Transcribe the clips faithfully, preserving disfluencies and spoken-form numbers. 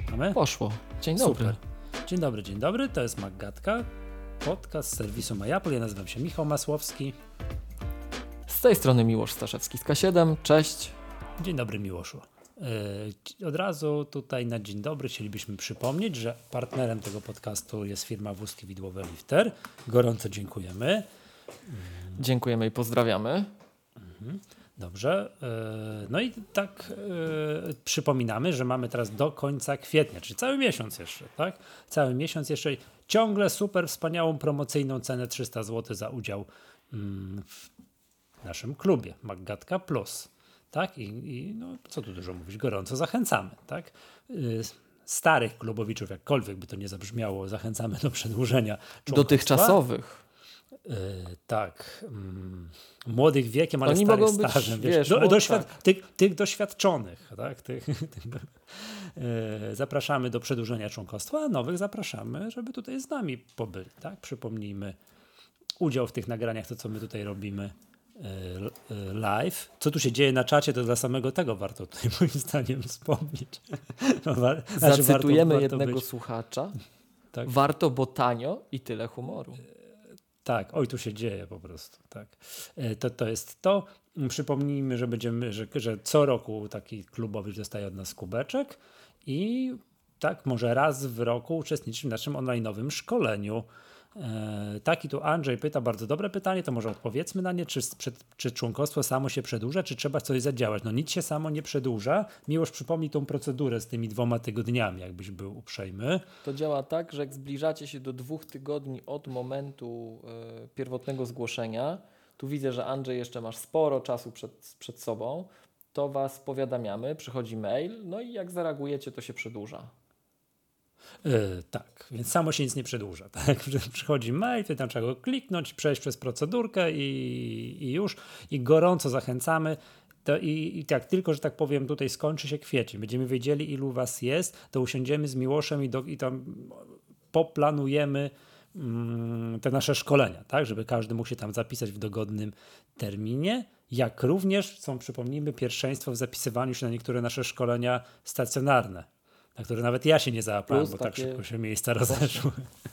Mamy? Poszło. Dzień dobry. Super. Dzień dobry, dzień dobry. To jest Maggatka, podcast z serwisu MyApple. Ja nazywam się Michał Masłowski. Z tej strony Miłosz Staszewski z K siedem. Cześć. Dzień dobry, Miłoszu. Yy, od razu tutaj na dzień dobry chcielibyśmy przypomnieć, że partnerem tego podcastu jest firma Wózki Widłowe Lifter. Gorąco dziękujemy. Dziękujemy i pozdrawiamy. Mhm. Dobrze. Yy, no i tak yy, przypominamy, że mamy teraz do końca kwietnia, czyli cały miesiąc jeszcze, tak? Cały miesiąc jeszcze ciągle super wspaniałą promocyjną cenę trzysta złotych za udział yy, w naszym klubie Maggatka Plus. Tak? I, i no, co tu dużo mówić, gorąco zachęcamy. Tak? Yy, starych klubowiczów, jakkolwiek by to nie zabrzmiało, zachęcamy do przedłużenia członkostwa. Dotychczasowych. Yy, tak. Mm, młodych wiekiem, ale Oni starych mogą być, stażem. Wiesz, wiesz, do, młod- doświad- tak. tych, tych doświadczonych. Tak? Tych, tych, yy, zapraszamy do przedłużenia członkostwa, a nowych zapraszamy, żeby tutaj z nami pobyli. Tak? Przypomnijmy udział w tych nagraniach, to co my tutaj robimy live. Co tu się dzieje na czacie, to dla samego tego warto tutaj moim zdaniem wspomnieć. Znaczy, Zacytujemy warto, warto jednego być. słuchacza. Tak. Warto, bo tanio i tyle humoru. Tak, oj tu się dzieje po prostu. Tak. To, to jest to. Przypomnijmy, że będziemy, że, że co roku taki klubowy dostaje od nas kubeczek i tak może raz w roku uczestniczy w naszym online'owym szkoleniu. E, taki tu Andrzej pyta, bardzo dobre pytanie, to może odpowiedzmy na nie, czy, czy, czy członkostwo samo się przedłuża, czy trzeba coś zadziałać. No nic się samo nie przedłuża. Miłość, przypomnij tą procedurę z tymi dwoma tygodniami, jakbyś był uprzejmy. To działa tak, że jak zbliżacie się do dwóch tygodni od momentu y, pierwotnego zgłoszenia, tu widzę, że Andrzej jeszcze masz sporo czasu przed, przed sobą, to was powiadamiamy, przychodzi mail, no i jak zareagujecie, to się przedłuża. Yy, tak, więc samo się nic nie przedłuża. Tak? Przychodzi mail, wtedy tam trzeba go kliknąć, przejść przez procedurkę i, i już. I gorąco zachęcamy. To i, i tak tylko, że tak powiem, tutaj skończy się kwiecień. Będziemy wiedzieli, ilu was jest, to usiądziemy z Miłoszem i, do, i tam poplanujemy mm, te nasze szkolenia, tak? Żeby każdy mógł się tam zapisać w dogodnym terminie. Jak również są, przypomnijmy, pierwszeństwo w zapisywaniu się na niektóre nasze szkolenia stacjonarne, na które nawet ja się nie załapałem, Plus bo tak takie... szybko się miejsca rozeszły.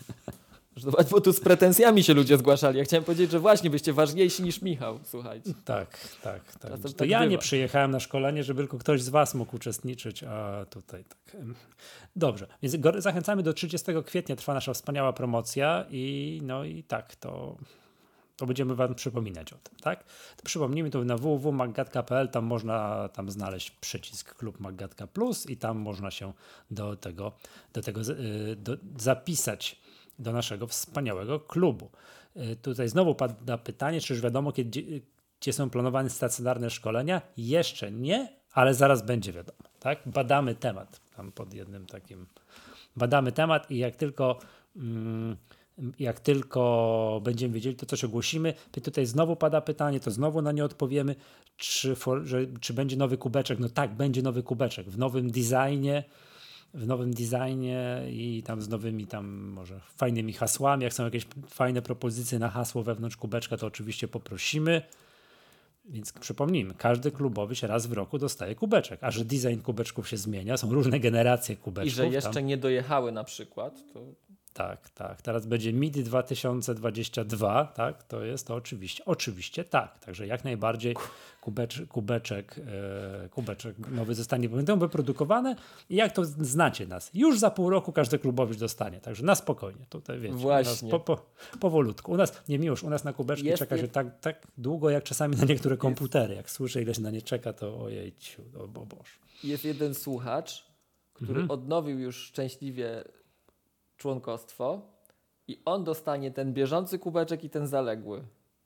Bo tu z pretensjami się ludzie zgłaszali. Ja chciałem powiedzieć, że właśnie byście ważniejsi niż Michał, słuchajcie. Tak, tak, tak. Czasem To tak ja bywa. nie przyjechałem na szkolenie, żeby tylko ktoś z was mógł uczestniczyć, a tutaj tak. Dobrze, więc go- zachęcamy do trzydziestego kwietnia, trwa nasza wspaniała promocja i no i tak, to... to będziemy wam przypominać o tym, tak? To przypomnijmy, to na w w w kropka maggatka kropka p l, tam można tam znaleźć przycisk Klub Maggatka Plus i tam można się do tego, do tego yy, do, zapisać do naszego wspaniałego klubu. Yy, tutaj znowu pada pytanie, czy już wiadomo, kiedy, gdzie są planowane stacjonarne szkolenia? Jeszcze nie, ale zaraz będzie wiadomo, tak? Badamy temat, tam pod jednym takim, badamy temat i jak tylko mm, Jak tylko będziemy wiedzieli, to coś ogłosimy. Tutaj znowu pada pytanie, to znowu na nie odpowiemy, czy, for, że, czy będzie nowy kubeczek. No tak, będzie nowy kubeczek w nowym designie, w nowym designie i tam z nowymi tam może fajnymi hasłami. Jak są jakieś fajne propozycje na hasło wewnątrz kubeczka, to oczywiście poprosimy. Więc przypomnijmy, każdy klubowy się raz w roku dostaje kubeczek, a że design kubeczków się zmienia, są różne generacje kubeczków. I że jeszcze tam... nie dojechały na przykład, to... Tak, tak. Teraz będzie M I D dwa tysiące dwadzieścia dwa, tak? To jest to oczywiście, oczywiście tak. Także jak najbardziej kubecz, kubeczek, e, kubeczek nowy zostanie będą wyprodukowane i jak to znacie nas, już za pół roku każdy klubowicz dostanie. Także na spokojnie. Tutaj wiecie, Właśnie. po, po, powolutku. U nas, nie Miłosz, u nas na kubeczki Jest czeka się je... tak, tak długo, jak czasami na niektóre komputery. Jak słyszę, ile się na nie czeka, to ojejciu, o bo Boże. Jest jeden słuchacz, który Mhm. odnowił już szczęśliwie członkostwo i on dostanie ten bieżący kubeczek i ten zaległy.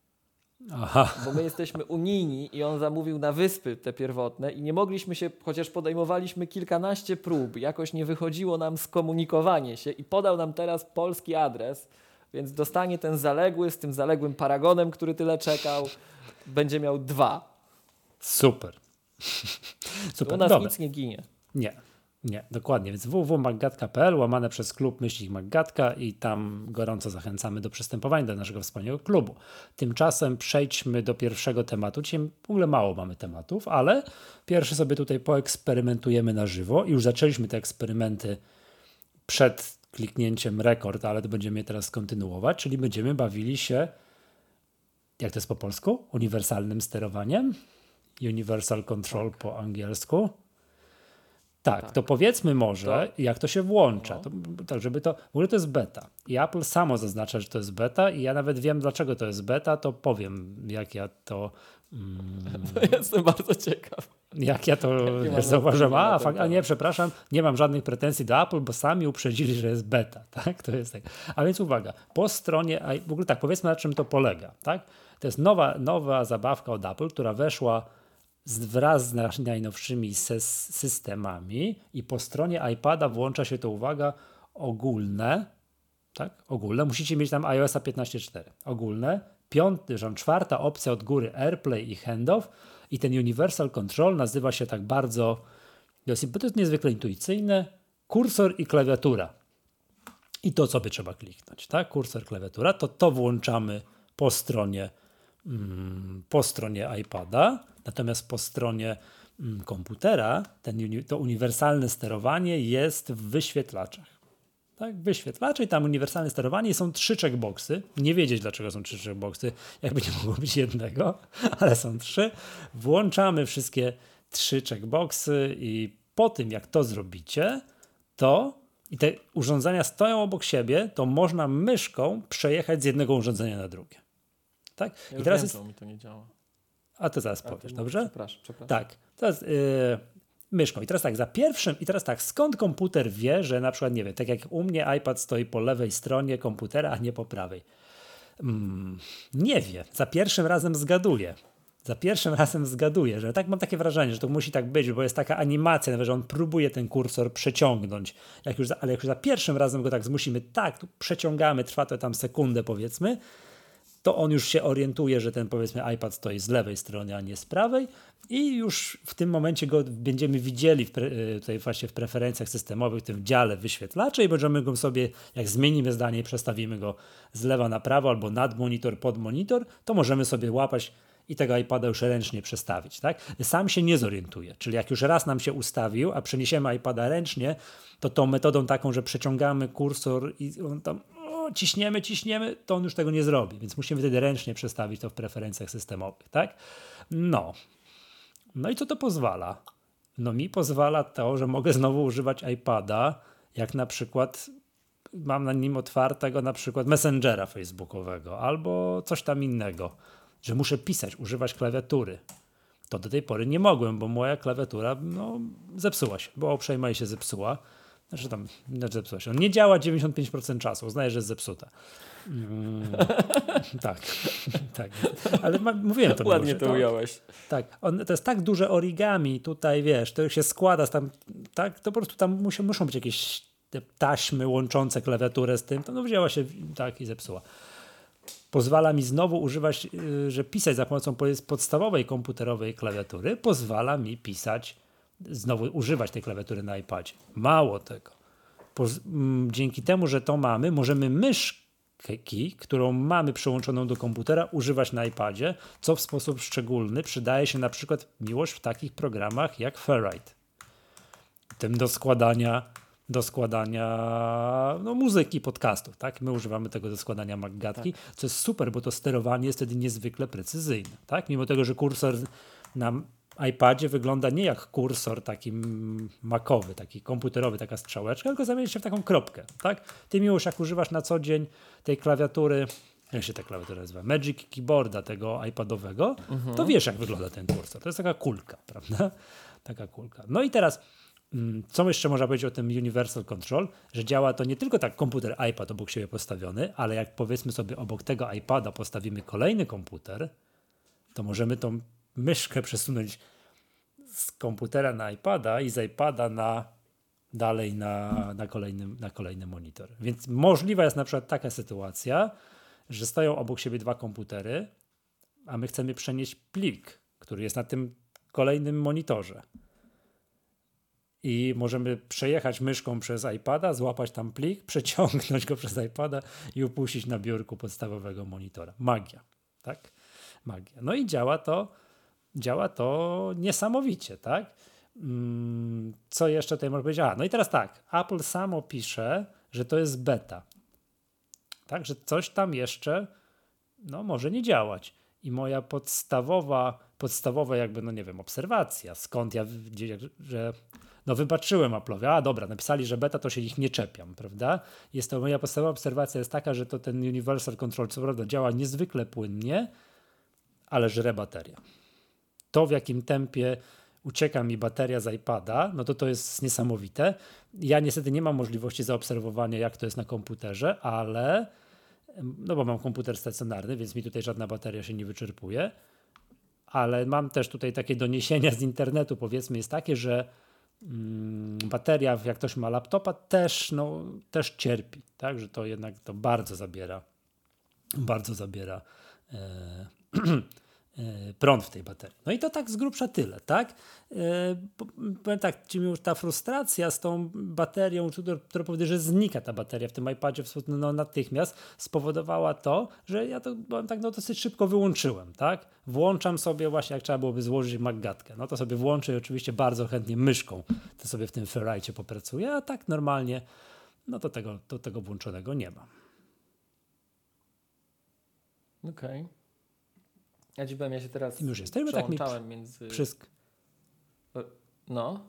Aha. Bo my jesteśmy unijni i on zamówił na wyspy te pierwotne i nie mogliśmy się, chociaż podejmowaliśmy kilkanaście prób, jakoś nie wychodziło nam skomunikowanie się i podał nam teraz polski adres, więc dostanie ten zaległy z tym zaległym paragonem, który tyle czekał, będzie miał dwa. Super. Super. U nas Dobra. nic nie ginie. Nie. Nie, dokładnie, więc w w w kropka maggatka kropka p l łamane przez klub myślnik Maggatka i tam gorąco zachęcamy do przystępowania do naszego wspaniałego klubu. Tymczasem przejdźmy do pierwszego tematu. Dzisiaj w ogóle mało mamy tematów, ale pierwszy sobie tutaj poeksperymentujemy na żywo i już zaczęliśmy te eksperymenty przed kliknięciem rekord, ale to będziemy je teraz kontynuować, czyli będziemy bawili się, jak to jest po polsku? Uniwersalnym sterowaniem? Universal Control po angielsku. Tak, tak, to powiedzmy może, to, jak to się włącza, no. to, tak żeby to, w ogóle to jest beta i Apple samo zaznacza, że to jest beta i ja nawet wiem, dlaczego to jest beta, to powiem, jak ja to... Mm, Jestem bardzo ciekaw. Jak ja to wiesz, zauważyłem, a, fakt, a nie, przepraszam, nie mam żadnych pretensji do Apple, bo sami uprzedzili, że jest beta, tak, to jest tak. A więc uwaga, po stronie, w ogóle tak, powiedzmy na czym to polega, tak, to jest nowa, nowa zabawka od Apple, która weszła wraz z najnowszymi systemami i po stronie iPada włącza się to, uwaga, ogólne, tak, ogólne, musicie mieć tam iOS piętnaście cztery, ogólne, piąty, że czwarta opcja od góry AirPlay i handoff i ten Universal Control nazywa się tak bardzo, bo to jest niezwykle intuicyjne, kursor i klawiatura. I to sobie trzeba kliknąć, tak, kursor, klawiatura, to to włączamy po stronie mm, po stronie iPada. Natomiast po stronie mm, komputera ten, to uniwersalne sterowanie jest w wyświetlaczach. Tak? Wyświetlacze i tam uniwersalne sterowanie są trzy checkboxy. Nie wiedzieć, dlaczego są trzy checkboxy, jakby nie mogło być jednego, ale są trzy. Włączamy wszystkie trzy checkboxy i po tym, jak to zrobicie, to i te urządzenia stoją obok siebie, to można myszką przejechać z jednego urządzenia na drugie. Tak? Ja I teraz wiem, jest... mi to nie działa. A to zaraz powiesz, dobrze? Przepraszam, przepraszam. Tak, teraz yy, myszką. I teraz tak, za pierwszym, i teraz tak, skąd komputer wie, że na przykład, nie wiem, tak jak u mnie iPad stoi po lewej stronie komputera, a nie po prawej. Mm, nie wie. Za pierwszym razem zgaduje. Za pierwszym razem zgaduje, że tak mam takie wrażenie, że to musi tak być, bo jest taka animacja, nawet, że on próbuje ten kursor przeciągnąć. Jak już za, ale jak już za pierwszym razem go tak zmusimy, tak, tu przeciągamy, trwa to tam sekundę powiedzmy, to on już się orientuje, że ten powiedzmy iPad stoi z lewej strony, a nie z prawej i już w tym momencie go będziemy widzieli w pre, tutaj właśnie w preferencjach systemowych, w tym dziale wyświetlacze i będziemy go sobie, jak zmienimy zdanie i przestawimy go z lewa na prawo albo nad monitor, pod monitor, to możemy sobie łapać i tego iPada już ręcznie przestawić. Tak? Sam się nie zorientuje, czyli jak już raz nam się ustawił, a przeniesiemy iPada ręcznie, to tą metodą taką, że przeciągamy kursor i on tam ciśniemy, ciśniemy, to on już tego nie zrobi, więc musimy wtedy ręcznie przestawić to w preferencjach systemowych, tak? No. No i co to pozwala? No mi pozwala to, że mogę znowu używać iPada, jak na przykład mam na nim otwartego na przykład Messengera Facebookowego albo coś tam innego, że muszę pisać, używać klawiatury. To do tej pory nie mogłem, bo moja klawiatura no, zepsuła się, bo uprzejmie się zepsuła. Znaczy tam, znaczy zepsuła się. On nie działa dziewięćdziesiąt pięć procent czasu. Uznaję, że jest zepsuta. Mm, tak, tak. Ale ma, mówiłem to. Ładnie to ująłeś. Tak. On, to jest tak duże origami tutaj, wiesz, to się składa tam, tak, to po prostu tam muszą, muszą być jakieś te taśmy łączące klawiaturę z tym. To no wzięła się tak i zepsuła. Pozwala mi znowu używać, że pisać za pomocą podstawowej komputerowej klawiatury, pozwala mi pisać znowu używać tej klawiatury na iPadzie. Mało tego. Poz- m, dzięki temu, że to mamy, możemy myszki, którą mamy przyłączoną do komputera, używać na iPadzie, co w sposób szczególny przydaje się na przykład miłość w takich programach jak Ferrite. Tym do składania, do składania no, muzyki, podcastów. Tak? My używamy tego do składania Maggatki, tak. Co jest super, bo to sterowanie jest wtedy niezwykle precyzyjne. Tak? Mimo tego, że kursor nam iPadzie wygląda nie jak kursor taki macowy, taki komputerowy, taka strzałeczka, tylko zamienia się w taką kropkę, tak? Ty już jak używasz na co dzień tej klawiatury, jak się ta klawiatura nazywa, Magic Keyboarda tego iPadowego, mhm. to wiesz jak wygląda ten kursor. To jest taka kulka, prawda? Taka kulka. No i teraz, co jeszcze można powiedzieć o tym Universal Control, że działa to nie tylko tak komputer, iPad obok siebie postawiony, ale jak powiedzmy sobie obok tego iPada postawimy kolejny komputer, to możemy tą myszkę przesunąć z komputera na iPada i z iPada na dalej na, na, kolejny, na kolejny monitor. Więc możliwa jest na przykład taka sytuacja, że stoją obok siebie dwa komputery, a my chcemy przenieść plik, który jest na tym kolejnym monitorze. i możemy przejechać myszką przez iPada, złapać tam plik, przeciągnąć go przez iPada i upuścić na biurku podstawowego monitora. Magia, tak? Magia. No i działa to, działa to niesamowicie, tak? Co jeszcze tutaj można powiedzieć? A, no i teraz tak, Apple samo pisze, że to jest beta. Tak, że coś tam jeszcze no, może nie działać. I moja podstawowa, podstawowa jakby, no nie wiem, obserwacja, skąd ja, gdzie, że no wybaczyłem Apple'owi, a dobra, napisali, że beta, to się ich nie czepiam, prawda? Jest to moja podstawowa obserwacja jest taka, że to ten Universal Control, co prawda działa niezwykle płynnie, ale żre bateria. To, w jakim tempie ucieka mi bateria z iPada, no to to jest niesamowite. Ja niestety nie mam możliwości zaobserwowania, jak to jest na komputerze, ale no bo mam komputer stacjonarny, więc mi tutaj żadna bateria się nie wyczerpuje, ale mam też tutaj takie doniesienia z internetu, powiedzmy, jest takie, że mm, bateria, jak ktoś ma laptopa, też, no, też cierpi, tak, że to jednak to bardzo zabiera, bardzo zabiera e, prąd w tej baterii. No i to tak z grubsza tyle, tak? Powiem tak, ta frustracja z tą baterią, która powoduje, że znika ta bateria w tym iPadzie no, natychmiast, spowodowała to, że ja to powiem tak, no, dosyć szybko wyłączyłem, tak? Włączam sobie właśnie, jak trzeba byłoby złożyć MacGatkę, no to sobie włączę i oczywiście bardzo chętnie myszką to sobie w tym Ferrite popracuję, a tak normalnie, no to tego, to tego włączonego nie mam. Okej. Okay. Ja ci powiem, ja się teraz Tym już jesteśmy, przełączałem tak mi między... Wszystko. No.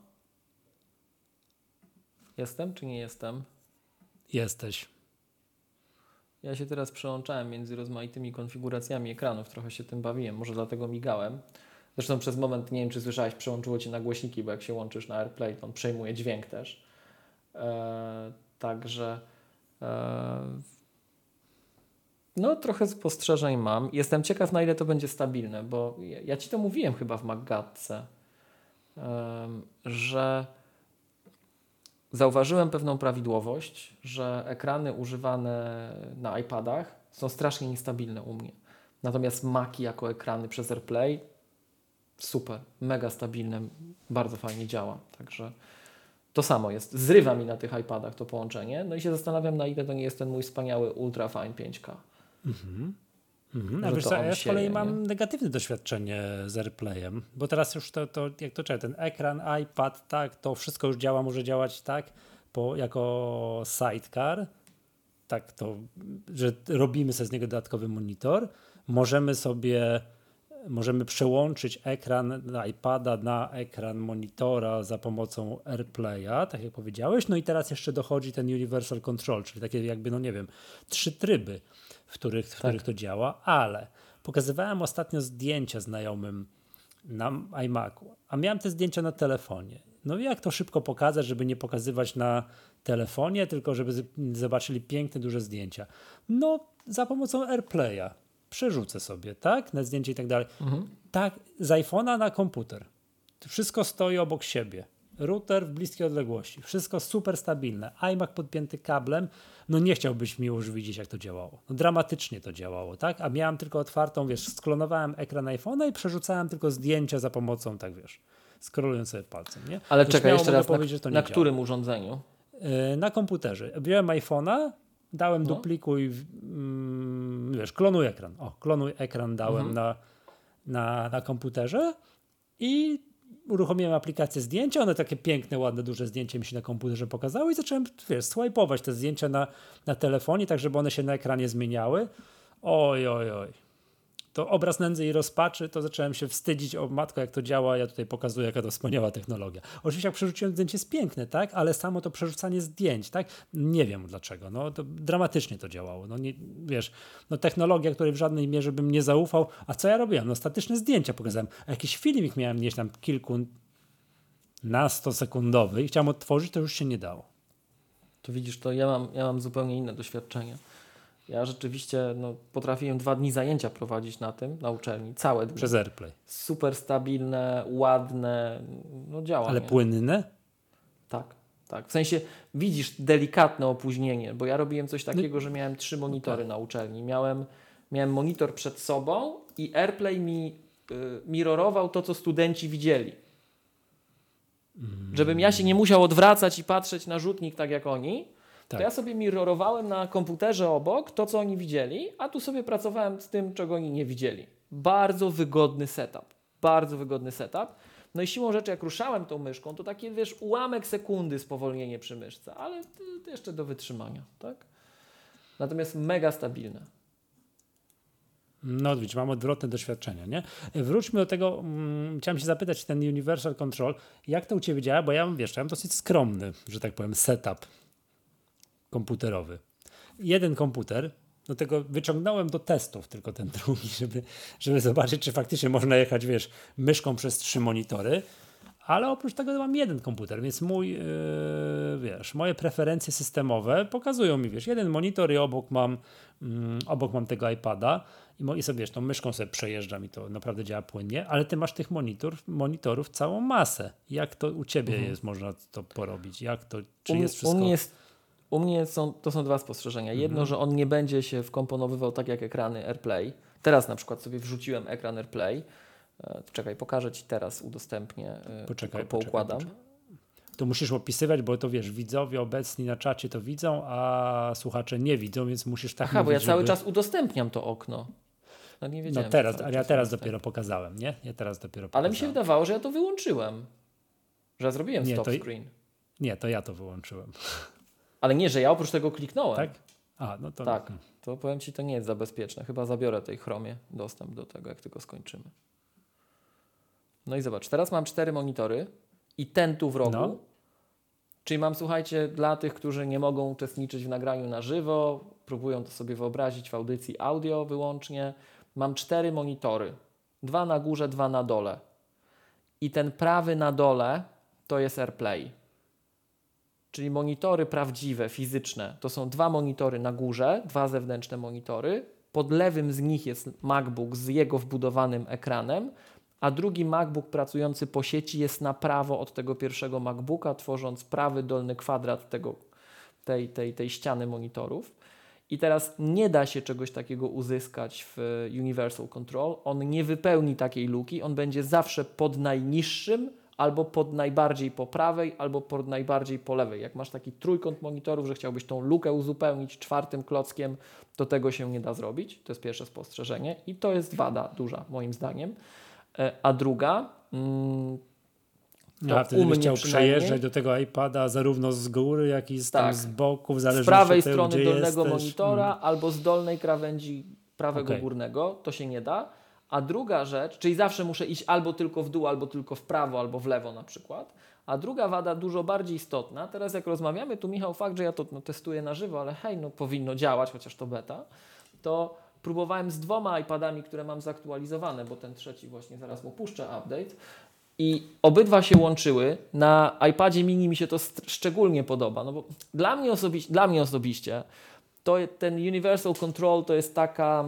Jestem czy nie jestem? Jesteś. Ja się teraz przełączałem między rozmaitymi konfiguracjami ekranów, trochę się tym bawiłem, może dlatego migałem. Zresztą przez moment, nie wiem czy słyszałeś, przełączyło cię na głośniki, bo jak się łączysz na AirPlay, to on przejmuje dźwięk też. Eee, także... Eee, No, trochę spostrzeżeń mam. Jestem ciekaw, na ile to będzie stabilne, bo ja, ja ci to mówiłem chyba w MacGatce, um, że zauważyłem pewną prawidłowość, że ekrany używane na iPadach są strasznie niestabilne u mnie. Natomiast Maci jako ekrany przez AirPlay super, mega stabilne, bardzo fajnie działa. Także to samo jest. Zrywa mi na tych iPadach to połączenie. No i się zastanawiam, na ile to nie jest ten mój wspaniały Ultra Fine pięć K. Mhm. Mhm. A wiesz co, ja z kolei mam negatywne doświadczenie z AirPlayem, bo teraz już to, to jak to czyta, ten ekran, iPad, tak, to wszystko już działa, może działać tak, po, jako sidecar, tak to, że robimy sobie z niego dodatkowy monitor, możemy sobie, możemy przełączyć ekran na iPada na ekran monitora za pomocą AirPlaya, tak jak powiedziałeś, no i teraz jeszcze dochodzi ten Universal Control, czyli takie jakby, no nie wiem, trzy tryby, w których, w tak. których to działa, ale pokazywałem ostatnio zdjęcia znajomym na iMacu, a miałem te zdjęcia na telefonie. No i jak to szybko pokazać, żeby nie pokazywać na telefonie, tylko żeby zobaczyli piękne, duże zdjęcia? No za pomocą AirPlaya. Przerzucę sobie, tak? Na zdjęcie i tak dalej. Mhm. Tak, z iPhone'a na komputer. Wszystko stoi obok siebie. Router w bliskiej odległości. Wszystko super stabilne. iMac podpięty kablem. No nie chciałbyś mi już widzieć, jak to działało. No dramatycznie to działało, tak? A miałem tylko otwartą, wiesz, sklonowałem ekran iPhone'a i przerzucałem tylko zdjęcia za pomocą, tak wiesz, scrollując sobie palcem, nie? Ale to czekaj, jeszcze raz, na, na którym urządzeniu? Yy, na komputerze. Wziąłem iPhone'a, dałem no. duplikuj, mm, wiesz, klonuj ekran. O, klonuj ekran dałem mhm. na, na, na komputerze i uruchomiłem aplikację zdjęcia, one takie piękne, ładne, duże zdjęcie mi się na komputerze pokazały i zacząłem, wiesz, swajpować te zdjęcia na, na telefonie, tak żeby one się na ekranie zmieniały. Oj, oj, oj. To obraz nędzy i rozpaczy, to zacząłem się wstydzić, o matko, jak to działa, ja tutaj pokazuję, jaka to wspaniała technologia. Oczywiście jak przerzuciłem zdjęcie jest piękne, tak, ale samo to przerzucanie zdjęć, tak, nie wiem dlaczego, no to dramatycznie to działało, no nie, wiesz, no technologia, której w żadnej mierze bym nie zaufał, a co ja robiłem? No statyczne zdjęcia pokazałem, a jakiś filmik miałem gdzieś tam kilkunastosekundowy i chciałem odtworzyć, to już się nie dało. To widzisz, to ja mam, ja mam zupełnie inne doświadczenie. Ja rzeczywiście no, potrafiłem dwa dni zajęcia prowadzić na tym, na uczelni, całe dni. Przez AirPlay. Super stabilne, ładne, no działa. Ale nie? Płynne? Tak, tak. W sensie widzisz delikatne opóźnienie, bo ja robiłem coś takiego, no, że miałem trzy monitory na uczelni. Miałem, miałem monitor przed sobą i AirPlay mi y, mirrorował to, co studenci widzieli. Mm. Żebym ja się nie musiał odwracać i patrzeć na rzutnik tak jak oni, Tak. to ja sobie mirrorowałem na komputerze obok to, co oni widzieli, a tu sobie pracowałem z tym, czego oni nie widzieli. Bardzo wygodny setup. Bardzo wygodny setup. No i siłą rzeczy, jak ruszałem tą myszką, to taki, wiesz, ułamek sekundy spowolnienie przy myszce, ale to, to jeszcze do wytrzymania, tak? Natomiast mega stabilne. No widzisz, mam odwrotne doświadczenie, nie? Wróćmy do tego, um, chciałem się zapytać, ten Universal Control, jak to u Ciebie działa, bo ja mam, wiesz, ja mam dosyć skromny, że tak powiem, setup komputerowy. Jeden komputer, do tego wyciągnąłem do testów tylko ten drugi, żeby, żeby zobaczyć, czy faktycznie można jechać, wiesz, myszką przez trzy monitory, ale oprócz tego mam jeden komputer, więc mój, yy, wiesz, moje preferencje systemowe pokazują mi, wiesz, jeden monitor i obok mam, mm, obok mam tego iPada i, mo- i sobie, wiesz, tą myszką sobie przejeżdżam i to naprawdę działa płynnie, ale ty masz tych monitor, monitorów całą masę. Jak to u ciebie mhm. jest, można to porobić? Jak to, czy u, jest wszystko... U mnie, jest, u mnie są, to są dwa spostrzeżenia. Jedno, mhm. że on nie będzie się wkomponowywał tak jak ekrany AirPlay. Teraz na przykład sobie wrzuciłem ekran AirPlay. Czekaj, pokażę Ci teraz, udostępnię, poczekaj, poukładam. Poczekaj, poczekaj. To musisz opisywać, bo to wiesz, widzowie obecni na czacie to widzą, a słuchacze nie widzą, więc musisz tak Aha, mówić, bo ja cały żeby... czas udostępniam to okno. No nie wiedziałem. No teraz, ale ja teraz dopiero pokazałem, nie? Ja teraz dopiero pokazałem. Ale mi się wydawało, że ja to wyłączyłem. Że ja zrobiłem nie, stop to... screen. Nie, to ja to wyłączyłem. Ale nie, że ja oprócz tego kliknąłem. Tak? A, no to... Tak, to powiem Ci, to nie jest za bezpieczne. Chyba zabiorę tej Chromie dostęp do tego, jak tylko skończymy. No i zobacz, teraz mam cztery monitory i ten tu w rogu. No. Czyli mam, słuchajcie, dla tych, którzy nie mogą uczestniczyć w nagraniu na żywo, próbują to sobie wyobrazić w audycji audio wyłącznie. Mam cztery monitory. Dwa na górze, dwa na dole. I ten prawy na dole to jest AirPlay. Czyli monitory prawdziwe, fizyczne. To są dwa monitory na górze, dwa zewnętrzne monitory. Pod lewym z nich jest MacBook z jego wbudowanym ekranem, a drugi MacBook pracujący po sieci jest na prawo od tego pierwszego MacBooka, tworząc prawy dolny kwadrat tego, tej, tej, tej ściany monitorów. I teraz nie da się czegoś takiego uzyskać w Universal Control. On nie wypełni takiej luki, on będzie zawsze pod najniższym, albo pod najbardziej po prawej, albo pod najbardziej po lewej. Jak masz taki trójkąt monitorów, że chciałbyś tą lukę uzupełnić czwartym klockiem, to tego się nie da zrobić. To jest pierwsze spostrzeżenie i to jest wada duża moim zdaniem. A druga, to a wtedy byś chciał przejeżdżać do tego iPada zarówno z góry, jak i z, tak, tam z boku, w zależności z prawej od tego, strony dolnego jesteś. monitora hmm. albo z dolnej krawędzi prawego okay. górnego, to się nie da. A druga rzecz, czyli zawsze muszę iść albo tylko w dół, albo tylko w prawo, albo w lewo na przykład. A druga wada, dużo bardziej istotna, teraz jak rozmawiamy, tu Michał, fakt, że ja to no, testuję na żywo, ale hej, no powinno działać, chociaż to beta, to próbowałem z dwoma iPadami, które mam zaktualizowane, bo ten trzeci właśnie zaraz mu puszczę update i obydwa się łączyły. Na iPadzie mini mi się to st- szczególnie podoba, no bo dla mnie, osobi- dla mnie osobiście to ten Universal Control to jest taka...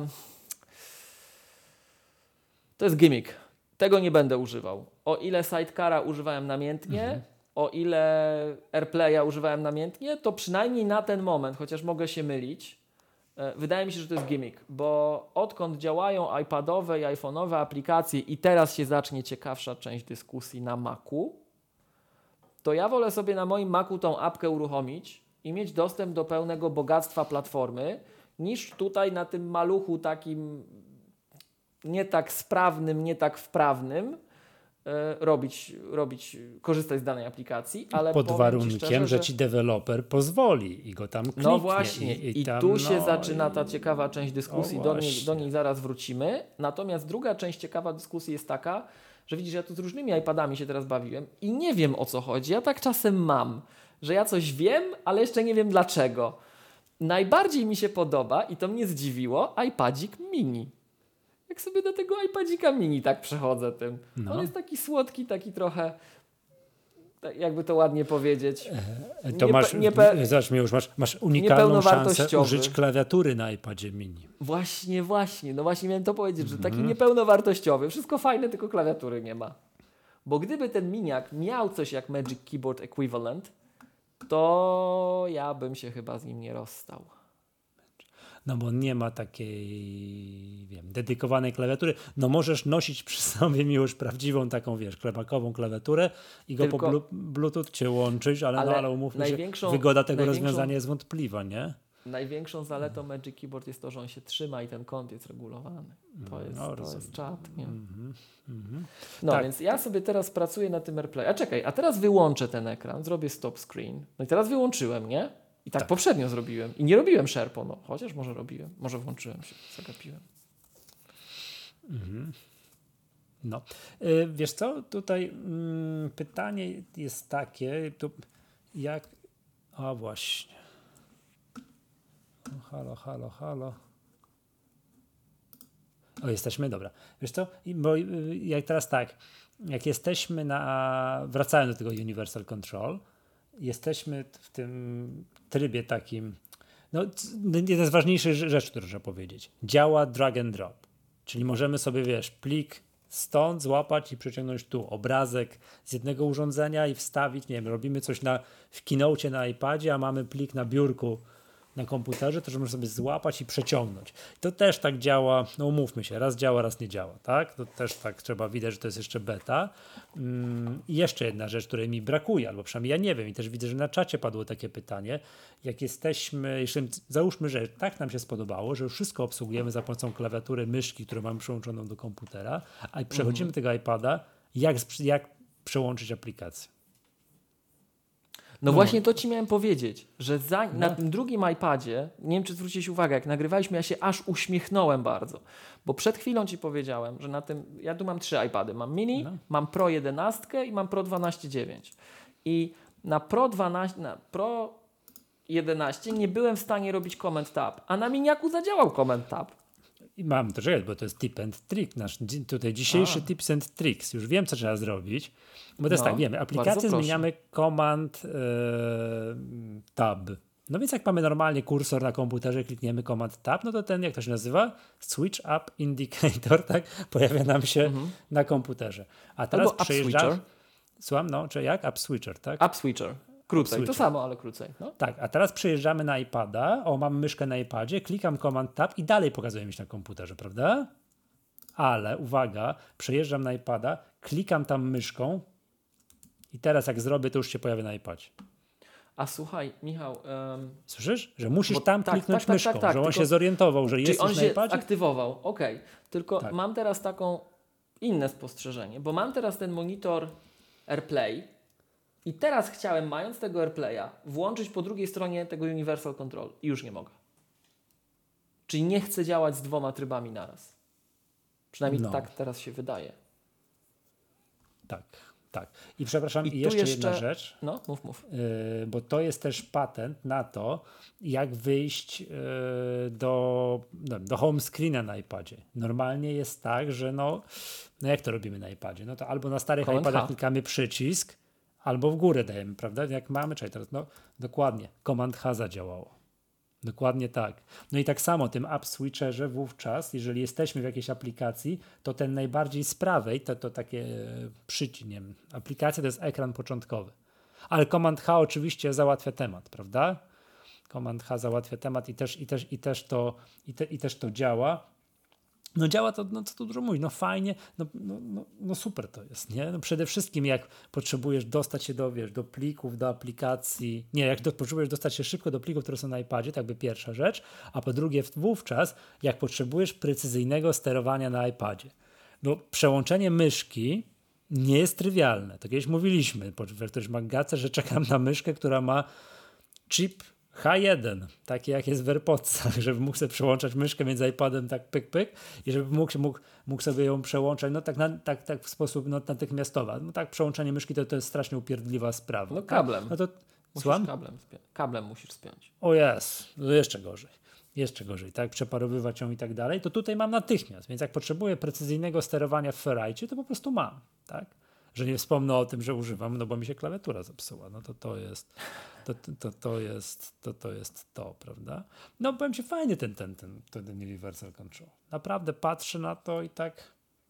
To jest gimmick. Tego nie będę używał. O ile Sidecara używałem namiętnie, mhm. o ile AirPlaya używałem namiętnie, to przynajmniej na ten moment, chociaż mogę się mylić, wydaje mi się, że to jest gimmick, bo odkąd działają iPadowe i iPhone'owe aplikacje i teraz się zacznie ciekawsza część dyskusji na Macu, to ja wolę sobie na moim Macu tą apkę uruchomić i mieć dostęp do pełnego bogactwa platformy, niż tutaj na tym maluchu takim nie tak sprawnym, nie tak wprawnym e, robić, robić, korzystać z danej aplikacji, ale pod warunkiem, szczerze, że, że ci deweloper pozwoli i go tam kliknie. No właśnie i, i, i tam, tu się no, zaczyna i... ta ciekawa część dyskusji, do niej, do niej zaraz wrócimy. Natomiast druga część ciekawa dyskusji jest taka, że widzisz, ja tu z różnymi iPadami się teraz bawiłem i nie wiem, o co chodzi. Ja tak czasem mam, że ja coś wiem, ale jeszcze nie wiem dlaczego. Najbardziej mi się podoba i to mnie zdziwiło, iPadzik mini. Jak sobie do tego iPadzika mini tak przechodzę tym. No. On jest taki słodki, taki trochę, jakby to ładnie powiedzieć. To nie, masz, nie pe... zobacz, już masz, masz unikalną szansę użyć klawiatury na iPadzie mini. Właśnie, właśnie. No właśnie miałem to powiedzieć, że taki mm. niepełnowartościowy. Wszystko fajne, tylko klawiatury nie ma. Bo gdyby ten miniak miał coś jak Magic Keyboard Equivalent, to ja bym się chyba z nim nie rozstał. no bo nie ma takiej, wiem, dedykowanej klawiatury. No możesz nosić przy sobie już prawdziwą taką, wiesz, klemakową klawiaturę i go Tylko, po blu- Bluetooth cię łączyć, ale, ale no, ale umówmy się, największą- wygoda tego największą- rozwiązania jest wątpliwa, nie? Największą zaletą Magic Keyboard jest to, że on się trzyma i ten kąt jest regulowany. To jest, No, to rozumiem. jest czat. Nie? Mhm, mhm. No Tak. więc ja sobie teraz pracuję na tym AirPlay. A czekaj, a teraz wyłączę ten ekran, zrobię stop screen. No i teraz wyłączyłem, nie? I tak, Tak. poprzednio zrobiłem. I nie robiłem Sherpo, no. Chociaż może robiłem. Może włączyłem się, zagapiłem. Mhm. No. Y, Wiesz co, tutaj mm, pytanie jest takie, to jak, a właśnie, no, halo, halo, halo. O, jesteśmy, dobra. Wiesz co, I- bo y, jak teraz tak, jak jesteśmy na, wracając do tego Universal Control, jesteśmy w tym trybie takim, no c- jedna z ważniejszych rze- rzeczy, które trzeba powiedzieć, działa drag and drop, czyli możemy sobie, wiesz, plik stąd złapać i przeciągnąć tu obrazek z jednego urządzenia i wstawić, nie wiem, robimy coś na, w Keynote na iPadzie, a mamy plik na biurku na komputerze, to że możemy sobie złapać i przeciągnąć. To też tak działa, no umówmy się, raz działa, raz nie działa, tak? To też tak trzeba widać, że to jest jeszcze beta. Mm, I jeszcze jedna rzecz, której mi brakuje, albo przynajmniej ja nie wiem i też widzę, że na czacie padło takie pytanie, jak jesteśmy, jeśli załóżmy, że tak nam się spodobało, że już wszystko obsługujemy za pomocą klawiatury, myszki, które mamy przyłączoną do komputera, a przechodzimy tego iPada, jak, sp- jak przełączyć aplikację? No, No właśnie to ci miałem powiedzieć, że za, na No. tym drugim iPadzie, nie wiem czy zwróciłeś uwagę, jak nagrywaliśmy, ja się aż uśmiechnąłem bardzo, bo przed chwilą ci powiedziałem, że na tym, ja tu mam trzy iPady, mam mini, No. mam Pro jedenaście i mam Pro dwanaście dziewięć i na Pro dwanaście, na Pro jedenaście nie byłem w stanie robić Command Tab, a na miniaku zadziałał Command Tab. I mam to czekać, bo to jest tip and trick, nasz dzi- tutaj dzisiejszy A. tips and tricks. Już wiem, co trzeba zrobić. Bo to jest No, tak, wiemy, bardzo aplikację proszę. zmieniamy command e, tab. No więc jak mamy normalnie kursor na komputerze, klikniemy command tab, no to ten, jak to się nazywa? Switch up indicator, tak? Pojawia nam się na komputerze. A teraz Albo up przejeżdża... switcher. Słucham, no, czy jak? Up switcher, tak? Up switcher. Krócej, Up to switcher. samo, ale krócej. No. Tak, a teraz przejeżdżamy na iPada, o, mam myszkę na iPadzie, klikam command tab i dalej pokazuje mi się na komputerze, prawda? Ale uwaga, przejeżdżam na iPada, klikam tam myszką i teraz jak zrobię, to już się pojawia na iPadzie. A słuchaj, Michał, em, Słyszysz? Że musisz Bo tam tak, kliknąć tak, tak, myszką, tak, tak, że on tylko- się zorientował, że czyli jest on już na się iPadzie. aktywował, okej. Tylko Tak. mam teraz taką inne spostrzeżenie, bo mam teraz ten monitor AirPlay i teraz chciałem, mając tego AirPlaya, włączyć po drugiej stronie tego Universal Control i już nie mogę. Czyli nie chcę działać z dwoma trybami naraz. Przynajmniej No. tak teraz się wydaje. Tak, tak. I przepraszam, I i, tu jeszcze, jeszcze- jedna rzecz, No, mów, mów. yy, bo to jest też patent na to, jak wyjść yy, do, no, do home screena na iPadzie. Normalnie jest tak, że no, no jak to robimy na iPadzie? No to albo na starych Command iPadach H. klikamy przycisk, albo w górę dajemy, prawda? Jak mamy, czekaj teraz, no dokładnie, Command H zadziałało. Dokładnie tak. No i tak samo tym app switcherze wówczas, jeżeli jesteśmy w jakiejś aplikacji, to ten najbardziej z prawej, to, to takie e, przycisk, nie wiem, aplikacja to jest ekran początkowy. Ale Command H oczywiście załatwia temat, prawda? Command H załatwia temat i też, i też, i też, to, i te, i też to działa. No działa to, no co tu dużo mówić, no fajnie, no, no, no, no super to jest, nie? No przede wszystkim jak potrzebujesz dostać się do, wiesz, do plików, do aplikacji, nie, jak do, potrzebujesz dostać się szybko do plików, które są na iPadzie, tak by pierwsza rzecz, a po drugie wówczas, jak potrzebujesz precyzyjnego sterowania na iPadzie. No przełączenie myszki nie jest trywialne, to kiedyś mówiliśmy po- w którymś magace, że czekam na myszkę, która ma chip H jeden, takie jak jest w AirPodsach, żeby mógł sobie przełączać myszkę między iPadem tak pyk, pyk i żeby mógł, mógł, mógł sobie ją przełączać no tak, na, tak, tak w sposób no, natychmiastowy. No tak przełączenie myszki to, to jest strasznie upierdliwa sprawa. No kablem. No to, Musisz słucham? kablem, spią- kablem musisz spiąć. O jest, no jeszcze gorzej. Jeszcze gorzej, tak? Przeparowywać ją i tak dalej. To tutaj mam natychmiast, więc jak potrzebuję precyzyjnego sterowania w Ferrite, to po prostu mam, tak? Że nie wspomnę o tym, że używam, no bo mi się klawiatura zepsuła. No to to jest to, to, to, to jest to, to jest to, prawda? No powiem ci, fajny ten, ten, ten, ten Universal Control. Naprawdę patrzę na to i tak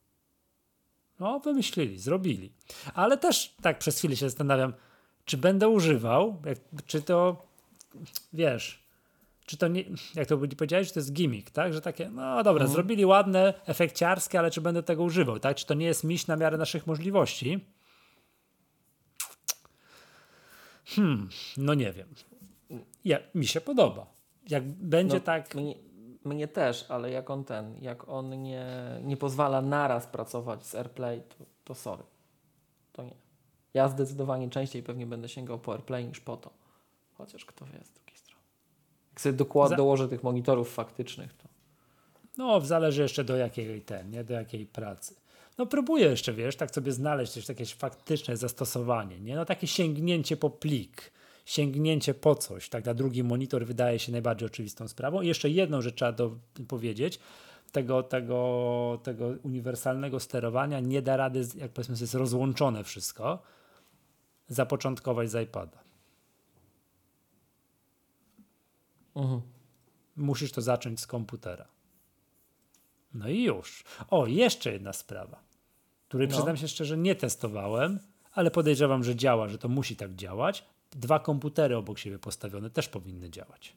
no wymyślili, zrobili. Ale też tak przez chwilę się zastanawiam, czy będę używał, jak, czy to wiesz, czy to nie, jak to powiedziałeś, że to jest gimmick, tak? Że takie, no dobra, Mhm. zrobili ładne, efekciarskie, ale czy będę tego używał, tak? Czy to nie jest miś na miarę naszych możliwości? Hmm, no nie wiem. Ja, mi się podoba. Jak będzie No, tak... Mnie, mnie też, ale jak on ten, jak on nie, nie pozwala naraz pracować z AirPlay, to, to sorry. To nie. Ja zdecydowanie częściej pewnie będę sięgał po AirPlay niż po to. Chociaż kto wie z drugiej strony. Jak sobie dokład, Za- dołożę tych monitorów faktycznych, to No, zależy jeszcze do jakiej ten, nie? Do jakiej pracy. No próbuję jeszcze, wiesz, tak sobie znaleźć też jakieś faktyczne zastosowanie, nie? No takie sięgnięcie po plik, sięgnięcie po coś, tak na drugi monitor wydaje się najbardziej oczywistą sprawą. I jeszcze jedną rzecz trzeba do, powiedzieć, tego, tego, tego uniwersalnego sterowania nie da rady, jak powiedzmy, jest rozłączone wszystko, zapoczątkować z iPada. mhm. Musisz to zacząć z komputera. No i już. O, jeszcze jedna sprawa, której No. przyznam się szczerze nie testowałem, ale podejrzewam, że działa, że to musi tak działać. Dwa komputery obok siebie postawione też powinny działać.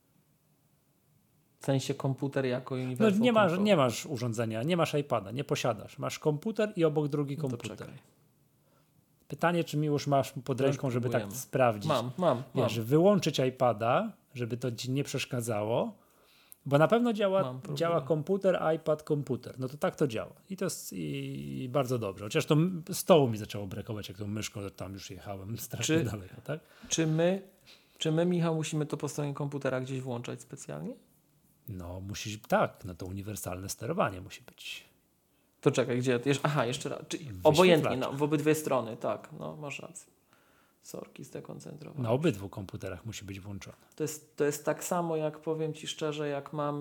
W sensie komputer jako No uniwersal nie masz, control. nie masz urządzenia, nie masz iPada, nie posiadasz. Masz komputer i obok drugi No to komputer. czekaj. Pytanie, czy mi już masz pod ręką, żeby tak próbujemy. sprawdzić. Mam, mam, mam. Wiesz, wyłączyć iPada, żeby to ci nie przeszkadzało, bo na pewno działa, Mam, próbuję. działa komputer, iPad, komputer. No to tak to działa. I to jest i bardzo dobrze. Chociaż to m- stołu mi zaczęło brakować, jak tą myszką, że tam już jechałem strasznie Czy- daleko, tak? Czy my, czy my, Michał, musimy to po stronie komputera gdzieś włączać specjalnie? No musi, tak, no to uniwersalne sterowanie musi być. To czekaj, gdzie? Jesz- Aha, jeszcze raz. Czy, obojętnie, Wyświetlacz. no, w obydwie strony, tak. No, masz rację. Sorki, zdekoncentrowałem. Na obydwu komputerach musi być włączone. To jest, to jest tak samo, jak powiem Ci szczerze, jak mam...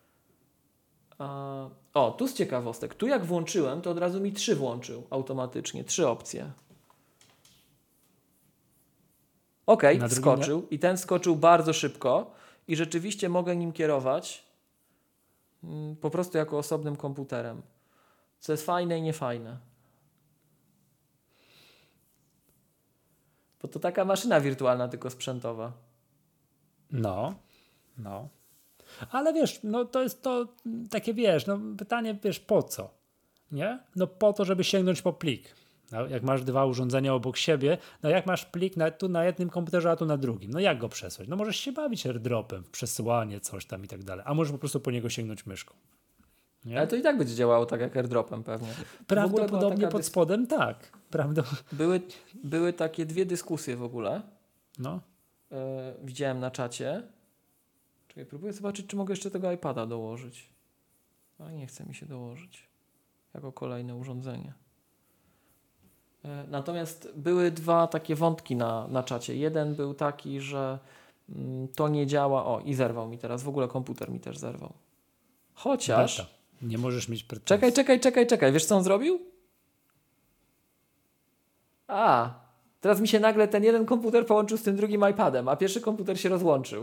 A, o, tu z ciekawostek. Tu jak włączyłem, to od razu mi trzy włączył automatycznie. Trzy opcje. Okej, Na drugim skoczył. I ten skoczył bardzo szybko. I rzeczywiście mogę nim kierować mm, po prostu jako osobnym komputerem. Co jest fajne i niefajne. Bo to taka maszyna wirtualna, tylko sprzętowa. No, no. Ale wiesz, no to jest to takie, wiesz, no pytanie, wiesz, po co? Nie? No po to, żeby sięgnąć po plik. No, jak masz dwa urządzenia obok siebie, no jak masz plik na, tu na jednym komputerze, a tu na drugim, no jak go przesłać? No możesz się bawić airdropem, w przesyłanie, coś tam i tak dalej, a możesz po prostu po niego sięgnąć myszką. Nie? Ale to i tak będzie działało tak jak airdropem pewnie. W ogóle była Prawdopodobnie taka pod dys- spodem tak. Prawda? Były, były takie dwie dyskusje w ogóle. No. E, widziałem na czacie. Czekaj, próbuję zobaczyć, czy mogę jeszcze tego iPada dołożyć. Ale nie chce mi się dołożyć. Jako kolejne urządzenie. E, natomiast były dwa takie wątki na, na czacie. Jeden był taki, że mm, to nie działa. O, i zerwał mi teraz. W ogóle komputer mi też zerwał. Chociaż... Beta. Nie możesz mieć pretensji. Czekaj, czekaj, czekaj, czekaj. Wiesz, co on zrobił? A, teraz mi się nagle ten jeden komputer połączył z tym drugim iPadem, a pierwszy komputer się rozłączył.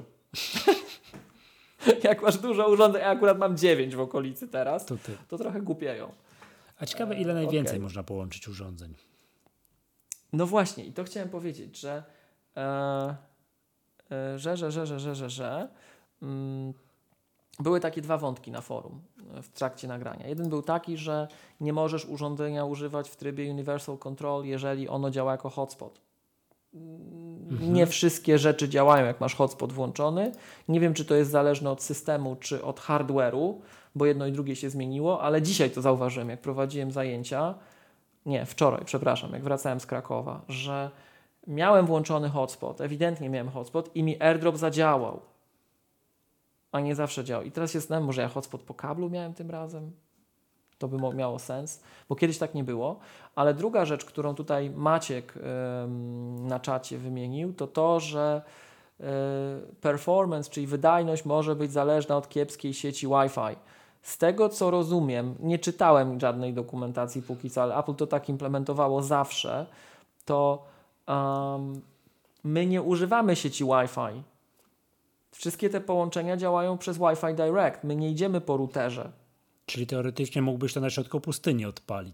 Jak masz dużo urządzeń, ja akurat mam dziewięć w okolicy teraz, To ty. to trochę głupieją. A ciekawe, ile Eee, najwięcej okej. można połączyć urządzeń. No właśnie, i to chciałem powiedzieć, że e, e, że, że, że, że, że, że, że mm, były takie dwa wątki na forum e, w trakcie nagrania. Jeden był taki, że nie możesz urządzenia używać w trybie Universal Control, jeżeli ono działa jako hotspot. Mhm. Nie wszystkie rzeczy działają, jak masz hotspot włączony. Nie wiem, czy to jest zależne od systemu, czy od hardware'u, bo jedno i drugie się zmieniło, ale dzisiaj to zauważyłem, jak prowadziłem zajęcia. Nie, wczoraj, przepraszam, jak wracałem z Krakowa, że miałem włączony hotspot, ewidentnie miałem hotspot i mi AirDrop zadziałał, a nie zawsze działał. I teraz się zastanawiam, może ja hotspot po kablu miałem tym razem? To by mo- miało sens, bo kiedyś tak nie było. Ale druga rzecz, którą tutaj Maciek ym, na czacie wymienił, to to, że y, performance, czyli wydajność może być zależna od kiepskiej sieci Wi-Fi. Z tego, co rozumiem, nie czytałem żadnej dokumentacji póki co, ale Apple to tak implementowało zawsze, to um, my nie używamy sieci Wi-Fi. Wszystkie te połączenia działają przez Wi-Fi Direct. My nie idziemy po routerze. Czyli teoretycznie mógłbyś to na środku pustyni odpalić.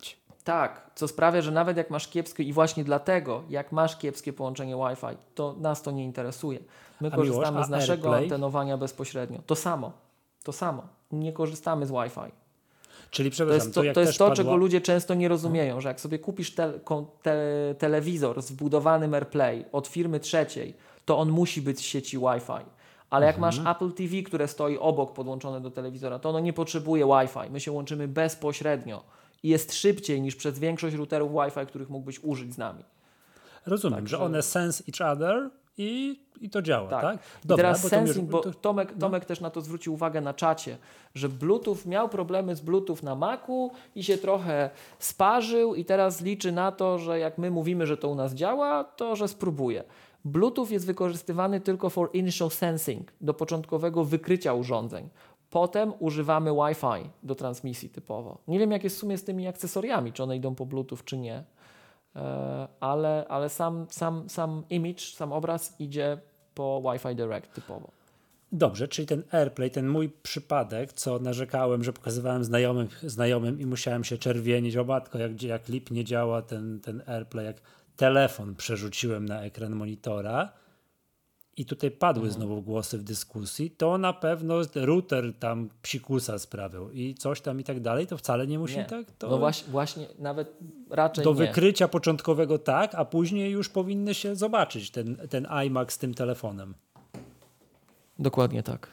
Tak, co sprawia, że nawet jak masz kiepskie i właśnie dlatego, jak masz kiepskie połączenie Wi-Fi, to nas to nie interesuje. My A korzystamy Miłosz, a z naszego AirPlay? antenowania bezpośrednio. To samo, to samo. Nie korzystamy z Wi-Fi. Czyli To przepraszam, jest to, jak to, jest też to padła... czego ludzie często nie rozumieją, że jak sobie kupisz te, kon, te, telewizor z wbudowanym AirPlay od firmy trzeciej, to on musi być z sieci Wi-Fi. Ale jak Mhm. masz Apple T V, które stoi obok podłączone do telewizora, to ono nie potrzebuje Wi-Fi. My się łączymy bezpośrednio i jest szybciej niż przez większość routerów Wi-Fi, których mógłbyś użyć z nami. Rozumiem, Także- że one sense each other i, i to działa, tak? Tak. Dobra, I teraz bo to mi sensing, już- bo to- Tomek, Tomek też na to zwrócił uwagę na czacie, że Bluetooth miał problemy z Bluetooth na Macu i się trochę sparzył i teraz liczy na to, że jak my mówimy, że to u nas działa, to że spróbuje. Bluetooth jest wykorzystywany tylko for initial sensing, do początkowego wykrycia urządzeń. Potem używamy Wi-Fi do transmisji typowo. Nie wiem, jak jest w sumie z tymi akcesoriami, czy one idą po Bluetooth, czy nie, e, ale, ale sam, sam, sam image, sam obraz idzie po Wi-Fi Direct typowo. Dobrze, czyli ten AirPlay, ten mój przypadek, co narzekałem, że pokazywałem znajomym, znajomym i musiałem się czerwienić, o matko, jak, jak lip nie działa ten, ten AirPlay, jak telefon przerzuciłem na ekran monitora i tutaj padły Mhm. znowu głosy w dyskusji, to na pewno router tam psikusa sprawiał i coś tam i tak dalej, to wcale nie musi Nie. tak. To No właśnie, właśnie nawet raczej do nie. wykrycia początkowego tak, a później już powinny się zobaczyć ten, ten iMac z tym telefonem. Dokładnie tak.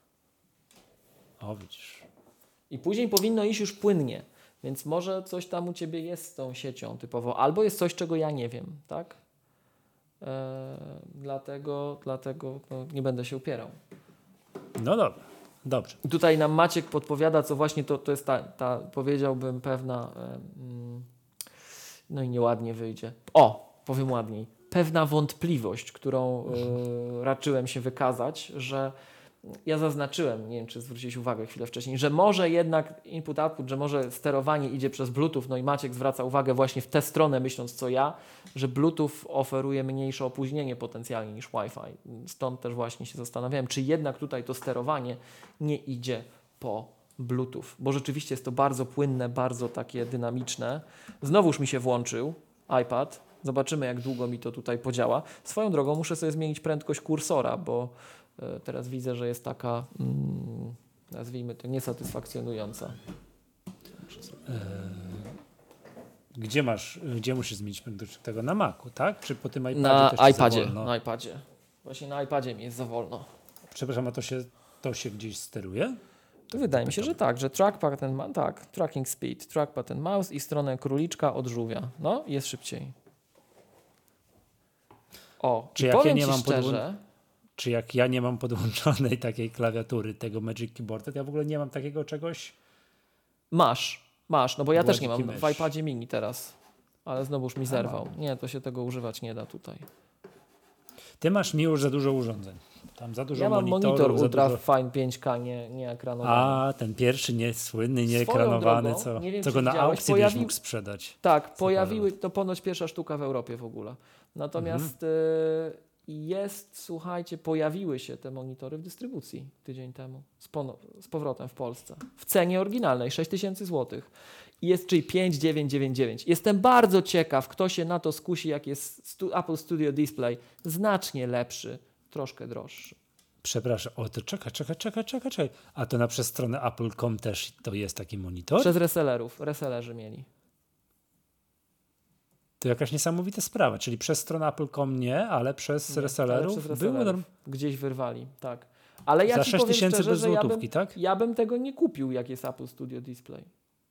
O, widzisz. I później powinno iść już płynnie, więc może coś tam u Ciebie jest z tą siecią typowo, albo jest coś, czego ja nie wiem, tak? Eee, dlatego dlatego no, nie będę się upierał. No dobra, dobrze. I tutaj nam Maciek podpowiada, co właśnie to, to jest ta, ta, powiedziałbym, pewna, em, no i nieładnie wyjdzie. O, powiem ładniej. Pewna wątpliwość, którą e, raczyłem się wykazać, że ja zaznaczyłem, nie wiem, czy zwróciłeś uwagę chwilę wcześniej, że może jednak input-output, że może sterowanie idzie przez Bluetooth, no i Maciek zwraca uwagę właśnie w tę stronę, myśląc co ja, że Bluetooth oferuje mniejsze opóźnienie potencjalnie niż Wi-Fi. Stąd też właśnie się zastanawiałem, czy jednak tutaj to sterowanie nie idzie po Bluetooth, bo rzeczywiście jest to bardzo płynne, bardzo takie dynamiczne. Znowuż mi się włączył iPad, zobaczymy jak długo mi to tutaj podziała. Swoją drogą muszę sobie zmienić prędkość kursora, bo teraz widzę, że jest taka, mm, nazwijmy to, niesatysfakcjonująca. Gdzie masz, gdzie musisz zmienić prędkość tego? Na Macu, tak? Czy po tym iPadzie Na też ci za iPadzie, wolno? na iPadzie. Właśnie na iPadzie mi jest za wolno. Przepraszam, a to się, to się gdzieś steruje? To wydaje mi się, że tak, że trackpad and ma- tak, tracking speed, trackpad and mouse i stronę króliczka od żółwia. No, jest szybciej. O, Czy i jak ja powiem nie Ci mam szczerze, Czy jak ja nie mam podłączonej takiej klawiatury, tego Magic Keyboarda, to ja w ogóle nie mam takiego czegoś? masz, masz, no bo ja też nie Gładki mam w mysz. iPadzie mini teraz, ale znowuż mi zerwał. Nie, to się tego używać nie da tutaj. Ty masz mi już za dużo urządzeń. Tam za dużo Ja mam monitorów, monitor za Ultra dużo... Fine pięć K, nie, nie ekranowany. A, ten pierwszy niesłynny, Swoją nieekranowany, drogą, co, nie wiem, co czy go na widziałeś, aukcji pojawił- byś mógł sprzedać. Tak, pojawiły, to ponoć pierwsza sztuka w Europie w ogóle. Mhm. Natomiast y, jest, słuchajcie, pojawiły się te monitory w dystrybucji tydzień temu, z, pono- z powrotem w Polsce. W cenie oryginalnej, sześć tysięcy złotych. I Jest, czyli pięć tysięcy dziewięćset dziewięćdziesiąt dziewięć. Jestem bardzo ciekaw, kto się na to skusi, jak jest stu- Apple Studio Display. Znacznie lepszy, troszkę droższy. Przepraszam, o to czekaj, czekaj, czekaj, czekaj, czekaj. A to na przez stronę apple kropka com też to jest taki monitor? Przez resellerów, resellerzy mieli. To jakaś niesamowita sprawa, czyli przez stronę apple kropka com nie, ale przez Nie, ale resellerów przez było resellerów. norm- Gdzieś wyrwali, tak. Ale ja za ci sześć powiem tysięcy szczerze, bez że ja złotówki, bym, tak? ja bym tego nie kupił, jak jest Apple Studio Display.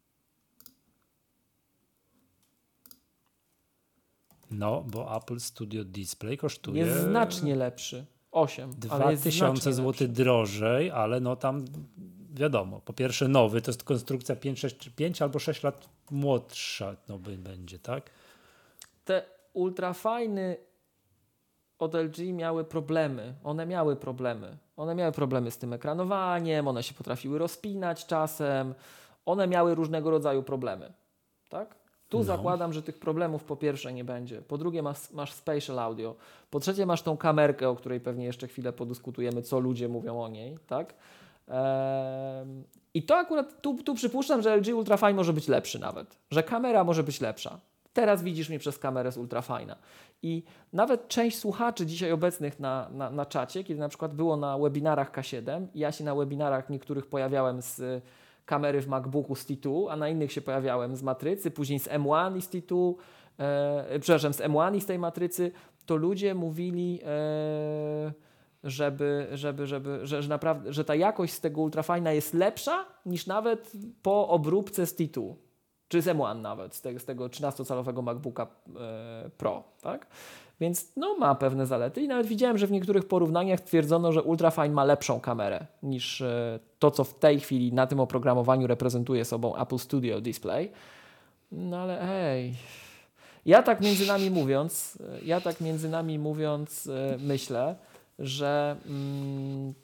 No, bo Apple Studio Display kosztuje Jest znacznie lepszy. osiem. dwa tysiące złotych drożej, ale no tam wiadomo, po pierwsze nowy, to jest konstrukcja pięć, sześć, pięć albo sześć lat młodsza no, by- będzie, tak? Te ultrafajny od L G miały problemy. One miały problemy. One miały problemy z tym ekranowaniem, one się potrafiły rozpinać czasem. One miały różnego rodzaju problemy. Tak? Tu No. zakładam, że tych problemów po pierwsze nie będzie. Po drugie masz, masz spatial audio. Po trzecie masz tą kamerkę, o której pewnie jeszcze chwilę podyskutujemy, co ludzie mówią o niej. Tak? Ehm, I to akurat, tu, tu przypuszczam, że L G Ultrafine może być lepszy nawet, że kamera może być lepsza. Teraz widzisz mnie przez kamerę z Ultrafine'a. I nawet część słuchaczy dzisiaj obecnych na, na, na czacie, kiedy na przykład było na webinarach K siedem, ja się na webinarach niektórych pojawiałem z kamery w MacBooku z T dwa, a na innych się pojawiałem z matrycy, później z M jeden i z T dwa, e, przepraszam, z M jeden i z tej matrycy, to ludzie mówili, e, żeby, żeby, żeby, że, że naprawdę, że ta jakość z tego Ultrafine'a jest lepsza niż nawet po obróbce z T dwa. Czy z M jeden nawet, z tego, z tego trzynastocalowego MacBooka e, Pro, tak? Więc no, ma pewne zalety i nawet widziałem, że w niektórych porównaniach twierdzono, że Ultrafine ma lepszą kamerę niż e, to, co w tej chwili na tym oprogramowaniu reprezentuje sobą Apple Studio Display. No ale hej, ja tak między nami mówiąc, ja tak między nami mówiąc e, myślę, że mm,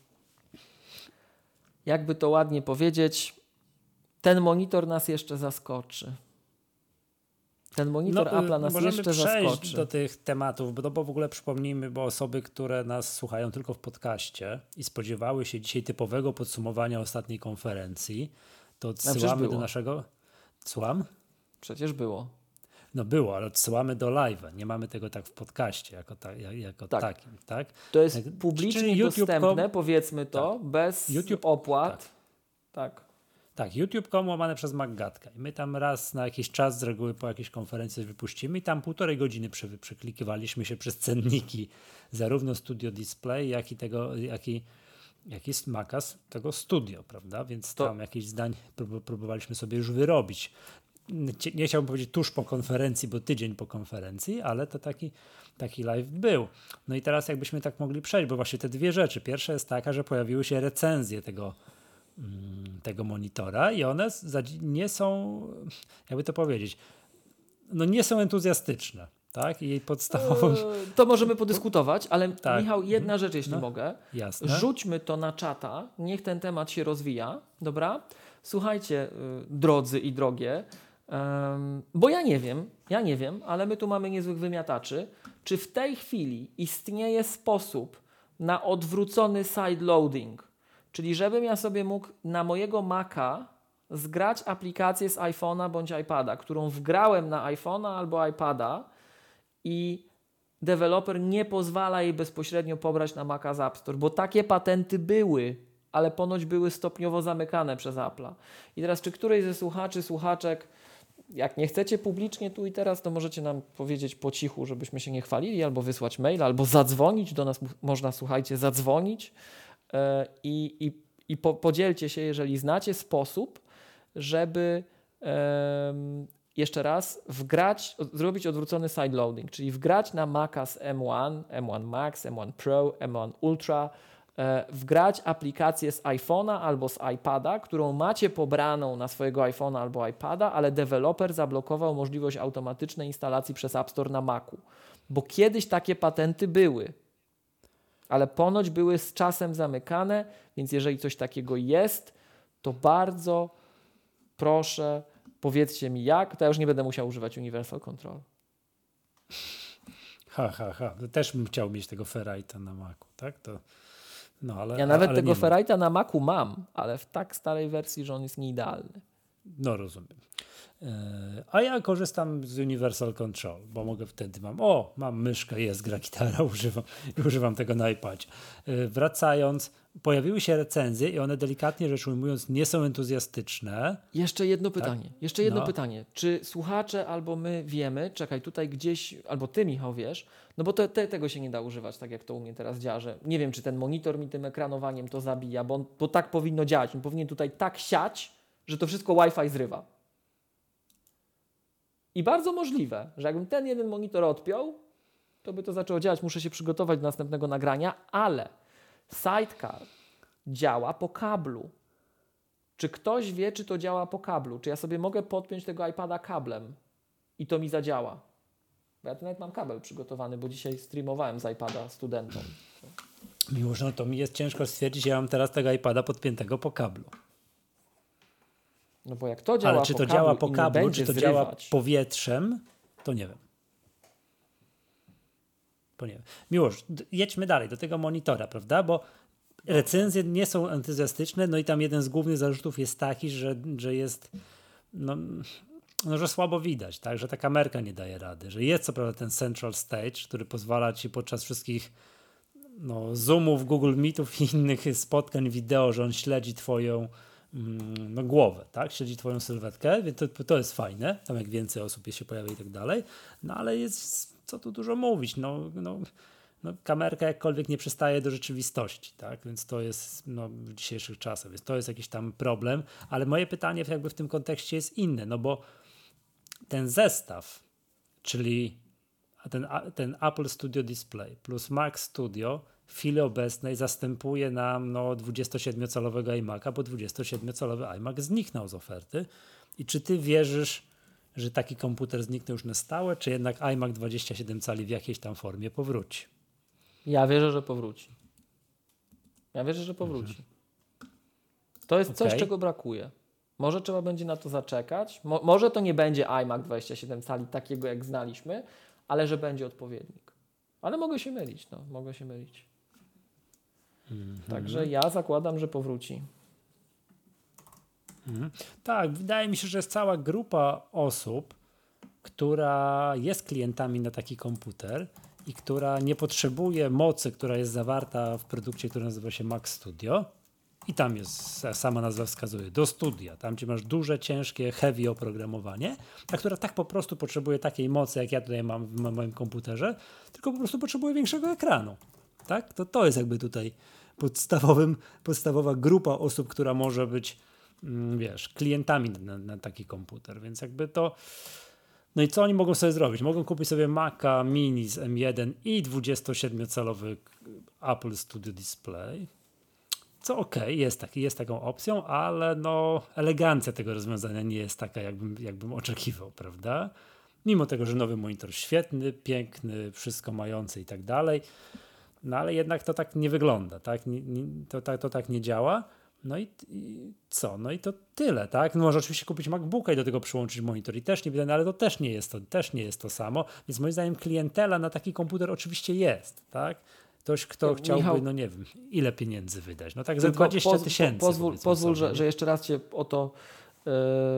jakby to ładnie powiedzieć, ten monitor nas jeszcze zaskoczy. Ten monitor no, Apple'a nas możemy jeszcze przejść zaskoczy. do tych tematów, bo, bo w ogóle przypomnijmy, bo osoby, które nas słuchają tylko w podcaście i spodziewały się dzisiaj typowego podsumowania ostatniej konferencji, to odsyłamy do naszego... Słucham? Przecież było. No było, ale odsyłamy do live'a. Nie mamy tego tak w podcaście jako, ta, jako tak. takim. Tak? To jest tak, publicznie dostępne, YouTube, powiedzmy to, tak. bez YouTube, opłat. Tak. tak. Tak, youtube kropka com łamane przez MacGadka. I my tam raz na jakiś czas, z reguły po jakiejś konferencji wypuścimy i tam półtorej godziny przy, przeklikiwaliśmy się przez cenniki zarówno Studio Display, jak i tego, jak i, jak i Maca z tego Studio, prawda? Więc to... tam jakieś zdań prób, próbowaliśmy sobie już wyrobić. Nie chciałbym powiedzieć tuż po konferencji, bo tydzień po konferencji, ale to taki, taki live był. No i teraz jakbyśmy tak mogli przejść, bo właśnie te dwie rzeczy. Pierwsza jest taka, że pojawiły się recenzje tego tego monitora i one nie są, jakby to powiedzieć, no nie są entuzjastyczne, tak? I jej podstawową... To możemy podyskutować, ale tak. Michał, jedna rzecz, jeśli no, mogę. Jasne. Rzućmy to na czata, niech ten temat się rozwija, dobra? Słuchajcie, drodzy i drogie, um, bo ja nie wiem, ja nie wiem, ale my tu mamy niezłych wymiataczy, czy w tej chwili istnieje sposób na odwrócony sideloading, czyli żebym ja sobie mógł na mojego Maca zgrać aplikację z iPhone'a bądź iPada, którą wgrałem na iPhone'a albo iPada i deweloper nie pozwala jej bezpośrednio pobrać na Maca z App Store, bo takie patenty były, ale ponoć były stopniowo zamykane przez Apple'a. I teraz czy któryś ze słuchaczy, słuchaczek, jak nie chcecie publicznie tu i teraz, to możecie nam powiedzieć po cichu, żebyśmy się nie chwalili, albo wysłać maila, albo zadzwonić do nas, można, słuchajcie, zadzwonić i, i, i po, podzielcie się, jeżeli znacie sposób, żeby um, jeszcze raz wgrać, zrobić odwrócony sideloading, czyli wgrać na Maca z M jeden, M jeden Max, M jeden Pro, M jeden Ultra, e, wgrać aplikację z iPhone'a albo z iPada, którą macie pobraną na swojego iPhone'a albo iPada, ale deweloper zablokował możliwość automatycznej instalacji przez App Store na Macu. Bo kiedyś takie patenty były, ale ponoć były z czasem zamykane, więc jeżeli coś takiego jest, to bardzo proszę, powiedzcie mi jak, to ja już nie będę musiał używać Universal Control. Ha, ha, ha. Też bym chciał mieć tego Ferrite'a na Macu, tak? To, no, ale, ja nawet ale tego Ferrite'a na Macu mam, ale w tak starej wersji, że on jest nieidealny. No rozumiem. A ja korzystam z Universal Control, bo mogę wtedy mam, o, mam myszkę, jest, gra gitara, używam, używam tego na iPadzie. Wracając, pojawiły się recenzje i one delikatnie rzecz ujmując nie są entuzjastyczne. Jeszcze jedno pytanie, tak? jeszcze jedno no. pytanie. Czy słuchacze albo my wiemy, czekaj, tutaj gdzieś, albo ty, Michał, wiesz, no bo te, te, tego się nie da używać, tak jak to u mnie teraz działa, że nie wiem, czy ten monitor mi tym ekranowaniem to zabija, bo, on, bo tak powinno działać. On powinien tutaj tak siać, że to wszystko Wi-Fi zrywa. I bardzo możliwe, że jakbym ten jeden monitor odpiął, to by to zaczęło działać. Muszę się przygotować do następnego nagrania, ale Sidecar działa po kablu. Czy ktoś wie, czy to działa po kablu? Czy ja sobie mogę podpiąć tego iPada kablem i to mi zadziała? Bo ja tu nawet mam kabel przygotowany, bo dzisiaj streamowałem z iPada studentom. Mimo że no to mi jest ciężko stwierdzić, ja mam teraz tego iPada podpiętego po kablu. No bo jak to działa Ale czy to po kablu, działa po kablu, czy to zrywać. działa powietrzem, to nie wiem. Bo nie wiem. Miłosz, jedźmy dalej do tego monitora, prawda? Bo recenzje nie są entuzjastyczne, no i tam jeden z głównych zarzutów jest taki, że, że jest no, no, że słabo widać, tak, że ta kamerka nie daje rady, że jest co prawda ten central stage, który pozwala ci podczas wszystkich no, zoomów, Google Meetów i innych spotkań wideo, że on śledzi twoją mm, no, głowę, tak, śledzi twoją sylwetkę, więc to, to jest fajne, tam jak więcej osób się pojawia i tak dalej, no ale jest, co tu dużo mówić, no, no No, kamerka jakkolwiek nie przystaje do rzeczywistości, tak? Więc to jest no, w dzisiejszych czasach, więc to jest jakiś tam problem, ale moje pytanie jakby w tym kontekście jest inne, no bo ten zestaw, czyli ten, ten Apple Studio Display plus Mac Studio w chwili obecnej zastępuje nam no, dwudziestosiedmiocalowego iMac'a, bo dwudziestosiedmiocalowy iMac zniknął z oferty. I czy ty wierzysz, że taki komputer zniknął już na stałe, czy jednak iMac dwadzieścia siedem cali w jakiejś tam formie powróci? Ja wierzę, że powróci. Ja wierzę, że powróci. To jest coś, okay. czego brakuje. Może trzeba będzie na to zaczekać. Mo- może to nie będzie iMac dwadzieścia siedem cali takiego, jak znaliśmy, ale że będzie odpowiednik. Ale mogę się mylić. No, mogę się mylić. Mm-hmm. Także ja zakładam, że powróci. Mm. Tak, wydaje mi się, że jest cała grupa osób, która jest klientami na taki komputer i która nie potrzebuje mocy, która jest zawarta w produkcie, który nazywa się Mac Studio. I tam jest, sama nazwa wskazuje, do studia. Tam, gdzie masz duże, ciężkie, heavy oprogramowanie, a która tak po prostu potrzebuje takiej mocy, jak ja tutaj mam w moim komputerze, tylko po prostu potrzebuje większego ekranu. Tak? To, to jest jakby tutaj podstawowym, podstawowa grupa osób, która może być, wiesz, klientami na, na taki komputer. Więc jakby to... No i co oni mogą sobie zrobić? Mogą kupić sobie Maca Mini z M jeden i dwudziestosiedmiocalowy Apple Studio Display. Co okej, okay, jest, taki, jest taką opcją, ale no elegancja tego rozwiązania nie jest taka, jakbym, jakbym oczekiwał, prawda? Mimo tego, że nowy monitor świetny, piękny, wszystko mający i tak dalej, no ale jednak to tak nie wygląda, tak? Nie, nie, to, to, to tak nie działa. No i, i co? No i to tyle, tak? No może oczywiście kupić MacBooka i do tego przyłączyć monitor i też nie widać, ale to też nie jest to, też nie jest to samo, więc moim zdaniem klientela na taki komputer oczywiście jest, tak? Ktoś, kto chciałby, Michał, no nie wiem, ile pieniędzy wydać. No tak za dwadzieścia tysięcy. Pozwól, pozwól że, że jeszcze raz cię o to yy,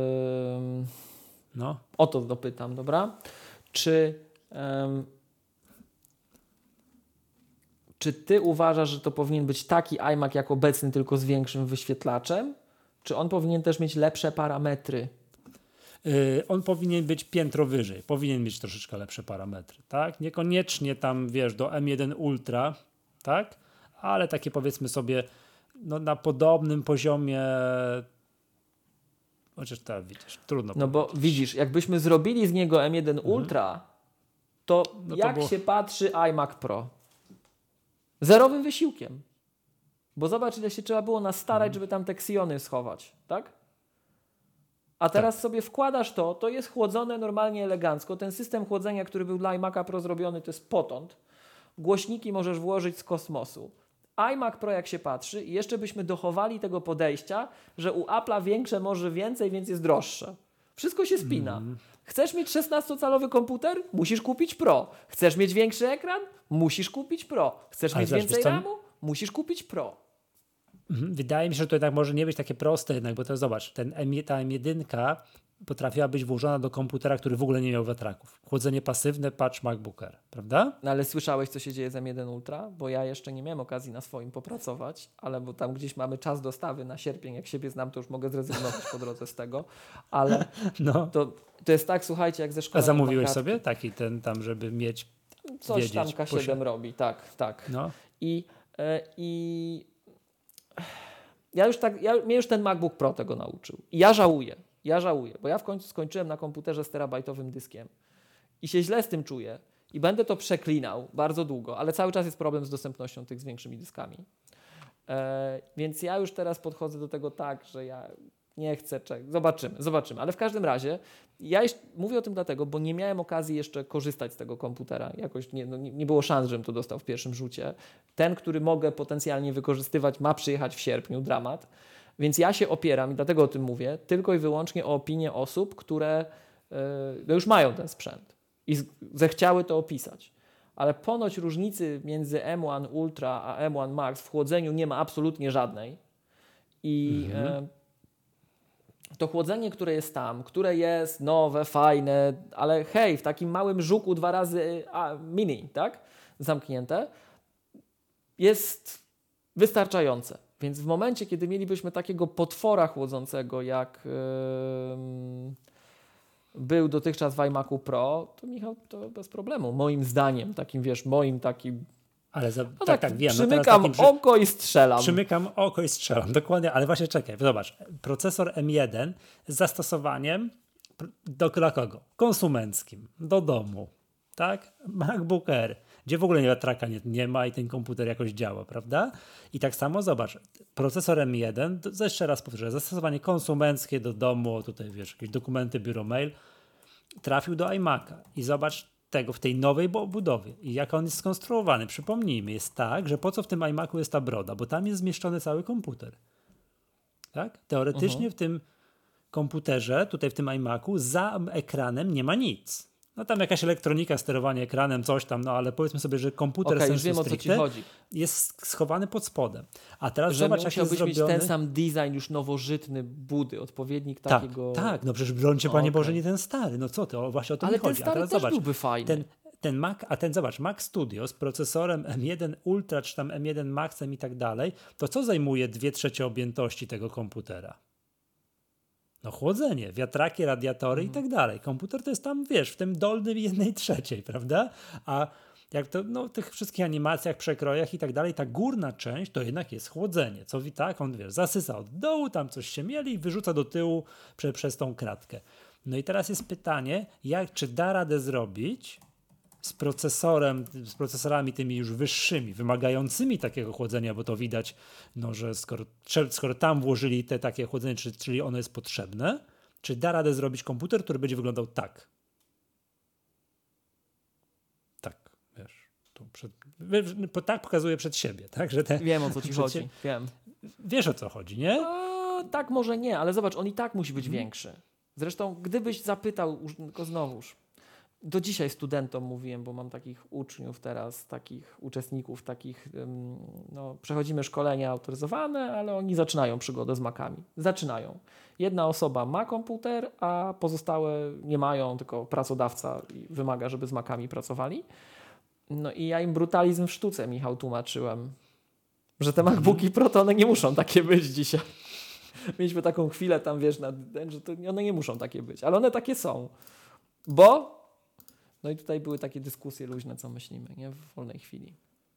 no. o to dopytam, dobra? Czy yy, czy ty uważasz, że to powinien być taki iMac jak obecny, tylko z większym wyświetlaczem? Czy on powinien też mieć lepsze parametry? Yy, on powinien być piętro wyżej, powinien mieć troszeczkę lepsze parametry, tak? Niekoniecznie tam, wiesz, do M jeden Ultra, tak? Ale takie powiedzmy sobie no, na podobnym poziomie, chociaż tak, widzisz, trudno No powiedzieć. Bo widzisz, jakbyśmy zrobili z niego M jeden mhm. Ultra, to, no to jak było... się patrzy iMac Pro? Zerowym wysiłkiem. Bo zobacz, ile się trzeba było nastarać, mhm. żeby tam te Xiony schować, tak? A teraz tak. sobie wkładasz to, to jest chłodzone normalnie elegancko. Ten system chłodzenia, który był dla iMac'a Pro zrobiony, to jest potąd. Głośniki możesz włożyć z kosmosu. iMac Pro jak się patrzy i jeszcze byśmy dochowali tego podejścia, że u Apple'a większe może więcej, więc jest droższe. Wszystko się spina. Mm. Chcesz mieć szesnastocalowy komputer? Musisz kupić Pro. Chcesz mieć większy ekran? Musisz kupić Pro. Chcesz Ale mieć więcej ramu? Musisz kupić Pro. Wydaje mi się, że to jednak może nie być takie proste jednak, bo to zobacz, ten M, ta M jeden potrafiła być włożona do komputera, który w ogóle nie miał wiatraków. Chłodzenie pasywne, patch MacBook Air, prawda? No ale słyszałeś, co się dzieje z M jeden Ultra? Bo ja jeszcze nie miałem okazji na swoim popracować, ale bo tam gdzieś mamy czas dostawy na sierpień, jak siebie znam, to już mogę zrezygnować po drodze z tego, ale no. to, to jest tak, słuchajcie, jak ze szkoły. A zamówiłeś sobie taki ten tam, żeby mieć coś wiedzieć, tam K siedem posi- robi, tak, tak. No. I, yy, i ja już tak, ja, mnie już ten MacBook Pro tego nauczył. I ja żałuję, ja żałuję, bo ja w końcu skończyłem na komputerze z terabajtowym dyskiem i się źle z tym czuję i będę to przeklinał bardzo długo, ale cały czas jest problem z dostępnością tych z większymi dyskami. E, więc ja już teraz podchodzę do tego tak, że ja nie chcę czekać. Zobaczymy, zobaczymy. Ale w każdym razie ja jeszcze, mówię o tym dlatego, bo nie miałem okazji jeszcze korzystać z tego komputera. Jakoś nie, no, nie było szans, żebym to dostał w pierwszym rzucie. Ten, który mogę potencjalnie wykorzystywać, ma przyjechać w sierpniu, dramat. Więc ja się opieram, i dlatego o tym mówię, tylko i wyłącznie o opinię osób, które yy, no już mają ten sprzęt i z, zechciały to opisać. ale ponoć różnicy między M jeden Ultra a M jeden Max w chłodzeniu nie ma absolutnie żadnej. I mhm. e, to chłodzenie, które jest tam, które jest nowe, fajne, ale hej, w takim małym żuku dwa razy a, mini, tak? Zamknięte, jest wystarczające. Więc w momencie, kiedy mielibyśmy takiego potwora chłodzącego, jak yy, był dotychczas w iMacu Pro, to Michał, to bez problemu. Moim zdaniem, takim wiesz, moim takim... Ale za, no tak, tak, tak, wiem. Przymykam no takim, oko i strzelam. Przymykam oko i strzelam, dokładnie, ale właśnie czekaj, zobacz, procesor M jeden z zastosowaniem do, dla kogo? Konsumenckim, do domu, tak? MacBook Air, gdzie w ogóle wiatraka nie, nie ma i ten komputer jakoś działa, prawda? I tak samo zobacz, procesor M jeden, to jeszcze raz powtórzę, zastosowanie konsumenckie do domu, tutaj wiesz, jakieś dokumenty, biuro mail, trafił do iMac'a i zobacz tego w tej nowej budowie i jak on jest skonstruowany. Przypomnijmy, jest tak, że po co w tym iMacu jest ta broda, bo tam jest zmieszczony cały komputer. Tak? Teoretycznie uh-huh. w tym komputerze, tutaj w tym iMacu, za ekranem nie ma nic. No tam jakaś elektronika, sterowanie ekranem, coś tam, no ale powiedzmy sobie, że komputer okay, sensu wiem, o co ci chodzi. Jest schowany pod spodem. A teraz że zobacz, jak jest musiałbyś zrobiony... mieć ten sam design już nowożytny budy, odpowiednik tak, takiego... Tak, no przecież brońcie, Panie okay. Boże, nie ten stary. No co ty, o, właśnie o to ale mi chodzi. Ale ten stary a teraz też zobacz, byłby fajny. Ten, ten Mac, a ten zobacz, Mac Studio z procesorem M jeden Ultra, czy tam M jeden Maxem i tak dalej, to co zajmuje dwie trzecie objętości tego komputera? No chłodzenie, wiatraki, radiatory mhm. i tak dalej. Komputer to jest tam, wiesz, w tym dolnym jednej trzeciej, prawda? A jak to, no w tych wszystkich animacjach, przekrojach i tak dalej, ta górna część to jednak jest chłodzenie. Co wi tak, on wiesz, zasysa od dołu, tam coś się mieli i wyrzuca do tyłu prze, przez tą kratkę. No i teraz jest pytanie, jak, czy da radę zrobić z procesorem, z procesorami tymi już wyższymi, wymagającymi takiego chłodzenia, bo to widać, no, że skoro, skoro tam włożyli te takie chłodzenie, czyli, czyli ono jest potrzebne, czy da radę zrobić komputer, który będzie wyglądał tak? Tak, wiesz, tu przed, tak pokazuje przed siebie, tak? Że te, wiem, o co ci chodzi, siebie, wiem. Wiesz, o co chodzi, nie? No, tak, może nie, ale zobacz, on i tak musi być hmm. większy. Zresztą, gdybyś zapytał, tylko znowuż, do dzisiaj studentom mówiłem, bo mam takich uczniów teraz, takich uczestników, takich, no, przechodzimy szkolenia autoryzowane, ale oni zaczynają przygodę z Macami. Zaczynają. Jedna osoba ma komputer, a pozostałe nie mają, tylko pracodawca wymaga, żeby z Macami pracowali. No i ja im brutalizm w sztuce, Michał, tłumaczyłem, że te MacBooki Pro to one nie muszą takie być dzisiaj. Mieliśmy taką chwilę tam, wiesz, na, że to one nie muszą takie być, ale one takie są. Bo no i tutaj były takie dyskusje luźne, co myślimy, nie? W wolnej chwili.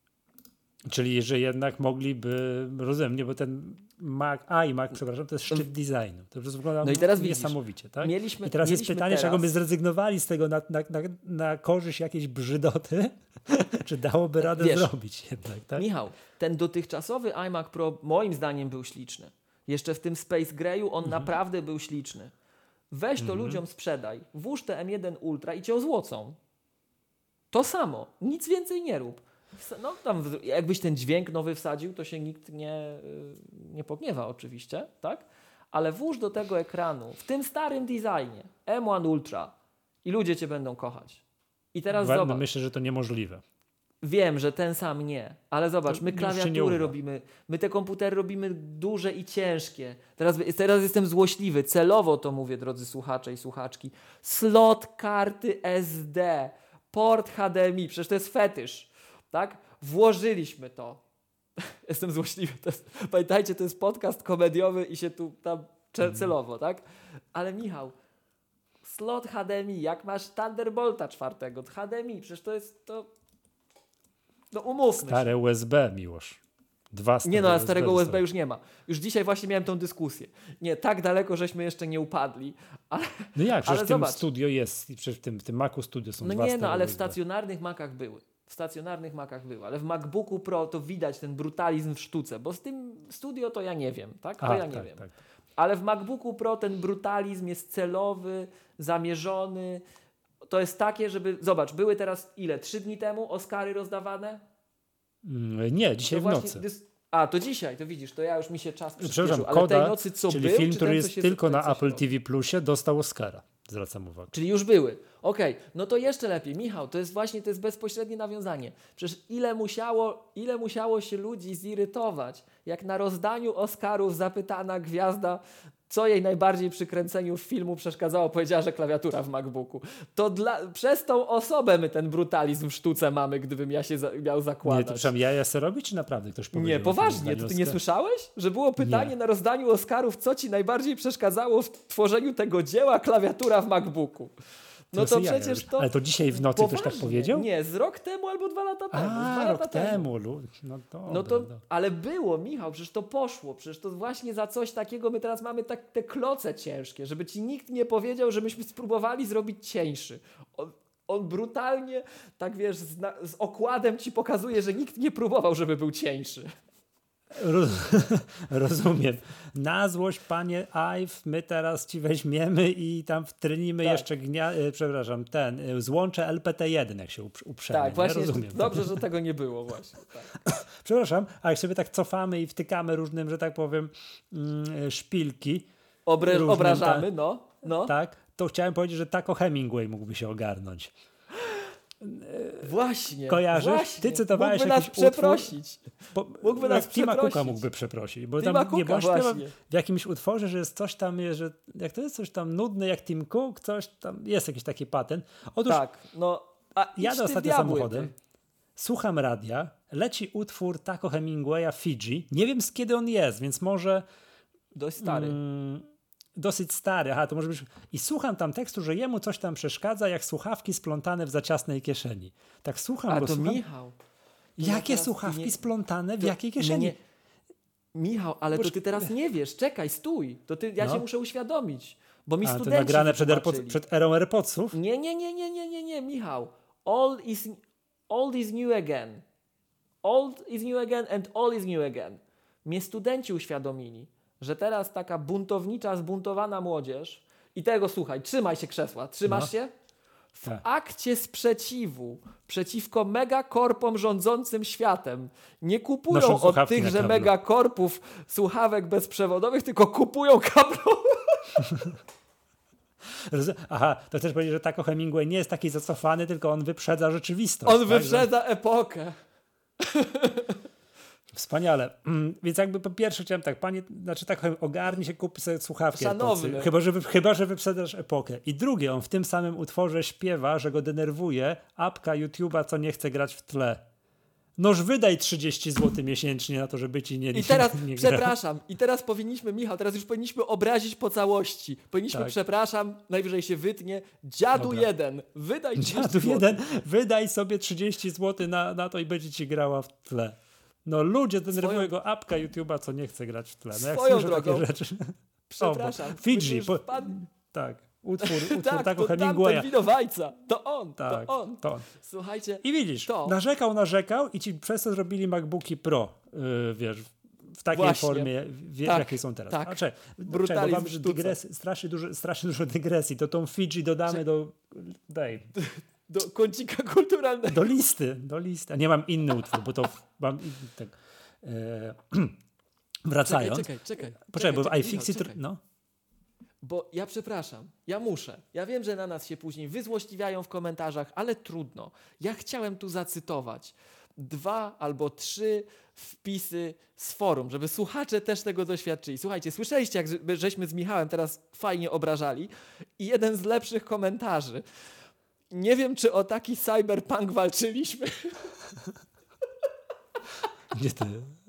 Czyli, że jednak mogliby, rozumiem, nie, bo ten Mac, iMac, przepraszam, to jest szczyt designu. To już wygląda no i teraz niesamowicie, tak? Mieliśmy, I teraz jest pytanie, teraz... czy jakby zrezygnowali z tego na, na, na, na korzyść jakiejś brzydoty, czy dałoby radę Wiesz, zrobić jednak, tak? Michał, ten dotychczasowy iMac Pro moim zdaniem był śliczny. Jeszcze w tym Space Grayu on mhm. naprawdę był śliczny. Weź to mhm. ludziom sprzedaj, włóż te M jeden Ultra i cię ozłocą. To samo, nic więcej nie rób. No, tam, jakbyś ten dźwięk nowy wsadził, to się nikt nie, nie pogniewa oczywiście, tak? Ale włóż do tego ekranu, w tym starym designie, M jeden Ultra i ludzie cię będą kochać. I teraz Ładne, zobacz. Myślę, że to niemożliwe. Wiem, że ten sam nie, ale zobacz, to my klawiatury robimy, my te komputery robimy duże i ciężkie. Teraz, teraz jestem złośliwy, celowo to mówię, drodzy słuchacze i słuchaczki. Slot karty S D, port H D M I, przecież to jest fetysz, tak? Włożyliśmy to. Jestem złośliwy. To jest, pamiętajcie, to jest podcast komediowy i się tu tam celowo, tak? Ale Michał, slot H D M I, jak masz Thunderbolta czwartego, H D M I, przecież to jest to... No umówmy Stare się. U S B, Miłosz. Dwa stare Nie no, ale starego U S B zostały. już nie ma. Już dzisiaj właśnie miałem tą dyskusję. Nie, tak daleko żeśmy jeszcze nie upadli. Ale, no jak, przecież ale w tym zobacz. studio jest, przecież w tym, w tym Macu Studio są no dwa nie, no ale U S B. w stacjonarnych Macach były. W stacjonarnych Macach były, ale w MacBooku Pro to widać ten brutalizm w sztuce, bo z tym studio to ja nie wiem, tak? To A, ja nie tak, wiem. tak. Ale w MacBooku Pro ten brutalizm jest celowy, zamierzony. To jest takie, żeby... Zobacz, były teraz ile? Trzy dni temu Oscary rozdawane? Nie, dzisiaj w nocy. Dys... A, to dzisiaj, to widzisz, to ja już mi się czas przyspieszył. Przepraszam, ale Koda, tej nocy co czyli był, film, czy który ten, jest się, tylko na ten, Apple T V Plusie, dostał Oscara. Zwracam uwagę. Czyli już były. Okej, okay. No to jeszcze lepiej. Michał, to jest właśnie to jest bezpośrednie nawiązanie. Przecież ile musiało, ile musiało się ludzi zirytować, jak na rozdaniu Oscarów zapytana gwiazda, co jej najbardziej przy kręceniu filmu przeszkadzało, powiedziała, że klawiatura w MacBooku. To dla, przez tą osobę my ten brutalizm w sztuce mamy, gdybym ja się za, miał zakładać. Nie, to przepraszam, ja ja sobie robić, czy naprawdę ktoś powiedział? Nie, poważnie. To ty nie słyszałeś? Że było pytanie nie. na rozdaniu Oscarów, co ci najbardziej przeszkadzało w tworzeniu tego dzieła, klawiatura w MacBooku. No to, to przecież to... Ale to dzisiaj w nocy poważnie. Ktoś tak powiedział? Nie, z rok temu albo dwa lata temu. A, dwa rok lata temu. temu. No, dobra, no to, dobra. ale było, Michał, przecież to poszło. Przecież to właśnie za coś takiego my teraz mamy tak, te kloce ciężkie, żeby ci nikt nie powiedział, że myśmy spróbowali zrobić cieńszy. On, on brutalnie, tak wiesz, z, na, z okładem ci pokazuje, że nikt nie próbował, żeby był cieńszy. Roz, rozumiem. Na złość, panie Ive, my teraz ci weźmiemy i tam wtrynimy tak. jeszcze gnia, przepraszam, ten, złącze L P T jeden, jak się uprzemy. Tak, właśnie, rozumiem. Dobrze, że tego nie było właśnie. Tak. Przepraszam, a jak sobie tak cofamy i wtykamy różnym, że tak powiem, szpilki. Obre, różnym, obrażamy, ta, no, no. Tak, to chciałem powiedzieć, że Taco Hemingway mógłby się ogarnąć. Właśnie. Kojarzysz? Właśnie. Ty cytowałeś mógłby jakiś nas przeprosić. Bo, mógłby nas Tima przeprosić. Cooka mógłby przeprosić. Bo Tima tam nie Cooka, właśnie. W jakimś utworze, że jest coś tam, że jak to jest coś tam nudne jak Tim Cook, coś tam, jest jakiś taki patent. Otóż tak, no, a jadę ostatnio samochodem, ty. słucham radia, leci utwór Taco Hemingwaya Fiji. Nie wiem z kiedy on jest, więc może... Dość stary. Mm, dosyć stary, aha, to może być... I słucham tam tekstu, że jemu coś tam przeszkadza, jak słuchawki splątane w zaciasnej kieszeni. Tak słucham A go, to słucham. Michał. To Jakie słuchawki nie... splątane w to... jakiej kieszeni? Nie, nie. Michał, ale Boż... to ty teraz nie wiesz. Czekaj, stój. To ty, ja no. cię muszę uświadomić. Bo mi A, studenci to nagrane przed, AirPods, przed erą AirPodsów? Nie, nie, nie, nie, nie, nie, nie, Michał. All is, old is new again. Old is new again and all is new again. Mnie studenci uświadomili, że teraz taka buntownicza, zbuntowana młodzież i tego słuchaj, trzymaj się krzesła, trzymasz no. się? W tak. akcie sprzeciwu przeciwko megakorpom rządzącym światem nie kupują Noszą od tychże megakorpów słuchawek bezprzewodowych, tylko kupują kablowe. Aha, to chcesz powiedzieć, że Taco Hemingway nie jest taki zacofany, tylko on wyprzedza rzeczywistość. On tak? wyprzedza że... epokę. Wspaniale. Mm, więc jakby po pierwsze chciałem tak, panie, znaczy tak ogarnij się, kup sobie słuchawki. Szanowny. Chyba że, chyba, że wyprzedasz epokę. I drugie, on w tym samym utworze śpiewa, że go denerwuje apka YouTube'a, co nie chce grać w tle. Noż wydaj trzydzieści złotych miesięcznie na to, żeby ci nie I teraz, nie, nie przepraszam, i teraz powinniśmy, Michał, teraz już powinniśmy obrazić po całości. Powinniśmy, tak. przepraszam, najwyżej się wytnie, dziadu Dobra. jeden, wydaj trzydzieści Dziadu jeden, wydaj sobie trzydzieści złotych na, na to i będzie ci grała w tle. No ludzie denerwują go apka YouTube'a, co nie chce grać w tle. No jak swoją słyszę drogą. takie rzeczy. Przepraszam. O, Fidżi. Po, tak. Utwór, utwór tak, Taco to Hemingwaya. Tamten winowajca. To on, tak, to on. To on. Słuchajcie. I widzisz, to. narzekał, narzekał i ci przez to zrobili MacBooki Pro, yy, wiesz, w takiej Właśnie. formie, w, tak, jakiej są teraz. Tak. A, czekaj, czekaj, bo mam dygres, strasznie, dużo, strasznie dużo dygresji. To tą Fidżi dodamy Cze- do... Daj. Do kącika kulturalnego. Do listy, do listy. A nie mam inny utwór, bo to mam... Tak, yy, wracając. Czekaj, czekaj. czekaj Poczekaj, bo czekaj, iFixit... Michał, No. Bo ja przepraszam, ja muszę. Ja wiem, że na nas się później wyzłośliwiają w komentarzach, ale trudno. Ja chciałem tu zacytować dwa albo trzy wpisy z forum, żeby słuchacze też tego doświadczyli. Słuchajcie, słyszeliście, jak żeśmy z Michałem teraz fajnie obrażali i jeden z lepszych komentarzy. Nie wiem, czy o taki cyberpunk walczyliśmy. Gdzie ty?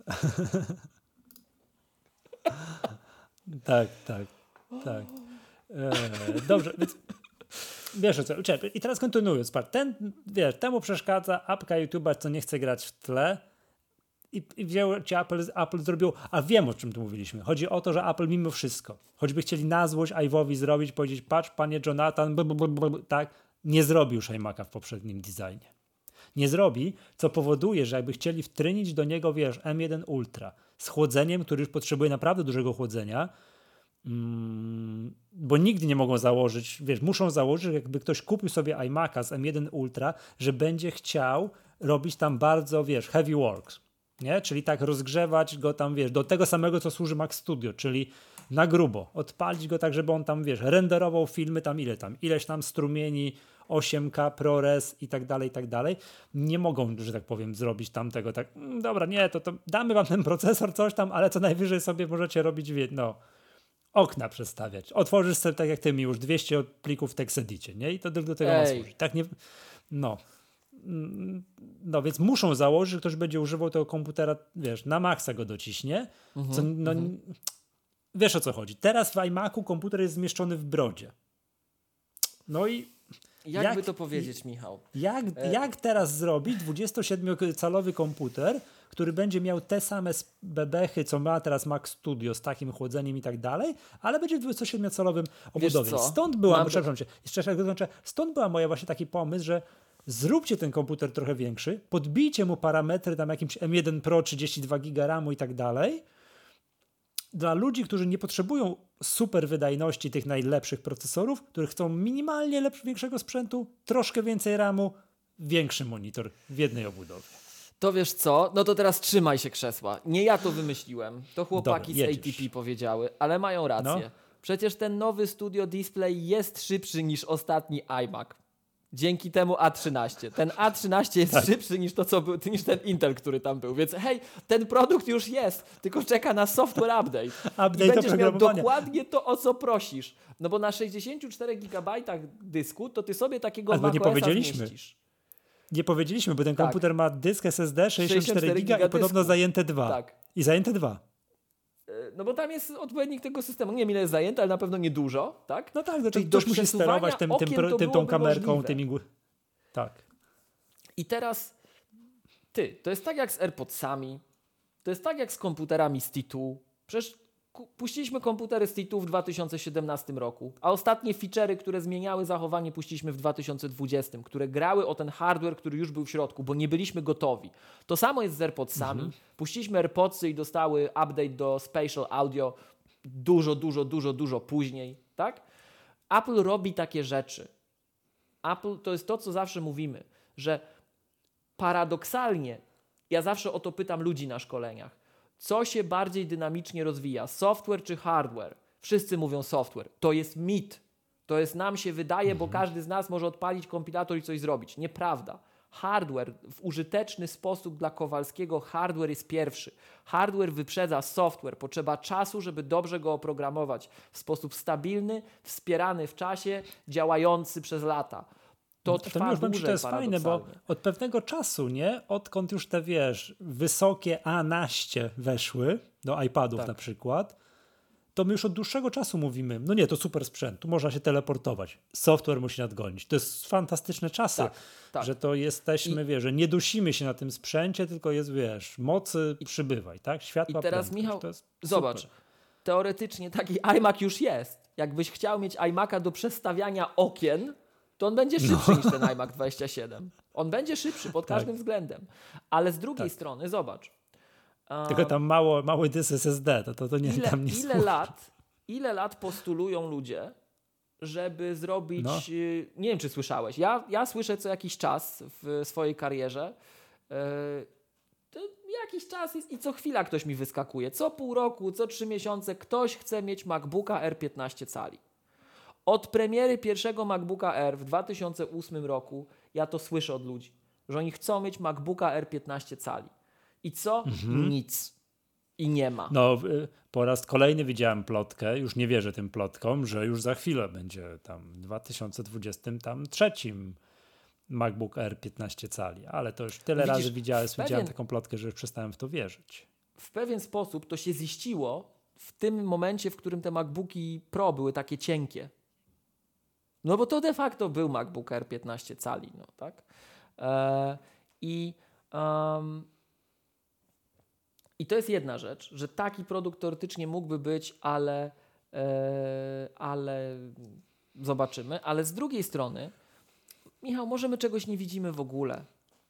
tak, tak. Tak. Eee, dobrze, więc wiesz o co, czekaj, i teraz kontynuując, ten, wiesz, temu przeszkadza apka YouTube'a, co nie chce grać w tle i, i wziął ci Apple, Apple zrobił, a wiem o czym tu mówiliśmy, chodzi o to, że Apple mimo wszystko, choćby chcieli na złość Ive'owi zrobić, powiedzieć, patrz panie Jonathan, blablabla, tak, nie zrobił już iMac'a w poprzednim designie. Nie zrobi, co powoduje, że jakby chcieli wtrynić do niego, wiesz, M jeden Ultra z chłodzeniem, który już potrzebuje naprawdę dużego chłodzenia, Mm, bo nigdy nie mogą założyć, wiesz, muszą założyć, że jakby ktoś kupił sobie iMac'a z M jeden Ultra, że będzie chciał robić tam bardzo, wiesz, heavy works, nie? Czyli tak rozgrzewać go tam, wiesz, do tego samego, co służy Mac Studio, czyli na grubo, odpalić go tak, żeby on tam, wiesz, renderował filmy tam ile tam, ileś tam strumieni, osiem K, ProRes i tak dalej, i tak dalej. Nie mogą, że tak powiem, zrobić tamtego tak, mm, dobra, nie, to, to damy wam ten procesor, coś tam, ale co najwyżej sobie możecie robić, no, okna przestawiać. Otworzysz sobie, tak jak ty mi już, dwieście plików w TextEdicie, nie? I to do tego ma służyć. Tak nie, no. No więc muszą założyć, że ktoś będzie używał tego komputera, wiesz, na maksa go dociśnie. Mhm, Co, no, mhm. Wiesz o co chodzi. Teraz w iMacu komputer jest zmieszczony w brodzie. No i Jakby jak, to powiedzieć, Michał? Jak, e... jak teraz zrobić dwudziestosiedmiocalowy komputer, który będzie miał te same bebechy, co ma teraz Mac Studio z takim chłodzeniem i tak dalej, ale będzie w dwudziestosiedmiocalowym obudowie. Stąd była, Mam... przepraszam cię, jeszcze jak stąd była moja właśnie taki pomysł, że zróbcie ten komputer trochę większy, podbijcie mu parametry tam jakimś M jeden Pro, trzydzieści dwa giga ramu i tak dalej. Dla ludzi, którzy nie potrzebują super wydajności tych najlepszych procesorów, którzy chcą minimalnie lepszego, większego sprzętu, troszkę więcej ramu, większy monitor w jednej obudowie. To wiesz co? No to teraz trzymaj się krzesła. Nie ja to wymyśliłem. To chłopaki Dobra, z A T P powiedziały, ale mają rację. No. Przecież ten nowy Studio Display jest szybszy niż ostatni iMac. Dzięki temu A trzynaście. Ten A trzynaście jest tak. szybszy niż to, co był, niż ten Intel, który tam był. Więc hej, ten produkt już jest, tylko czeka na software update. update I będziesz miał dokładnie to, o co prosisz. No bo na sześćdziesięciu czterech gigabajtach dysku, to ty sobie takiego macOSa zmieścisz. Nie powiedzieliśmy, bo ten tak. komputer ma dysk S S D sześćdziesiąt cztery giga i podobno zajęte dwa. Tak. I zajęte dwa. No bo tam jest odpowiednik tego systemu. Nie wiem, ile jest zajęte, ale na pewno niedużo, tak? No tak, no czyli ktoś musi sterować tym, tym, tym, tym tą kamerką, tymi... Tak. I teraz ty, to jest tak jak z AirPodsami, to jest tak jak z komputerami z T dwa. Przecież puściliśmy komputery z T dwa w dwa tysiące siedemnastym roku, a ostatnie feature'y, które zmieniały zachowanie, puściliśmy w dwa tysiące dwudziestym, które grały o ten hardware, który już był w środku, bo nie byliśmy gotowi. To samo jest z AirPodsami. Mhm. Puściliśmy AirPodsy i dostały update do Spatial Audio dużo, dużo, dużo, dużo później, tak? Apple robi takie rzeczy. Apple to jest to, co zawsze mówimy, że paradoksalnie, ja zawsze o to pytam ludzi na szkoleniach, co się bardziej dynamicznie rozwija, software czy hardware? Wszyscy mówią software. To jest mit. To jest nam się wydaje, mhm. bo każdy z nas może odpalić kompilator i coś zrobić. Nieprawda. Hardware w użyteczny sposób dla Kowalskiego, hardware jest pierwszy. Hardware wyprzedza software. Potrzeba czasu, żeby dobrze go oprogramować w sposób stabilny, wspierany w czasie, działający przez lata. To trwa już dłużej, to jest fajne, bo od pewnego czasu, nie? Odkąd już te, wiesz, wysokie A naście weszły do iPadów tak. na przykład, to my już od dłuższego czasu mówimy, no nie, to super sprzęt, tu można się teleportować. Software musi nadgonić. To jest fantastyczne czasy, tak, tak. że to jesteśmy, I... wiesz, że nie dusimy się na tym sprzęcie, tylko jest, wiesz, mocy I... przybywaj, tak? Światła I teraz, prędkość. Michał, to jest zobacz, super. Teoretycznie taki iMac już jest. Jakbyś chciał mieć iMaca do przestawiania okien, to on będzie szybszy no. niż ten iMac dwadzieścia siedem. On będzie szybszy pod każdym tak. względem. Ale z drugiej tak. strony, zobacz. Um, Tylko tam mało, mały dysk S S D, to, to, to nie, ile, tam nie ile lat, ile lat postulują ludzie, żeby zrobić... No. Nie wiem, czy słyszałeś. Ja, ja słyszę co jakiś czas w swojej karierze. Yy, to jakiś czas jest i co chwila ktoś mi wyskakuje. Co pół roku, co trzy miesiące ktoś chce mieć MacBooka R piętnaście cali. Od premiery pierwszego MacBooka R w dwa tysiące ósmym roku ja to słyszę od ludzi, że oni chcą mieć MacBooka R piętnaście cali. I co? Mhm. Nic. I nie ma. No, po raz kolejny widziałem plotkę, już nie wierzę tym plotkom, że już za chwilę będzie tam w dwa tysiące dwudziestym trzecim MacBook R piętnaście cali, ale to już tyle Widzisz, razy widziałem, pewien, widziałem taką plotkę, że już przestałem w to wierzyć. W pewien sposób to się ziściło w tym momencie, w którym te MacBooki Pro były takie cienkie. No bo to de facto był MacBook R piętnaście cali, no tak? Eee, I um, i to jest jedna rzecz, że taki produkt teoretycznie mógłby być, ale, e, ale zobaczymy. Ale z drugiej strony, Michał, może my czegoś nie widzimy w ogóle.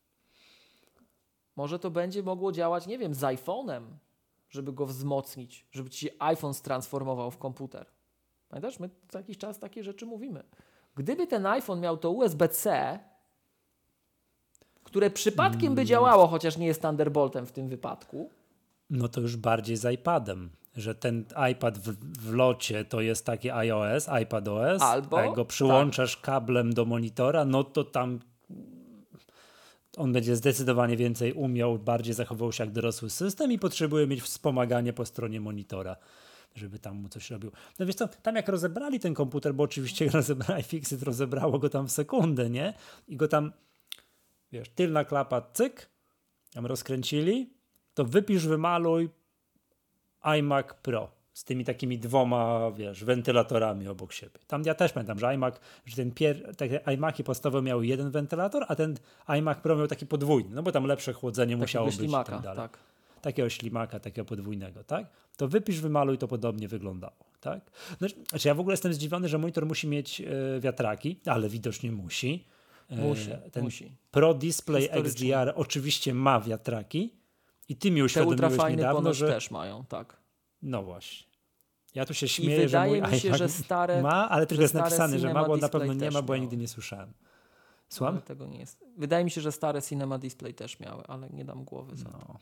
Może to będzie mogło działać, nie wiem, z iPhone'em, żeby go wzmocnić, żeby ci się iPhone transformował w komputer. Pamiętasz, my co jakiś czas takie rzeczy mówimy. Gdyby ten iPhone miał to U S B C, które przypadkiem by działało, chociaż nie jest Thunderboltem w tym wypadku, no to już bardziej z iPadem. że ten iPad w, w locie to jest taki iOS, iPadOS, Albo, a jak go przyłączasz tak. kablem do monitora, no to tam on będzie zdecydowanie więcej umiał, bardziej zachował się jak dorosły system i potrzebuje mieć wspomaganie po stronie monitora, żeby tam mu coś robił. No wiesz co, tam jak rozebrali ten komputer, bo oczywiście rozebrali Fixit, rozebrało go tam w sekundę, nie? I go tam, wiesz, tylna klapa, cyk, tam rozkręcili, to wypisz, wymaluj iMac Pro z tymi takimi dwoma, wiesz, wentylatorami obok siebie. Tam ja też pamiętam, że iMac, że ten pier... te iMaki podstawowe miały jeden wentylator, a ten iMac Pro miał taki podwójny, no bo tam lepsze chłodzenie musiało być. Ślimaka, i tak dalej. tak. Takiego ślimaka, takiego podwójnego, tak? To wypisz, wymaluj, to podobnie wyglądało, tak? Znaczy ja w ogóle jestem zdziwiony, że monitor musi mieć e, wiatraki, ale widocznie musi. E, musi, ten musi. Pro Display X D R oczywiście ma wiatraki i ty mi uświadomiłeś niedawno, że też mają, tak. No właśnie. Ja tu się śmieję, I że mój mi się, iMac że stare, ma, ale tylko jest napisane, że ma, bo na pewno nie ma, bo ja miały. nigdy nie słyszałem. Słucham? No, tego nie jest. Wydaje mi się, że stare Cinema Display też miały, ale nie dam głowy za to. No.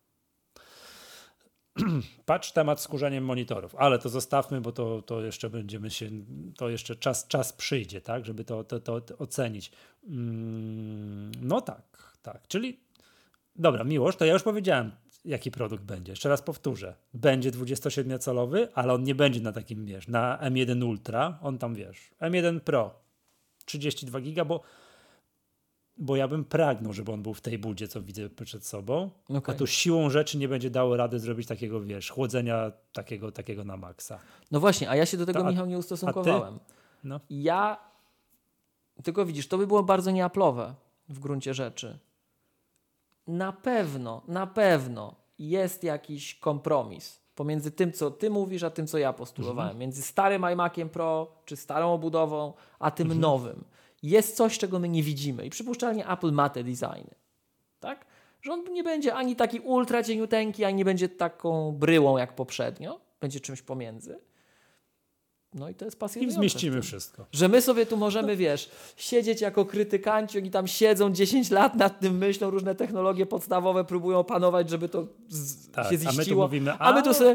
Patrz temat z kurzeniem monitorów, ale to zostawmy, bo to, to jeszcze będziemy się, to jeszcze czas, czas przyjdzie, tak, żeby to, to, to, to ocenić. Mm, no tak, tak, czyli dobra, Miłosz, to ja już powiedziałem, jaki produkt będzie. Jeszcze raz powtórzę. Będzie dwudziestosiedmiocalowy, ale on nie będzie na takim, wiesz, na M jeden Ultra, on tam, wiesz, M jeden Pro, trzydzieści dwa giga, bo bo ja bym pragnął, żeby on był w tej budzie, co widzę przed sobą, okay. a tu siłą rzeczy nie będzie dało rady zrobić takiego, wiesz, chłodzenia takiego, takiego na maksa. No właśnie, a ja się do tego, to, Michał, nie ustosunkowałem. No. Ja, tylko widzisz, to by było bardzo nieaplowe w gruncie rzeczy. Na pewno, na pewno jest jakiś kompromis pomiędzy tym, co ty mówisz, a tym, co ja postulowałem. Mhm. Między starym iMaciem Pro, czy starą obudową, a tym mhm. nowym. Jest coś, czego my nie widzimy i przypuszczalnie Apple ma te designy, tak? Że on nie będzie ani taki ultra cieniuteńki, ani nie będzie taką bryłą jak poprzednio, będzie czymś pomiędzy. No i to jest pasjonujące. I zmieścimy wszystko. Że my sobie tu możemy, wiesz, siedzieć jako krytykanci, oni tam siedzą dziesięć lat nad tym, myślą, różne technologie podstawowe próbują opanować, żeby to z- tak, się ziściło. A my tu mówimy, a, a my tu sobie,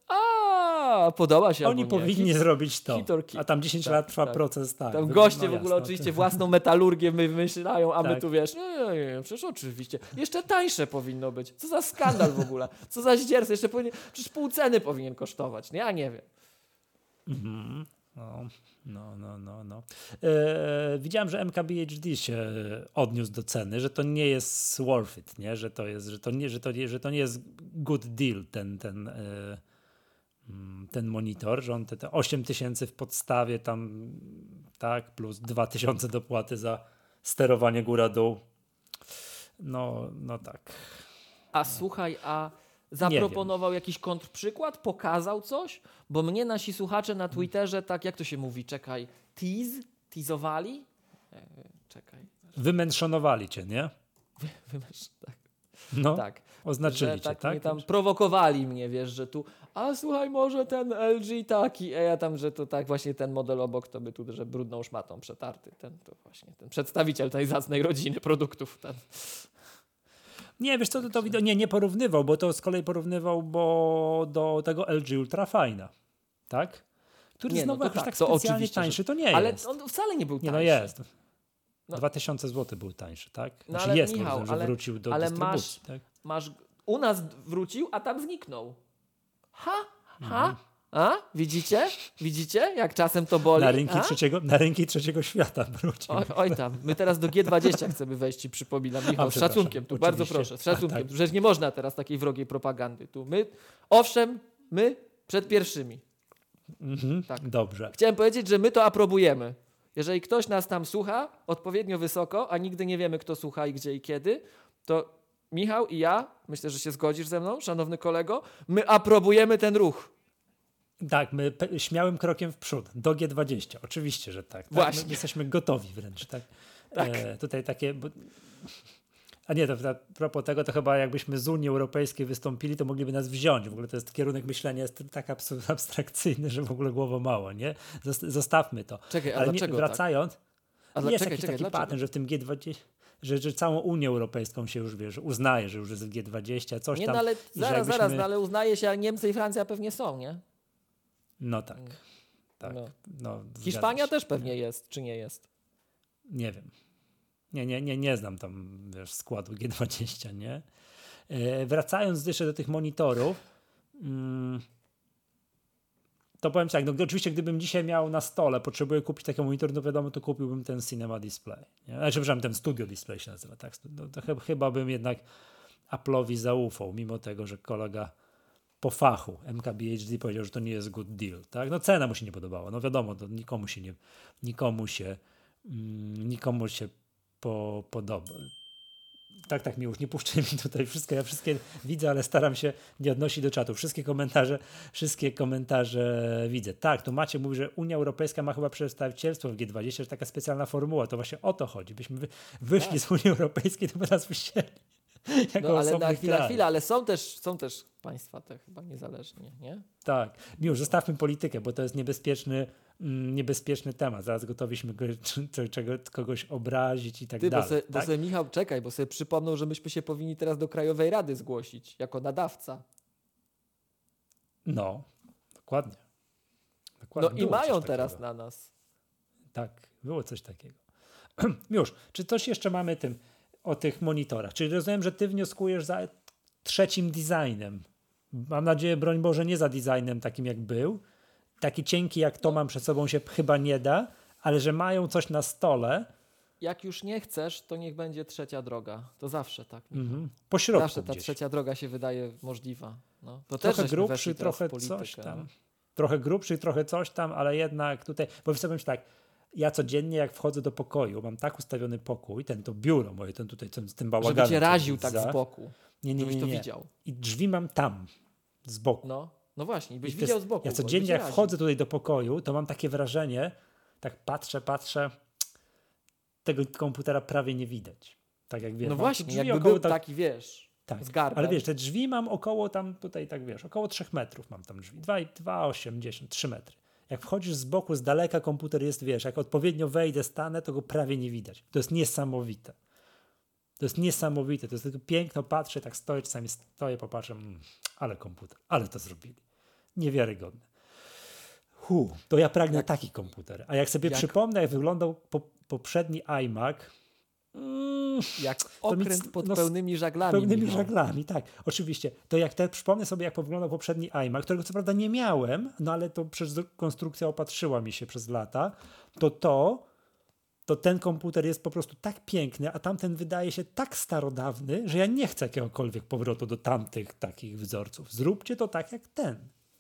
a podoba się. Oni powinni hit, zrobić to, hit or, a tam dziesięć tak, lat trwa tak. proces. Tak. Tam goście no, w ogóle jasno, oczywiście to... własną metalurgię wymyślają, a tak. my tu wiesz, nie, nie, nie, przecież oczywiście. Jeszcze tańsze powinno być. Co za skandal w ogóle. Co za zdzierstwo. Jeszcze powinien, przecież pół ceny powinien kosztować. Nie, ja nie wiem. Mhm. No, no, no, no. no. Eee, widziałem, że M K B H D się odniósł do ceny, że to nie jest worth it, nie? Że to jest, że to nie, że to nie, że to nie jest good deal ten, ten, e, ten monitor, że on te, te osiem tysięcy w podstawie tam, tak, plus dwa tysiące dopłaty za sterowanie góra-dół. No, no tak. A no. słuchaj, a zaproponował jakiś kontrprzykład? Pokazał coś? Bo mnie nasi słuchacze na Twitterze tak, jak to się mówi, czekaj, tease? Teasowali? Czekaj. Wymęszonowali cię, nie? Wymęsz... Tak. No, tak. oznaczyli że cię, tak? tak? Mnie tam prowokowali mnie, wiesz, że tu, a słuchaj, może ten L G taki, a ja tam, że to tak właśnie ten model obok to by tu, że brudną szmatą przetarty. Ten to właśnie, ten przedstawiciel tej zacnej rodziny produktów. Ten. Nie, wiesz co, to, to wideo nie, nie porównywał, bo to z kolei porównywał bo do tego L G Ultra Fina, tak? Który nie, znowu no jakoś tak, tak to specjalnie tańszy, że... to nie ale jest. Ale on wcale nie był tańszy. Nie, no jest. No. dwa tysiące złotych był tańszy, tak? No znaczy ale jest, Michał, rozumiem, że ale, wrócił do ale dystrybucji. Masz, tak? masz, u nas wrócił, a tam zniknął. Ha? Ha? Mhm. A? Widzicie? Widzicie? Jak czasem to boli? Na rynki, a? trzeciego, na rynki trzeciego świata wrócił. Oj, oj tam, my teraz do G dwadzieścia chcemy wejść i przypominam. Michał, A, z szacunkiem, tu bardzo proszę, z szacunkiem. Tak. Przecież nie można teraz takiej wrogiej propagandy. Tu my, owszem, my przed pierwszymi. Mhm, tak. Dobrze. Chciałem powiedzieć, że my to aprobujemy. Jeżeli ktoś nas tam słucha odpowiednio wysoko, a nigdy nie wiemy, kto słucha i gdzie i kiedy, to Michał i ja, myślę, że się zgodzisz ze mną, szanowny kolego, my aprobujemy ten ruch. Tak, my pe- śmiałym krokiem w przód, do G dwadzieścia, oczywiście, że tak. tak? Właśnie. My jesteśmy gotowi wręcz, tak? tak. E, tutaj takie... Bo... A nie, to a propos tego, to chyba jakbyśmy z Unii Europejskiej wystąpili, to mogliby nas wziąć. W ogóle to jest kierunek myślenia jest tak abstrakcyjny, że w ogóle głowa mało, nie? Zostawmy to. Czekaj, a Ale dlaczego nie, wracając, tak? A dla, jest czekaj, jakiś czekaj, taki dlaczego? patent, że w tym G dwadzieścia... że, że całą Unię Europejską się już, wiesz, uznaje, że już jest w G dwadzieścia, coś Nie, tam. no ale i zaraz, jakbyśmy... zaraz, no ale uznaje się, a Niemcy i Francja pewnie są, nie? No tak, tak. No. No, Hiszpania się. też pewnie jest, czy nie jest? Nie wiem. Nie, nie, nie, nie znam tam, wiesz, składu G dwadzieścia, nie? E, wracając jeszcze do tych monitorów, mm, to powiem tak, no oczywiście gdybym dzisiaj miał na stole, potrzebuję kupić taki monitor, no wiadomo, to kupiłbym ten Cinema Display. Nie? Znaczy, przepraszam, ten Studio Display się nazywa, tak? No, to ch- chyba bym jednak Apple'owi zaufał, mimo tego, że kolega po fachu M K B H D powiedział, że to nie jest good deal, tak? No cena mu się nie podobała, no wiadomo, to nikomu się nie, nikomu się, mm, nikomu się po, podoba. Tak, tak, Miłosz, nie puszczaj mi tutaj wszystko, ja wszystkie widzę, ale staram się nie odnosić do czatu. Wszystkie komentarze, wszystkie komentarze widzę. Tak, tu Maciek mówi, że Unia Europejska ma chyba przedstawicielstwo w G dwadzieścia, że taka specjalna formuła, to właśnie o to chodzi. Byśmy wy, wyszli tak. z Unii Europejskiej, to by nas wyścieli. Jako no ale na chwilę, kraj. chwilę, ale są też, są też państwa te chyba niezależnie, nie? Tak, Miłosz, zostawmy politykę, bo to jest niebezpieczny, mm, niebezpieczny temat. Zaraz gotowiśmy go, czy, czego, kogoś obrazić i tak Ty, dalej. Bo, se, tak? bo sobie Michał, czekaj, bo sobie przypomną, że myśmy się powinni teraz do Krajowej Rady zgłosić jako nadawca. No, dokładnie. dokładnie. No i mają teraz na nas. Tak, było coś takiego. Już, czy coś jeszcze mamy tym o tych monitorach? Czyli rozumiem, że ty wnioskujesz za trzecim designem. Mam nadzieję, broń Boże, nie za designem takim jak był. Taki cienki jak to mam przed sobą się chyba nie da, ale że mają coś na stole. Jak już nie chcesz, to niech będzie trzecia droga. To zawsze tak. Mhm. Po środku zawsze ta gdzieś. trzecia droga się wydaje możliwa. No. To trochę też grubszy, trochę coś tam. No. Trochę grubszy, trochę coś tam, ale jednak tutaj, bo powiem ci tak, ja codziennie jak wchodzę do pokoju, mam tak ustawiony pokój, ten to biuro moje, ten tutaj, ten, z tym bałaganem. Żeby cię raził tak z boku. Nie, nie, nie, nie. Żebyś to widział. I drzwi mam tam, z boku. No, no właśnie, byś I widział jest, z boku. Ja codziennie jak wchodzę tutaj do pokoju, to mam takie wrażenie, tak patrzę, patrzę, tego komputera prawie nie widać. Tak jak wiesz. No właśnie, jakby był tak, taki, wiesz, tak, z garbem. Ale wiesz, te drzwi mam około tam, tutaj tak wiesz, około trzech metrów mam tam drzwi. dwa przecinek osiemdziesiąt, trzy metry. Jak wchodzisz z boku, z daleka komputer jest, wiesz, jak odpowiednio wejdę, stanę, to go prawie nie widać. To jest niesamowite. To jest niesamowite. To jest tylko piękno, patrzę, tak stoję, czasami stoję, popatrzę, mm, ale komputer, ale to zrobili. Niewiarygodne. Hu, to ja pragnę jak, taki komputer. A jak sobie jak, przypomnę, jak wyglądał po, poprzedni iMac, mm, jak okręt pod no, pełnymi żaglami. Pełnymi Michał. żaglami, tak. Oczywiście. To jak te, przypomnę sobie, jak wyglądał poprzedni iMac, którego co prawda nie miałem, no ale to przez konstrukcja opatrzyła mi się przez lata, to to, to ten komputer jest po prostu tak piękny, a tamten wydaje się tak starodawny, że ja nie chcę jakiegokolwiek powrotu do tamtych takich wzorców. Zróbcie to tak jak ten.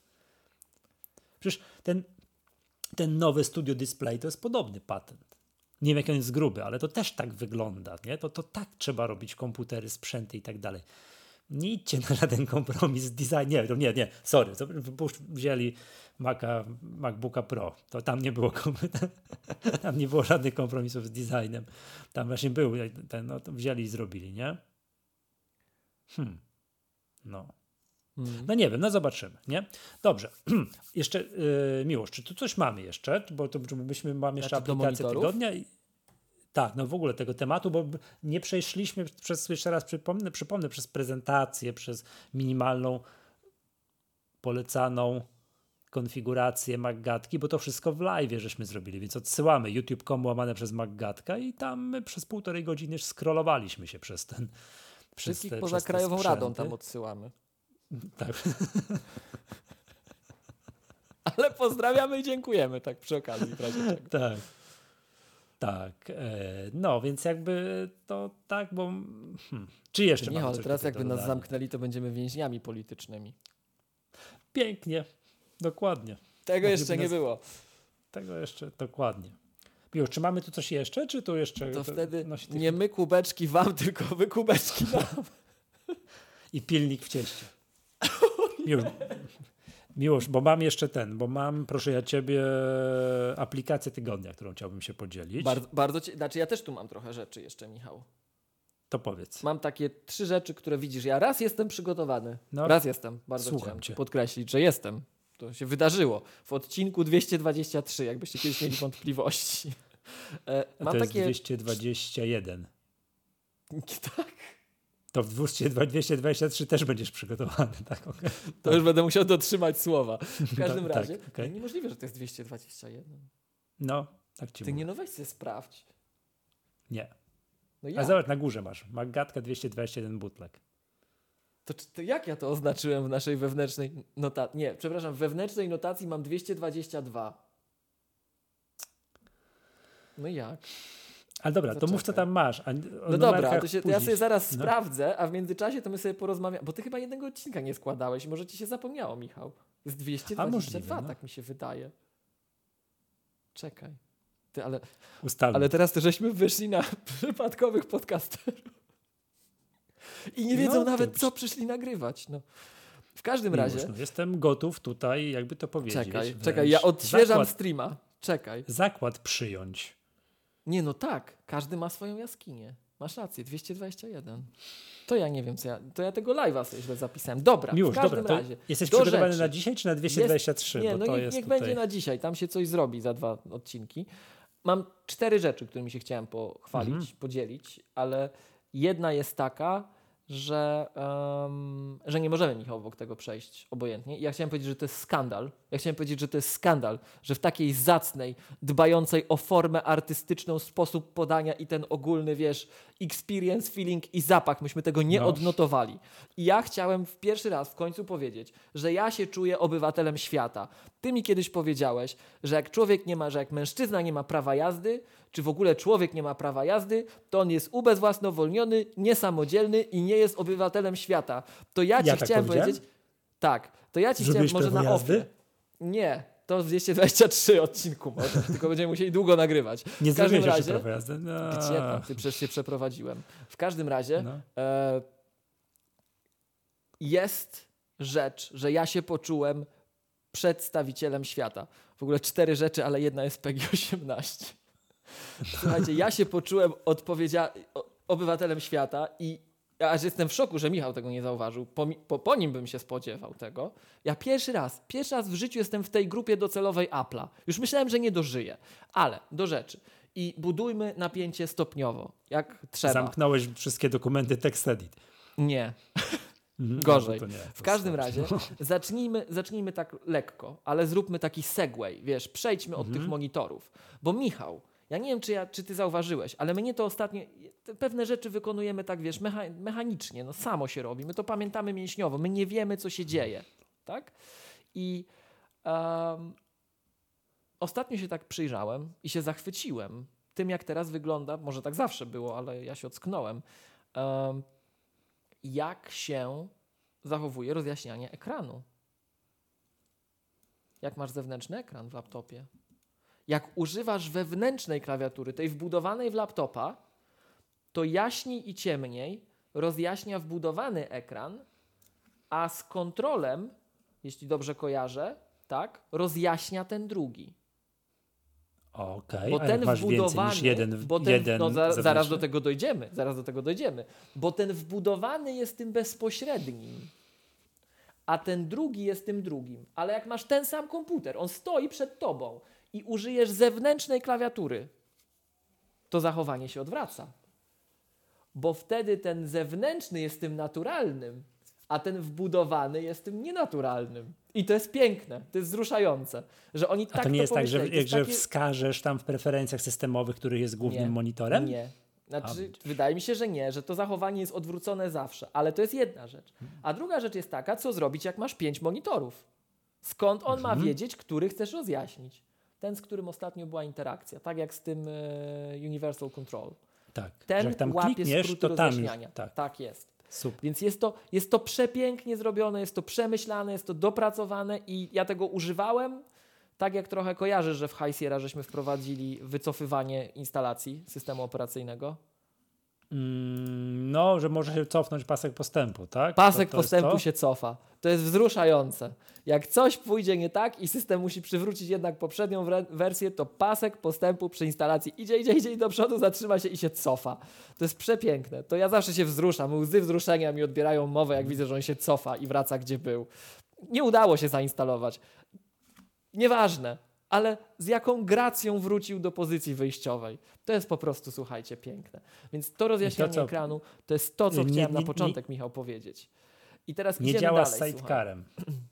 Przecież ten, ten nowy Studio Display to jest podobny patent. Nie wiem, jak on jest gruby, ale to też tak wygląda. Nie? To, to tak trzeba robić komputery, sprzęty i tak dalej. Nie idźcie na żaden kompromis z design. Nie, to nie, nie, sorry. Wzięli Maca, MacBooka Pro. To tam nie było tam nie było żadnych kompromisów z designem. Tam właśnie był ten, no, to wzięli i zrobili, nie? Hmm. No. Hmm. No nie wiem, no zobaczymy, nie? Dobrze. Jeszcze yy, Miłosz, czy tu coś mamy jeszcze? Bo to byśmy mamy jeszcze znaczy, aplikację tygodnia. I... Tak, no w ogóle tego tematu, bo nie przeszliśmy przez, jeszcze raz przypomnę, przypomnę, przez prezentację, przez minimalną polecaną konfigurację MacGatki, bo to wszystko w live żeśmy zrobili, więc odsyłamy youtube kropka com łamane przez MacGatka i tam my przez półtorej godziny scrollowaliśmy się przez ten Wszystkich przez te, poza przez Krajową sprzęty. Radą tam odsyłamy. Tak. Ale pozdrawiamy i dziękujemy, tak przy okazji. Tak. Tak. E, no, więc jakby to tak, bo... Hmm. Czy jeszcze nie, ale teraz jakby nas dodania? zamknęli, to będziemy więźniami politycznymi. Pięknie. Dokładnie. Tego jeszcze nie nas... było. Tego jeszcze, dokładnie. Już, czy mamy tu coś jeszcze, czy tu jeszcze... To, to wtedy tych... nie my kubeczki wam, tylko wy kubeczki nam. I pilnik w cieście. Już. Miłosz, bo mam jeszcze ten, bo mam, proszę ja ciebie, aplikację tygodnia, którą chciałbym się podzielić. Bardzo, bardzo ci... Znaczy ja też tu mam trochę rzeczy jeszcze, Michał. To powiedz. Mam takie trzy rzeczy, które widzisz. Ja raz jestem przygotowany. No, raz jestem. Bardzo słucham chciałem cię. podkreślić, że jestem. To się wydarzyło. W odcinku dwieście dwadzieścia trzy, jakbyście kiedyś mieli wątpliwości. E, A mam to jest takie... dwieście dwadzieścia jeden. Tak. To w dwieście dwadzieścia trzy też będziesz przygotowany. Tak, okay. To już będę musiał dotrzymać słowa. W każdym tak, razie, tak, okay. niemożliwe, że to jest dwieście dwadzieścia jeden. No, tak ci Ty mówię. nie no weź sobie sprawdź. Nie. No A jak? zobacz, na górze masz. Magatka dwieście dwadzieścia jeden bootleg. To, to jak ja to oznaczyłem w naszej wewnętrznej notacji? Nie, przepraszam, w wewnętrznej notacji mam dwieście dwadzieścia dwa. No jak? Ale dobra, to mów, co tam masz. A no dobra, to, się, to ja sobie zaraz no. sprawdzę, a w międzyczasie to my sobie porozmawiamy. Bo ty chyba jednego odcinka nie składałeś. Może ci się zapomniało, Michał. Jest dwieście dwadzieścia dwa, możliwe, no. tak mi się wydaje. Czekaj. Ty, ale, Ustalmy. ale teraz to żeśmy wyszli na przypadkowych podcasterów. I nie wiedzą no, nawet, to... co przyszli nagrywać. No. W każdym Miłosz, razie... No, jestem gotów tutaj, jakby to powiedzieć. Czekaj, czekaj, ja odświeżam zakład, streama. Czekaj. Zakład przyjąć. Nie, no tak. Każdy ma swoją jaskinię. Masz rację, dwieście dwadzieścia jeden. To ja nie wiem, co ja... To ja tego live'a sobie źle zapisałem. Dobra, Miłosz, w każdym dobra, razie. Jesteś do przygotowany rzeczy. na dzisiaj, czy na dwieście dwadzieścia trzy? Jest, nie, bo no to niech, jest niech tutaj... będzie na dzisiaj. Tam się coś zrobi za dwa odcinki. Mam cztery rzeczy, którymi się chciałem pochwalić, mhm. podzielić, ale jedna jest taka, że, um, że nie możemy, Michał, obok tego przejść obojętnie. I ja chciałem powiedzieć, że to jest skandal. Ja chciałem powiedzieć, że to jest skandal, że w takiej zacnej, dbającej o formę artystyczną, sposób podania i ten ogólny, wiesz, experience, feeling i zapach, myśmy tego nie no. odnotowali. I ja chciałem w pierwszy raz w końcu powiedzieć, że ja się czuję obywatelem świata. Ty mi kiedyś powiedziałeś, że jak człowiek nie ma, że jak mężczyzna nie ma prawa jazdy, czy w ogóle człowiek nie ma prawa jazdy, to on jest ubezwłasnowolniony, niesamodzielny i nie jest obywatelem świata. To ja ci ja chciałem tak powiedzieć... Tak, to ja ci Zrobiłeś chciałem... Może na jazdy? ofie. Nie, to w dwieście dwadzieścia trzy odcinku może, tylko będziemy musieli długo nagrywać. Nie w każdym razie... prawo jazdy? No. Gdzie tam? Ty przecież się przeprowadziłem. W każdym razie no. e, jest rzecz, że ja się poczułem przedstawicielem świata. W ogóle cztery rzeczy, ale jedna jest P G osiemnaście. Słuchajcie, ja się poczułem odpowiedzia- obywatelem świata i aż jestem w szoku, że Michał tego nie zauważył. Po, po, po nim bym się spodziewał tego. Ja pierwszy raz, pierwszy raz w życiu jestem w tej grupie docelowej Apple'a. Już myślałem, że nie dożyję, ale do rzeczy. I budujmy napięcie stopniowo, jak trzeba. Zamknąłeś wszystkie dokumenty TextEdit. Nie. Gorzej. No nie, w każdym razie zacznijmy, zacznijmy tak lekko, ale zróbmy taki segway, wiesz, przejdźmy od mhm. tych monitorów. Bo Michał, ja nie wiem, czy, ja, czy ty zauważyłeś, ale mnie to ostatnio, pewne rzeczy wykonujemy tak, wiesz, mecha- mechanicznie, no samo się robi, my to pamiętamy mięśniowo, my nie wiemy, co się dzieje, tak? I um, ostatnio się tak przyjrzałem i się zachwyciłem tym, jak teraz wygląda, może tak zawsze było, ale ja się ocknąłem, um, jak się zachowuje rozjaśnianie ekranu. Jak masz zewnętrzny ekran w laptopie. Jak używasz wewnętrznej klawiatury, tej wbudowanej w laptopa, to jaśniej i ciemniej rozjaśnia wbudowany ekran, a z kontrolem, jeśli dobrze kojarzę, tak, rozjaśnia ten drugi. Okej, okay, bo ten masz wbudowany, więcej niż jeden, bo ten, jeden no, za, zaraz do tego dojdziemy, zaraz do tego dojdziemy, bo ten wbudowany jest tym bezpośrednim, a ten drugi jest tym drugim. Ale jak masz ten sam komputer, on stoi przed tobą i użyjesz zewnętrznej klawiatury, to zachowanie się odwraca. Bo wtedy ten zewnętrzny jest tym naturalnym, a ten wbudowany jest tym nienaturalnym. I to jest piękne, to jest wzruszające, że oni tak to nie to jest tak, że, jest że takie... wskażesz tam w preferencjach systemowych, których jest głównym nie, monitorem? Nie. Znaczy, a, wydaje mi się, że nie, że to zachowanie jest odwrócone zawsze, ale to jest jedna rzecz. A druga rzecz jest taka, co zrobić, jak masz pięć monitorów. Skąd on mhm. ma wiedzieć, który chcesz rozjaśnić? Ten, z którym ostatnio była interakcja, tak jak z tym e, Universal Control. Tak, ten jak tam łapie klikniesz, skróty to tam rozjaśniania. Już, tak. tak jest. Super. Więc jest to, jest to przepięknie zrobione, jest to przemyślane, jest to dopracowane i ja tego używałem, tak jak trochę kojarzę, że w High Sierra żeśmy wprowadzili wycofywanie instalacji systemu operacyjnego. Mm, no, że może się cofnąć pasek postępu, tak? Pasek to, to postępu się cofa. To jest wzruszające. Jak coś pójdzie nie tak i system musi przywrócić jednak poprzednią wersję, to pasek postępu przy instalacji idzie, idzie, idzie i do przodu, zatrzyma się i się cofa. To jest przepiękne. To ja zawsze się wzruszam. Łzy wzruszenia mi odbierają mowę, jak widzę, że on się cofa i wraca, gdzie był. Nie udało się zainstalować. Nieważne. ale z jaką gracją wrócił do pozycji wyjściowej. To jest po prostu, słuchajcie, piękne. Więc to rozjaśnianie to, ekranu to jest to, co nie, chciałem nie, na początek, nie, Michał, powiedzieć. I teraz nie idziemy działa dalej, z sidecarem.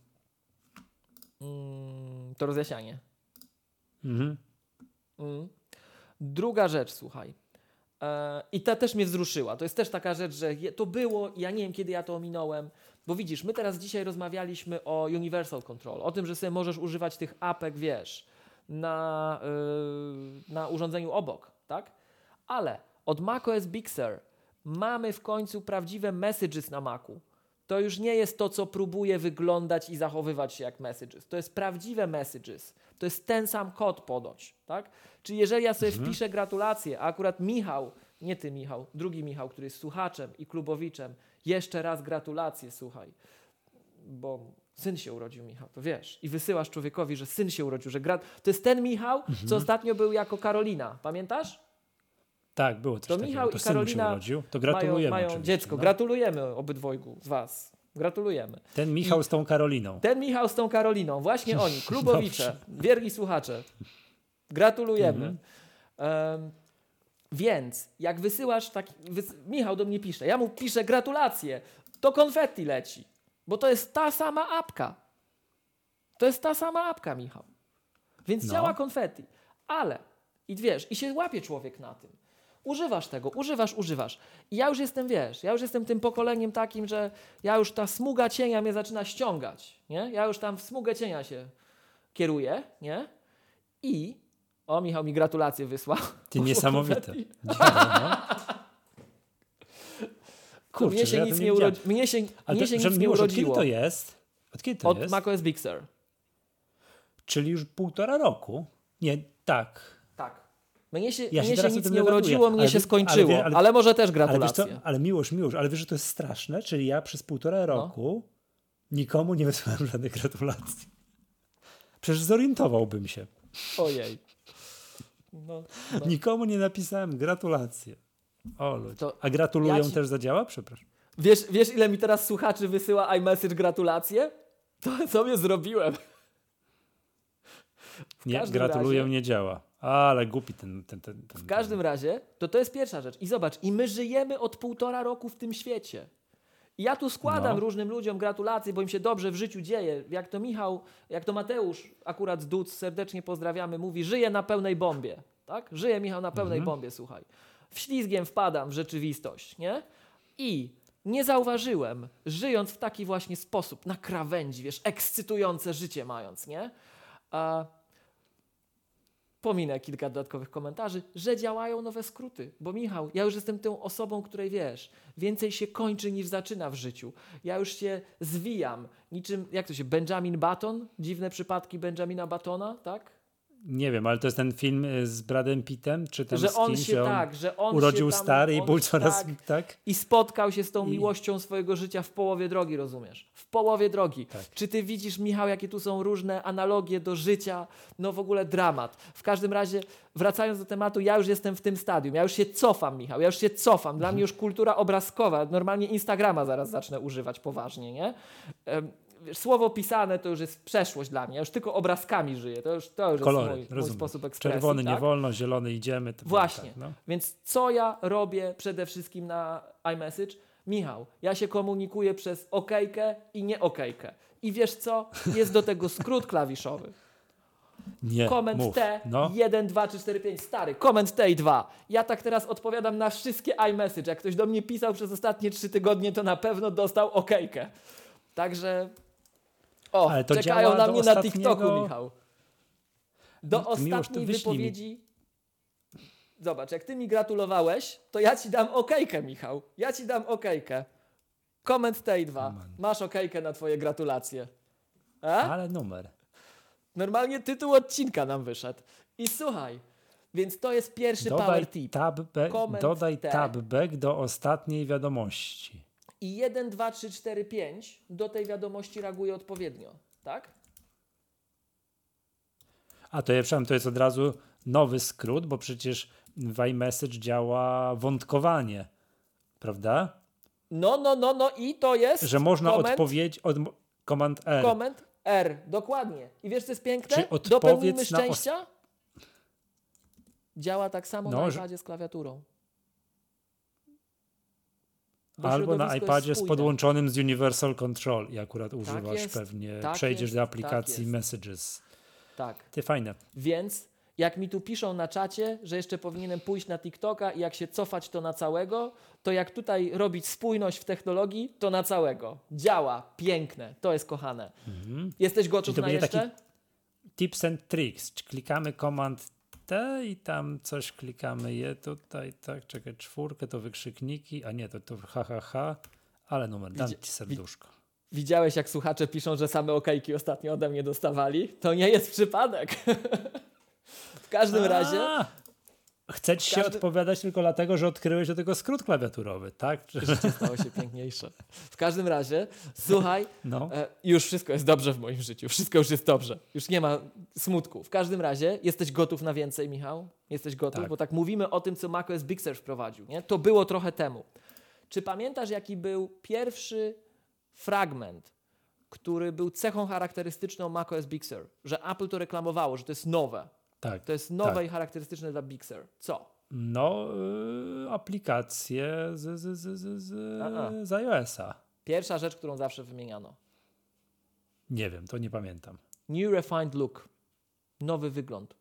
Mm, to rozjaśnianie. Mhm. Mm. Druga rzecz, słuchaj. E, I ta też mnie wzruszyła. To jest też taka rzecz, że je, to było, ja nie wiem, kiedy ja to ominąłem, bo widzisz, my teraz dzisiaj rozmawialiśmy o Universal Control, o tym, że sobie możesz używać tych apek, wiesz, na, yy, na urządzeniu obok, tak? Ale od macOS Big Sur mamy w końcu prawdziwe messages na Macu. To już nie jest to, co próbuje wyglądać i zachowywać się jak messages. To jest prawdziwe messages. To jest ten sam kod ponoć, tak? Czyli jeżeli ja sobie mhm. wpiszę gratulacje, a akurat Michał, nie ty Michał, drugi Michał, który jest słuchaczem i klubowiczem, jeszcze raz gratulacje, słuchaj, bo syn się urodził, Michał, to wiesz. I wysyłasz człowiekowi, że syn się urodził, że gra... To jest ten Michał, mhm. co ostatnio był jako Karolina. Pamiętasz? Tak, było coś to takiego. Michał to i Karolina się urodził. To gratulujemy mają, mają dziecko. No. Gratulujemy obydwojgu z was. Gratulujemy. Ten Michał I z tą Karoliną. Ten Michał z tą Karoliną. Właśnie oni, klubowicze, wierni słuchacze. Gratulujemy. Mhm. Um, więc jak wysyłasz taki... Wys... Michał do mnie pisze. Ja mu piszę gratulacje. To konfetti leci. Bo to jest ta sama apka. To jest ta sama apka, Michał. Więc no. działa konfetti. Ale, i wiesz, i się łapie człowiek na tym. Używasz tego, używasz, używasz. I ja już jestem, wiesz, ja już jestem tym pokoleniem takim, że ja już ta smuga cienia mnie zaczyna ściągać, nie? Ja już tam w smugę cienia się kieruję, nie? I, o, Michał mi gratulacje wysłał. Ty niesamowite. Kurczę, mnie się ja nic nie, urodzi- mnie się, Ale mnie to, się nic miłość, nie urodziło. Od kiedy to jest? Od kiedy to Od jest? macOS Big Sur. Czyli już półtora roku? Nie, tak. Tak. Mnie się, ja się, mnie się nic nie dowiaduję. urodziło, mnie ale, się skończyło. Ale, ale, ale, może też gratulacje. Ale, wiesz co, ale miłość, miłość, ale wiesz, że to jest straszne? Czyli ja przez półtora roku no. nikomu nie wysłałem żadnych gratulacji. Przecież zorientowałbym się. Ojej. No, no. Nikomu nie napisałem gratulacje. O ludzie. To A gratulują ja ci... też zadziała? Przepraszam. Wiesz, wiesz, ile mi teraz słuchaczy wysyła iMessage gratulacje? To sobie zrobiłem. Nie, gratuluję, razie, nie działa. Ale głupi ten... ten, ten, ten w każdym ten. razie, to to jest pierwsza rzecz. I zobacz, i my żyjemy od półtora roku w tym świecie. I ja tu składam no. różnym ludziom gratulacje, bo im się dobrze w życiu dzieje. Jak to Michał, jak to Mateusz, akurat z D U C, serdecznie pozdrawiamy, mówi, żyje na pełnej bombie. Tak? Żyje Michał na pełnej mhm. bombie, słuchaj. Wślizgiem wpadam w rzeczywistość, nie? I nie zauważyłem, żyjąc w taki właśnie sposób, na krawędzi, wiesz, ekscytujące życie mając, nie? A pominę kilka dodatkowych komentarzy, że działają nowe skróty. Bo Michał, ja już jestem tą osobą, której wiesz, więcej się kończy niż zaczyna w życiu. Ja już się zwijam. Niczym, jak to się, Benjamin Button? Dziwne przypadki Benjamina Buttona, tak? Nie wiem, ale to jest ten film z Bradem Pittem, czy tam że z on kimś, się on tak, że on urodził się tam, stary i on, był coraz tak, tak. I spotkał się z tą I... miłością swojego życia w połowie drogi, rozumiesz? W połowie drogi. Tak. Czy ty widzisz, Michał, jakie tu są różne analogie do życia? No w ogóle dramat. W każdym razie, wracając do tematu, ja już jestem w tym stadium. Ja już się cofam, Michał, ja już się cofam. Dla mhm. mnie już kultura obrazkowa. Normalnie Instagrama zaraz zacznę używać poważnie, nie? Um, Słowo pisane to już jest przeszłość dla mnie. Ja już tylko obrazkami żyję. To już, to już Kolory, jest mój, mój sposób ekspresji. Czerwony tak? nie wolno, zielony idziemy. To Właśnie. Tak, no. Więc co ja robię przede wszystkim na iMessage? Michał, ja się komunikuję przez okejkę i nie okejkę. I wiesz co? Jest do tego skrót klawiszowy. Nie, Comment mów. T, no. jeden, dwa, trzy, cztery, pięć, stary, comment T i dwa. Ja tak teraz odpowiadam na wszystkie iMessage. Jak ktoś do mnie pisał przez ostatnie trzy tygodnie, to na pewno dostał okejkę. Także... O, ale to czekają na mnie ostatniego... na TikToku, Michał. Do Miłosz, ostatniej wypowiedzi... Mi. Zobacz, jak ty mi gratulowałeś, to ja ci dam okejkę, Michał. Ja ci dam okejkę. Comment T dwa. Masz okejkę na twoje gratulacje. A? Ale numer. Normalnie tytuł odcinka nam wyszedł. I słuchaj, więc to jest pierwszy dodaj power tip. Tab dodaj tabback do ostatniej wiadomości. I jeden, dwa, trzy, cztery, pięć do tej wiadomości reaguje odpowiednio, tak? A to ja przepraszam, to jest od razu nowy skrót, bo przecież w iMessage działa wątkowanie, prawda? No, no, no, no i to jest... Że można odpowiedzieć od Command R. Comment R, dokładnie. I wiesz, co jest piękne? Czy odpowiedz Dopełnijmy na szczęścia. Działa tak samo No, na że- iPadzie z klawiaturą. Bo Albo na środowisko iPadzie jest z spójne. podłączonym z Universal Control i akurat używasz jest, pewnie, tak przejdziesz jest, do tak aplikacji jest. Messages. Tak. Ty fajne. Więc jak mi tu piszą na czacie, że jeszcze powinienem pójść na TikToka i jak się cofać to na całego, to jak tutaj robić spójność w technologii, to na całego. Działa, piękne, to jest kochane. Mhm. Jesteś gotów to na będzie jeszcze? taki- Tips and tricks. Klikamy Command T i tam coś klikamy je tutaj, tak, czekaj, czwórkę to wykrzykniki, a nie, to to ha, ha, ha, ale numer, dam Widzie- ci serduszko. Widziałeś, jak słuchacze piszą, że same okejki ostatnio ode mnie dostawali? To nie jest przypadek. W każdym razie... A, chcę ci się każdym- odpowiadać tylko dlatego, że odkryłeś do tego skrót klawiaturowy, tak? Że- Życie stało się piękniejsze. W każdym razie, słuchaj, No. e, już wszystko jest dobrze w moim życiu. Wszystko już jest dobrze. Już nie ma smutku. W każdym razie, jesteś gotów na więcej, Michał? Jesteś gotów? Tak. Bo tak mówimy o tym, co macOS Big Sur wprowadził. Nie? To było trochę temu. Czy pamiętasz, jaki był pierwszy fragment, który był cechą charakterystyczną macOS Big Sur? Że Apple to reklamowało, że to jest nowe. Tak. To jest nowe tak. i charakterystyczne dla Big Sur. Co? No, y, aplikacje z, z, z, z, z, A-a. z iOS-a. Pierwsza rzecz, którą zawsze wymieniano. Nie wiem, to nie pamiętam. New Refined Look. Nowy wygląd.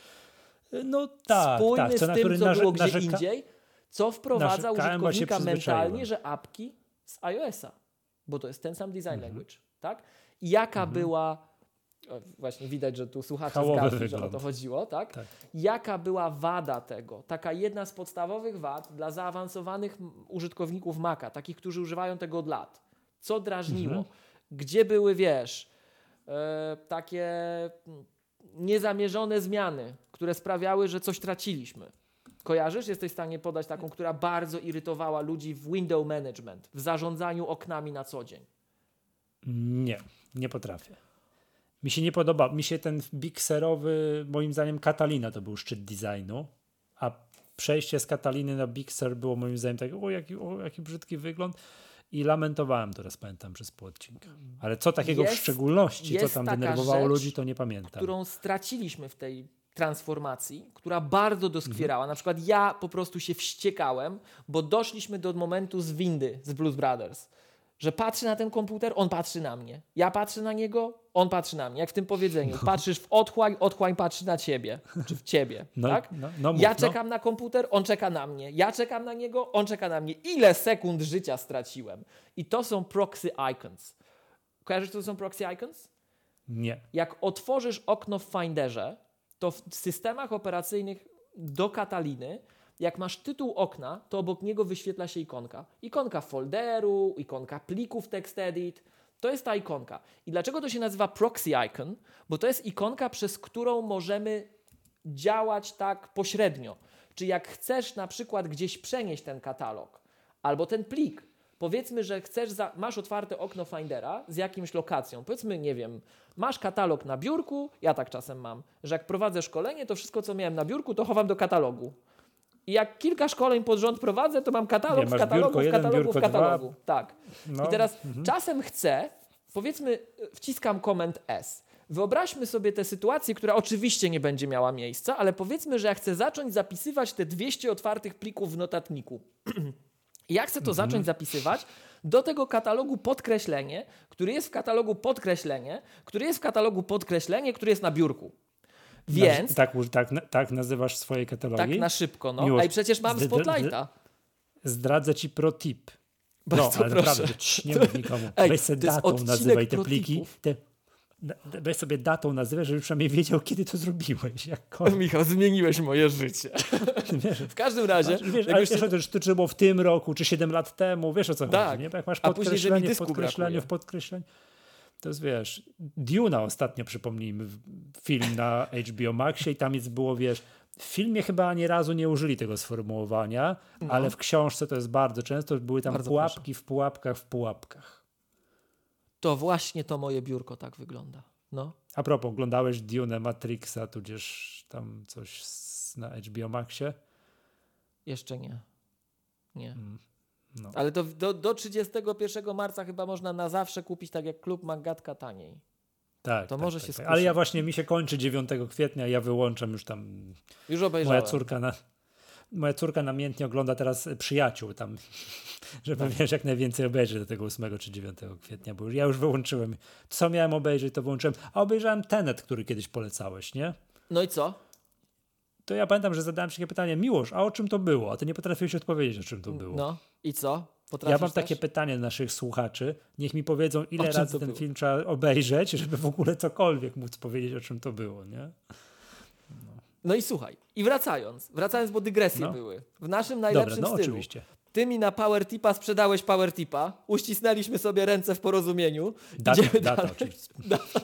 No tak, Spójny tak. z Co, na tym, który co narze- było gdzie narzeka- indziej, co wprowadza narzekałem, bo się użytkownika przyzwyczaiłem. mentalnie, że apki z iOS-a, bo to jest ten sam design Mhm. language, tak? I jaka była, o, właśnie widać, że tu słuchacze Hałowy zgadli, że o wygląd. to chodziło, tak? Tak. Jaka była wada tego? Taka jedna z podstawowych wad dla zaawansowanych m- użytkowników Maca, takich, którzy używają tego od lat. Co drażniło? Mhm. Gdzie były, wiesz, e, takie mm, niezamierzone zmiany, które sprawiały, że coś traciliśmy. Kojarzysz? Jesteś w stanie podać taką, która bardzo irytowała ludzi w window management, w zarządzaniu oknami na co dzień. Nie, nie potrafię. Mi się nie podoba. Mi się ten Big Surowy, moim zdaniem Catalina to był szczyt designu, a przejście z Cataliny na Big Sur było moim zdaniem tak, o jaki, o jaki brzydki wygląd i lamentowałem, teraz pamiętam, przez pół odcinka. Ale co takiego Jest- w szczególności, co jest tam taka denerwowało rzecz, ludzi, to nie pamiętam. Którą straciliśmy w tej transformacji, która bardzo Mhm. doskwierała. Na przykład ja po prostu się wściekałem, bo doszliśmy do momentu z windy z Blues Brothers, że patrzy na ten komputer, on patrzy na mnie. Ja patrzę na niego, on patrzy na mnie. Jak w tym powiedzeniu. Patrzysz w otchłań, otchłań patrzy na ciebie, czy w ciebie, No, tak? no, no, mów, Ja no. czekam na komputer, on czeka na mnie. Ja czekam na niego, on czeka na mnie. Ile sekund życia straciłem? I to są proxy icons. Kojarzysz, co to są proxy icons? Nie. Jak otworzysz okno w Finderze, to w systemach operacyjnych do Cataliny, jak masz tytuł okna, to obok niego wyświetla się ikonka. Ikonka folderu, ikonka plików TextEdit. To jest ta ikonka. I dlaczego to się nazywa proxy icon? Bo to jest ikonka, przez którą możemy działać tak pośrednio. Czy jak chcesz na przykład gdzieś przenieść ten katalog albo ten plik, powiedzmy, że chcesz, za, masz otwarte okno Findera z jakimś lokacją. Powiedzmy, nie wiem, masz katalog na biurku, ja tak czasem mam, że jak prowadzę szkolenie, to wszystko, co miałem na biurku, to chowam do katalogu. I jak kilka szkoleń pod rząd prowadzę, to mam katalog Nie, w masz katalogu, biurko w jeden, katalogu, biurko w katalogu. dwa. Tak. No, I teraz czasem chcę, powiedzmy, wciskam Command S. Wyobraźmy sobie tę sytuację, która oczywiście nie będzie miała miejsca, ale powiedzmy, że ja chcę zacząć zapisywać te dwieście otwartych plików w notatniku. I ja chcę to zacząć zapisywać do tego katalogu podkreślenie, który jest w katalogu podkreślenie, który jest w katalogu podkreślenie, który jest na biurku. Więc Na, tak, tak, tak nazywasz swoje katalogi? tak na szybko, no. Miłość. A i przecież mam Zd- Spotlighta. Zdradzę ci pro tip. No, Bardzo ale proszę. naprawdę, cii, nie mów nikomu. Ej, Weź sobie to jest datą odcinek nazywaj te pro pliki. tipów. Te, na- weź sobie datą nazywaj, żebyś przynajmniej wiedział, kiedy to zrobiłeś. Jak Michał, zmieniłeś moje życie. wiesz, W każdym razie, wiesz, jak ale już wiesz, się- to, czy to było w tym roku, czy siedem lat temu, wiesz o co Tak. chodzi, nie? Bo jak masz A później, że mi podkreślenie w dysku podkreśleniu, brakuje. w podkreśleniu, to jest, wiesz, Duna ostatnio, przypomnijmy, w- film na H B O Maxie i tam jest było, wiesz, w filmie chyba ani razu nie użyli tego sformułowania, ale w książce to jest bardzo często, były tam Bardzo pułapki w pułapkach w pułapkach. to właśnie to moje biurko tak wygląda. No. A propos, oglądałeś Dune, Matrixa, tudzież tam coś z, na H B O Maxie? Jeszcze nie. Nie. No. Ale to do, do trzydziestego pierwszego marca chyba można na zawsze kupić tak jak klub Magatka taniej. Tak, to tak, może tak, się tak. skusi. Ale ja właśnie, mi się kończy dziewiątego kwietnia, ja wyłączam już tam. Już obejrzałem. Moja córka, na, moja córka namiętnie ogląda teraz Przyjaciół tam, żeby Tak. wiesz, jak najwięcej obejrzeć do tego ósmego czy dziewiątego kwietnia, bo ja już wyłączyłem. Co miałem obejrzeć, to wyłączyłem. A obejrzałem Tenet, który kiedyś polecałeś, nie? No i co? To ja pamiętam, że zadałem ci takie pytanie, Miłosz, a o czym to było? A ty nie potrafiłeś odpowiedzieć, o czym to było. No i co? Potrafisz Ja mam też? takie pytanie do naszych słuchaczy. Niech mi powiedzą, ile czym razy to ten było? film trzeba obejrzeć, żeby w ogóle cokolwiek móc powiedzieć, o czym to było, nie? No i słuchaj, i wracając, wracając, bo dygresje No. były. W naszym Dobra, najlepszym no stylu. oczywiście. Ty mi na Power Tipa sprzedałeś Power Tipa, uścisnęliśmy sobie ręce w porozumieniu. Data, Idziemy data dalej. oczywiście.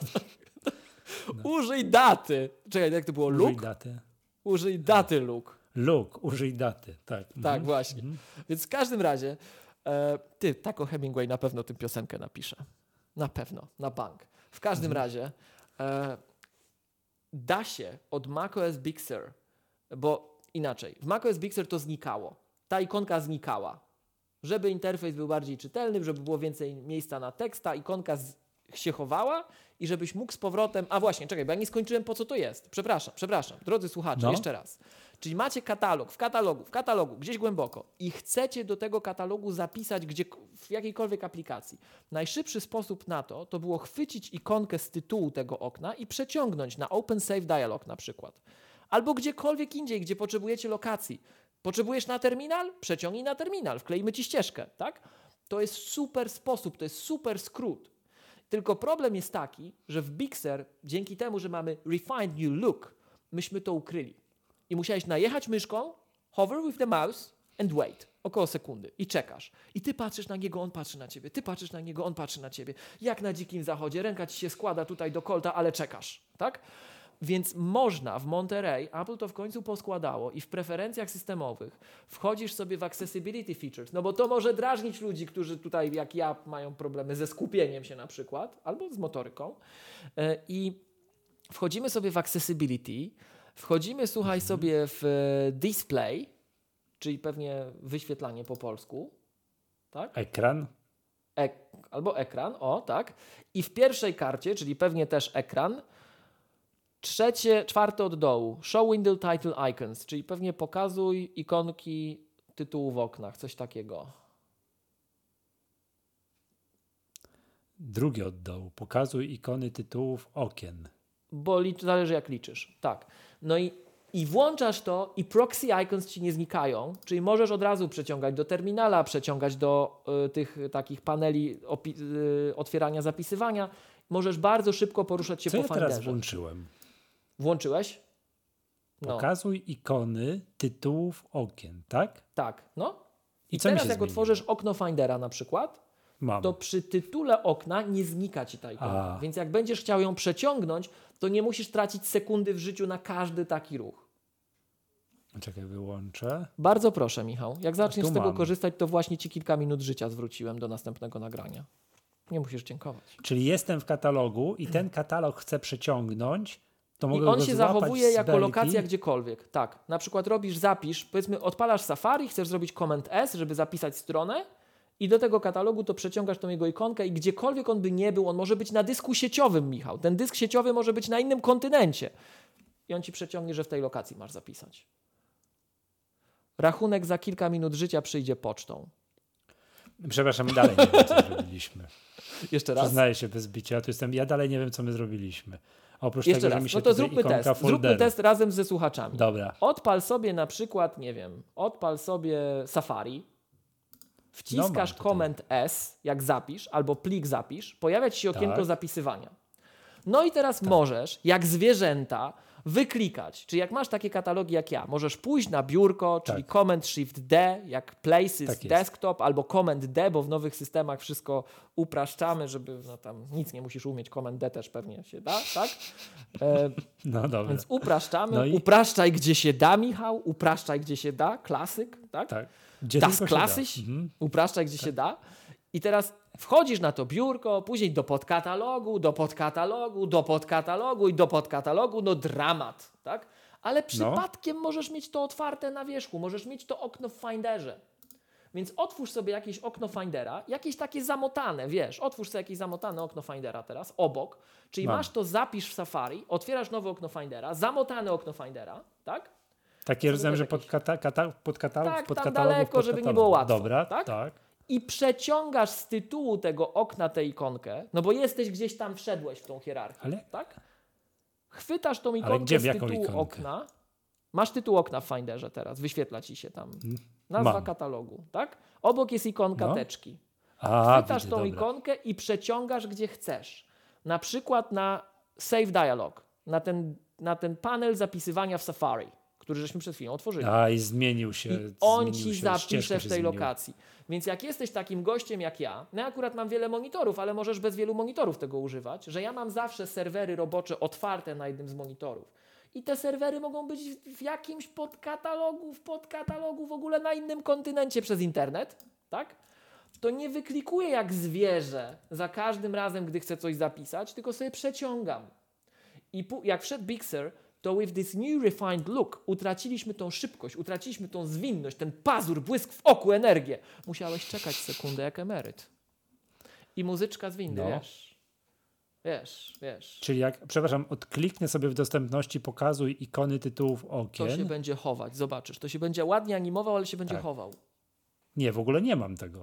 Użyj daty. Czekaj, jak to było? Użyj Luke? daty. Użyj daty, Luke. Luke, użyj daty, tak. Tak, Mhm. właśnie. Więc w każdym razie, e, ty, Taco Hemingway na pewno tym piosenkę napisze. Na pewno, na bank. W każdym Mhm. razie e, da się od macOS Big Sur, bo inaczej, w macOS Big Sur to znikało. Ta ikonka znikała. Żeby interfejs był bardziej czytelny, żeby było więcej miejsca na tekst, ta ikonka z, się chowała i żebyś mógł z powrotem... A właśnie, czekaj, bo ja nie skończyłem, po co to jest. Przepraszam, przepraszam. Drodzy słuchacze, No. jeszcze raz. Czyli macie katalog, w katalogu, w katalogu, gdzieś głęboko i chcecie do tego katalogu zapisać gdzie, w jakiejkolwiek aplikacji. Najszybszy sposób na to, to było chwycić ikonkę z tytułu tego okna i przeciągnąć na Open Save Dialog na przykład. Albo gdziekolwiek indziej, gdzie potrzebujecie lokacji. Potrzebujesz na terminal? Przeciągnij na terminal, wkleimy ci ścieżkę, tak? To jest super sposób, to jest super skrót. Tylko problem jest taki, że w Big Sur, dzięki temu, że mamy Refined New Look, myśmy to ukryli. I musiałeś najechać myszką, hover with the mouse and wait. Około sekundy. I czekasz. I ty patrzysz na niego, on patrzy na ciebie. Ty patrzysz na niego, on patrzy na ciebie. Jak na dzikim zachodzie. Ręka ci się składa tutaj do kolta, ale czekasz. Tak? Więc można w Monterey, Apple to w końcu poskładało i w preferencjach systemowych wchodzisz sobie w accessibility features, no bo to może drażnić ludzi, którzy tutaj jak ja mają problemy ze skupieniem się na przykład, albo z motoryką. I wchodzimy sobie w accessibility, wchodzimy, słuchaj, mhm. sobie w display, czyli pewnie wyświetlanie po polsku. Tak? Ekran. Ek- albo ekran, o tak. I w pierwszej karcie, czyli pewnie też ekran, trzecie, czwarte od dołu, show window title icons, czyli pewnie pokazuj ikonki tytułu w oknach, coś takiego. Drugie od dołu, pokazuj ikony tytułów okien. Bo licz, zależy jak liczysz, tak. No i, i włączasz to i proxy icons ci nie znikają, czyli możesz od razu przeciągać do terminala, przeciągać do y, tych takich paneli opi- y, otwierania, zapisywania. Możesz bardzo szybko poruszać się Co po ja Finderze. teraz włączyłem? Włączyłeś? No. Pokazuj ikony tytułów okien, tak? Tak, no. I, I co mi teraz się jak zmieniło? otworzysz okno Findera na przykład, Mam. to przy tytule okna nie znika ci ta ikonka. A. Więc jak będziesz chciał ją przeciągnąć, to nie musisz tracić sekundy w życiu na każdy taki ruch. Czekaj, wyłączę. Bardzo proszę, Michał. Jak zaczniesz tu z tego mam. korzystać, to właśnie ci kilka minut życia zwróciłem do następnego nagrania. Nie musisz dziękować. Czyli jestem w katalogu i ten katalog chcę przeciągnąć, to mogę I on go się złapać zachowuje z jako belki. lokacja gdziekolwiek. Tak. Na przykład robisz zapisz, powiedzmy odpalasz Safari, chcesz zrobić Command S, żeby zapisać stronę i do tego katalogu to przeciągasz tą jego ikonkę i gdziekolwiek on by nie był, on może być na dysku sieciowym, Michał. Ten dysk sieciowy może być na innym kontynencie. I on ci przeciągnie, że w tej lokacji masz zapisać. Rachunek za kilka minut życia przyjdzie pocztą. Przepraszam, dalej nie wiem, co zrobiliśmy. Jeszcze raz? Przyznaję się bez bicia, ja tu jestem, ja dalej nie wiem, co my zrobiliśmy. Oprócz Jeszcze tego, raz. że mi się No to tutaj zróbmy ikonka test. folderu. Zróbmy test razem ze słuchaczami. Dobra. Odpal sobie na przykład, nie wiem, odpal sobie Safari, wciskasz No, Command S, jak zapisz, albo plik zapisz, pojawia ci się okienko Tak. zapisywania. No i teraz możesz, jak zwierzęta, wyklikać. Czyli jak masz takie katalogi jak ja, możesz pójść na biurko, czyli Tak. Command Shift D, jak Places, Tak jest. Desktop, albo Command D, bo w nowych systemach wszystko upraszczamy, żeby no tam nic nie musisz umieć, Command D też pewnie się da, tak? E, No dobra. więc upraszczamy, No i- upraszczaj gdzie się da, Michał, upraszczaj gdzie się da, klasyk, tak? Tak. Gdzie Das tylko się da. klasyś, Mhm. upraszczaj gdzie się da. I teraz wchodzisz na to biurko, później do podkatalogu, do podkatalogu, do podkatalogu i do podkatalogu, no dramat, tak? Ale przypadkiem możesz mieć to otwarte na wierzchu, możesz mieć to okno w Finderze. Więc otwórz sobie jakieś okno Findera, jakieś takie zamotane, wiesz, otwórz sobie jakieś zamotane okno Findera teraz, obok, czyli Mam. masz to zapisz w Safari, otwierasz nowe okno Findera, zamotane okno Findera, tak? Takie rozumiem, że jakieś- pod, kata, kata, pod katalog, Tak, pod tam katalogów, daleko, pod żeby nie katalogów. było łatwo, Dobra, tak? tak. I przeciągasz z tytułu tego okna tę ikonkę, no bo jesteś gdzieś tam, wszedłeś w tą hierarchię, Ale- tak? Chwytasz tą Ale ikonkę gdzie, w z jaką tytułu ikonkę? okna, masz tytuł okna w Finderze teraz, wyświetla ci się tam nazwa Mam. katalogu, tak? Obok jest ikonka No. teczki. A, Chwytasz widzę, tą dobra. ikonkę i przeciągasz gdzie chcesz. Na przykład na Save Dialog, na ten, na ten panel zapisywania w Safari, który żeśmy przed chwilą otworzyli. A, i zmienił się. I on zmienił ci się, zapisze ścieżka w się tej zmieniła. lokacji. Więc jak jesteś takim gościem jak ja, no ja akurat mam wiele monitorów, ale możesz bez wielu monitorów tego używać, że ja mam zawsze serwery robocze otwarte na jednym z monitorów. I te serwery mogą być w jakimś podkatalogu, w podkatalogu w ogóle na innym kontynencie przez internet, tak? To nie wyklikuję jak zwierzę za każdym razem, gdy chcę coś zapisać, tylko sobie przeciągam. I pu- jak wszedł Big Sur, to with this new refined look utraciliśmy tą szybkość, utraciliśmy tą zwinność, ten pazur, błysk w oku, energię. Musiałeś czekać sekundę jak emeryt. I muzyczka z windy, No. wiesz. Wiesz, wiesz. Czyli jak, przepraszam, odkliknę sobie w dostępności, pokazuj ikony tytułów To okien. się będzie chować, zobaczysz. To się będzie ładnie animował, ale się będzie Tak. chował. Nie, w ogóle nie mam tego.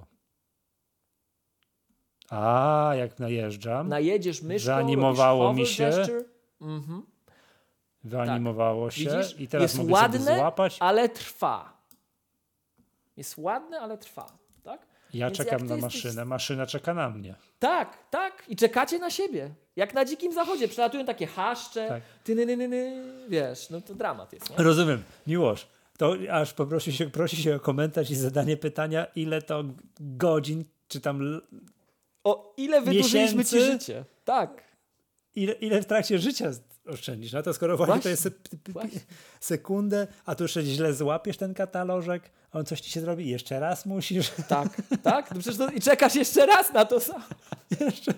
A, jak najeżdżam, Najedziesz myszką, Zaanimowało robisz mi hover się. gesture. Mhm. wyanimowało się Widzisz? i teraz jest mogę ładne, sobie złapać. ale trwa. Jest ładne, ale trwa. Tak? Ja Więc jak czekam ty na jesteś- maszynę, maszyna czeka na mnie. Tak, tak. I czekacie na siebie. Jak na dzikim zachodzie. Przelatują takie haszcze. Tak. Ty, ny, ny, ny, ny. Wiesz, no to dramat jest, nie? Rozumiem, Miłosz. To aż poprosi się, prosi się o komentarz i zadanie pytania, ile to godzin, czy tam l- O ile wydłużyliśmy ci Miesięcy? życie. Tak. ile, ile w trakcie życia z- oszczędzisz. No to skoro właśnie, to Właśnie, jest se, p- p- właśnie. sekundę, a tu jeszcze źle złapiesz ten katalożek, a on coś ci się zrobi i jeszcze raz musisz. Tak, tak. No przecież to, i czekasz jeszcze raz na to samo. jeszcze.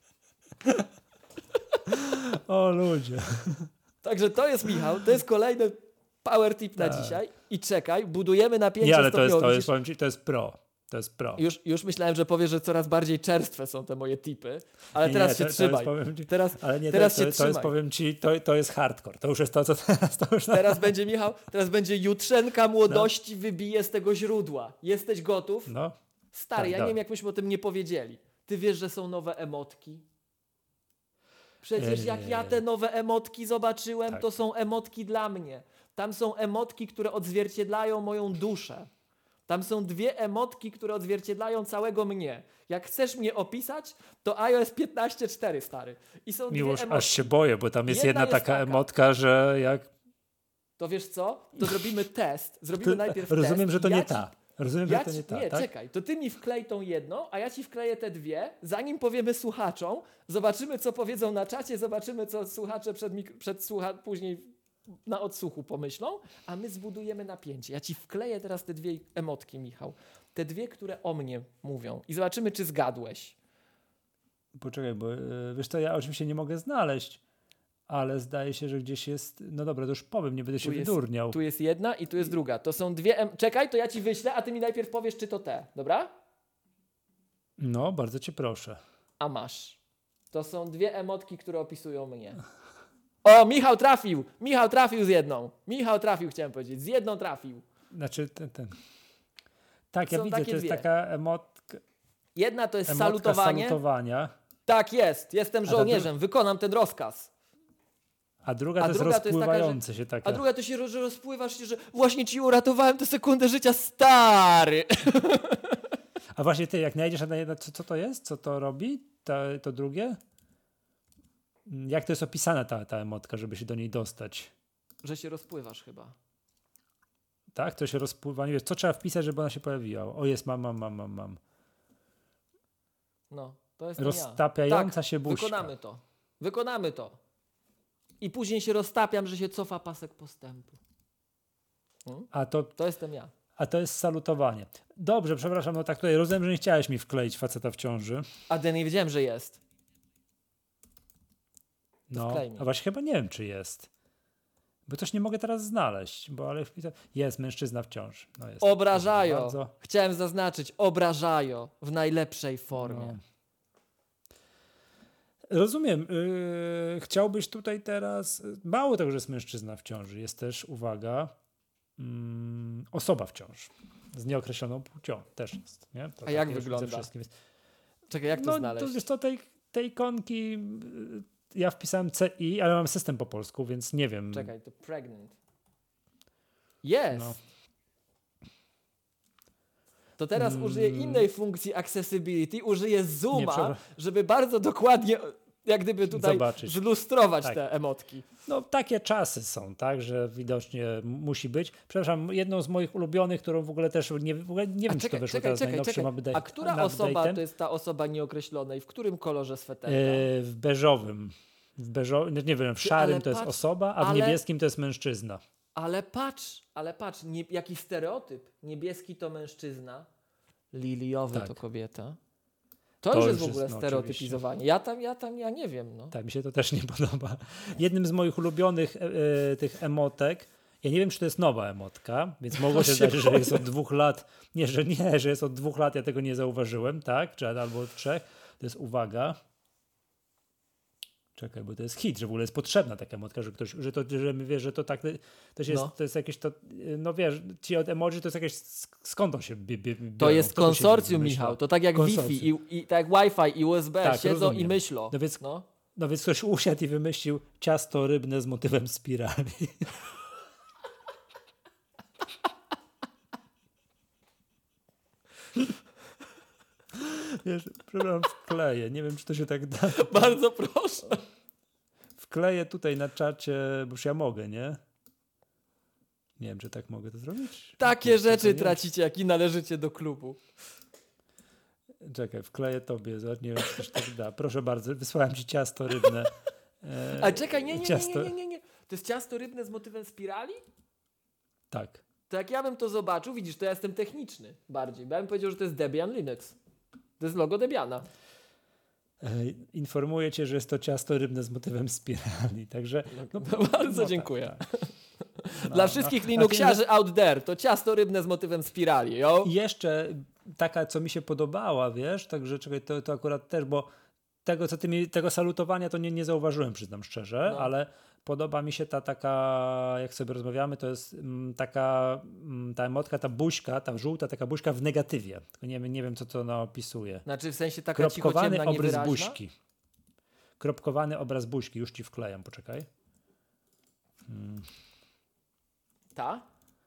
O ludzie. Także to jest Michał. To jest kolejny power tip na Tak. dzisiaj. I czekaj, budujemy napięcie Nie, ale to jest, stopniowo. to Widzisz? jest, powiem ci, to jest pro. To jest pro. Już, już myślałem, że powiesz, że coraz bardziej czerstwe są te moje tipy, ale teraz Nie, się to- to trzymaj. jest, powiem ci, Teraz, ale nie, teraz to, się to, to jest, trzymaj. powiem ci, to, to jest hardcore. To już jest to, co teraz, to już Teraz będzie, Michał, teraz będzie jutrzenka młodości wybije z tego źródła. Jesteś gotów? No. Stary, Tak, ja dawaj. nie wiem, jak myśmy o tym nie powiedzieli. Ty wiesz, że są nowe emotki? Przecież jak ja te nowe emotki zobaczyłem, Tak. to są emotki dla mnie. Tam są emotki, które odzwierciedlają moją duszę. Tam są dwie emotki, które odzwierciedlają całego mnie. Jak chcesz mnie opisać, to iOS piętnaście cztery, stary. I są Miłosz, dwie emotki. aż się boję, bo tam jest Jedna jedna, jest taka taka. emotka, że jak... To wiesz co? To zrobimy test. Zrobimy najpierw test. Rozumiem, że to Ja nie ci- ta. Rozumiem, Ja że to ci, nie ta, nie, tak? czekaj, to ty mi wklej tą jedną, a ja ci wkleję te dwie, zanim powiemy słuchaczom, zobaczymy, co powiedzą na czacie, zobaczymy, co słuchacze przed, mik- przed słucha- później na odsłuchu pomyślą, a my zbudujemy napięcie. Ja ci wkleję teraz te dwie emotki, Michał. Te dwie, które o mnie mówią i zobaczymy, czy zgadłeś. Poczekaj, bo e, wiesz co, ja oczywiście nie mogę znaleźć, ale zdaje się, że gdzieś jest... No dobra, to już powiem, nie będę się Tu jest- wydurniał. Tu jest jedna i tu jest druga. To są dwie... Em- czekaj, to ja ci wyślę, a ty mi najpierw powiesz, czy to te, dobra? No, bardzo cię proszę. A masz. To są dwie emotki, które opisują mnie. O, Michał trafił! Michał trafił z jedną. Michał trafił, chciałem powiedzieć. Z jedną trafił. Znaczy ten... ten. Tak, ja Są widzę, takie to jest dwie. taka emotka, Jedna to jest emotka salutowanie. salutowania, Tak jest, jestem ta żołnierzem, wykonam ten rozkaz. a druga A to jest druga to jest taka, że- rozpływające się taka. A druga to się, że rozpływasz się, że właśnie ci uratowałem tę sekundę życia, stary. A właśnie ty, jak znajdziesz na jedno, co, co to jest? Co to robi? To, to drugie? Jak to jest opisana ta, ta emotka, żeby się do niej dostać? Że się rozpływasz chyba. Tak? To się rozpływa. Nie wiesz, co trzeba wpisać, żeby ona się pojawiła? O, jest, mam, mam, mam, mam, mam. No, to jest Roztapiająca tak, się buźka. Wykonamy to. Wykonamy to. I później się roztapiam, że się cofa pasek postępu. Hmm? A to, To jestem ja. a to jest salutowanie. Dobrze, przepraszam, no tak tutaj rozumiem, że nie chciałeś mi wkleić faceta w ciąży. A ja nie wiedziałem, że jest. No, wklej mi. a właśnie chyba nie wiem, czy jest. Bo coś nie mogę teraz znaleźć, bo ale jest mężczyzna w ciąży. No jest, Obrażają. bardzo... Chciałem zaznaczyć, obrażają w najlepszej formie. No. Rozumiem. Yy, chciałbyś tutaj teraz... Mało tego, że jest mężczyzna w ciąży. Jest też, uwaga, yy, osoba w ciąży. Z nieokreśloną płcią też jest. Nie? To A jak wygląda? Czekaj, jak to no, znaleźć? To jest to tej, tej ikonki... Yy, ja wpisałem C I, ale mam system po polsku, więc nie wiem. Czekaj, to pregnant. Jest! No. To teraz hmm. użyję innej funkcji accessibility, użyję zooma, nie, żeby bardzo dokładnie jak gdyby tutaj Zobaczyć. zlustrować tak. te emotki. No takie czasy są, tak, że widocznie musi być. Przepraszam, jedną z moich ulubionych, którą w ogóle też nie, w ogóle nie wiem, czy to wyszło teraz najnowszym update'em. A która osoba to jest ta osoba nieokreślonej? W którym kolorze sweterka? Yy, w beżowym. W beżowym, nie wiem, w szarym ale to patrz, jest osoba, a w ale, niebieskim to jest mężczyzna. Ale patrz, ale patrz, nie, jaki stereotyp. Niebieski to mężczyzna, liliowy tak. to kobieta. To, to już jest w ogóle jest, no, stereotypizowanie. Ja tam, ja tam, ja nie wiem. No. Tak, mi się to też nie podoba. Jednym z moich ulubionych e, tych emotek, ja nie wiem, czy to jest nowa emotka, więc mogło się zdać, że jest od dwóch lat. Nie, że nie, że jest od dwóch lat, ja tego nie zauważyłem, tak? Czy albo od trzech. To jest uwaga. Czekaj, bo to jest hit, że w ogóle jest potrzebna taka emotka, że ktoś, że to, że wiesz, że to tak, to jest, no. to jest jakieś to, no wiesz, ci od emoji to jest jakieś, skąd to się bi, bi, biorą? To jest konsorcjum, Michał, to tak jak konsorcjum. Wi-Fi i, i tak jak Wi-Fi i U S B tak, siedzą rozumiem. i myślą. No więc, no. no więc ktoś usiadł i wymyślił ciasto rybne z motywem spirali. Wiesz, przepraszam, wkleję. Nie wiem, czy to się tak da. Bardzo proszę. Wkleję tutaj na czacie, bo już ja mogę, nie? Nie wiem, czy tak mogę to zrobić. Takie nie, rzeczy tracicie, jak i należycie do klubu. Czekaj, wkleję tobie. Nie wiem, czy to się tak da. Proszę bardzo, wysłałem ci ciasto rybne. E, A czekaj, nie, nie, ciasto... nie, nie, nie, nie. To jest ciasto rybne z motywem spirali? Tak. To jak ja bym to zobaczył, widzisz, to ja jestem techniczny bardziej. Bo ja bym powiedział, że to jest Debian Linux. To jest logo Debiana. Informuję cię, że jest to ciasto rybne z motywem spirali. Także no, no, bardzo no, dziękuję. Tak, tak. No, Dla wszystkich no. Linuxiarzy tym, out there to ciasto rybne z motywem spirali. Yo? I jeszcze taka, co mi się podobała, wiesz, także czekaj, to, to akurat też, bo tego, co ty mi, tego salutowania to nie, nie zauważyłem, przyznam szczerze, no. ale podoba mi się ta taka, jak sobie rozmawiamy, to jest m, taka m, ta emotka, ta buźka, ta żółta taka buźka w negatywie. Tylko nie, nie wiem, co to ona opisuje. Znaczy w sensie taka Kropkowany cicho, ciemna, obraz niewyraźna? buźki. Kropkowany obraz buźki. Już ci wklejam, poczekaj. Hmm. Ta?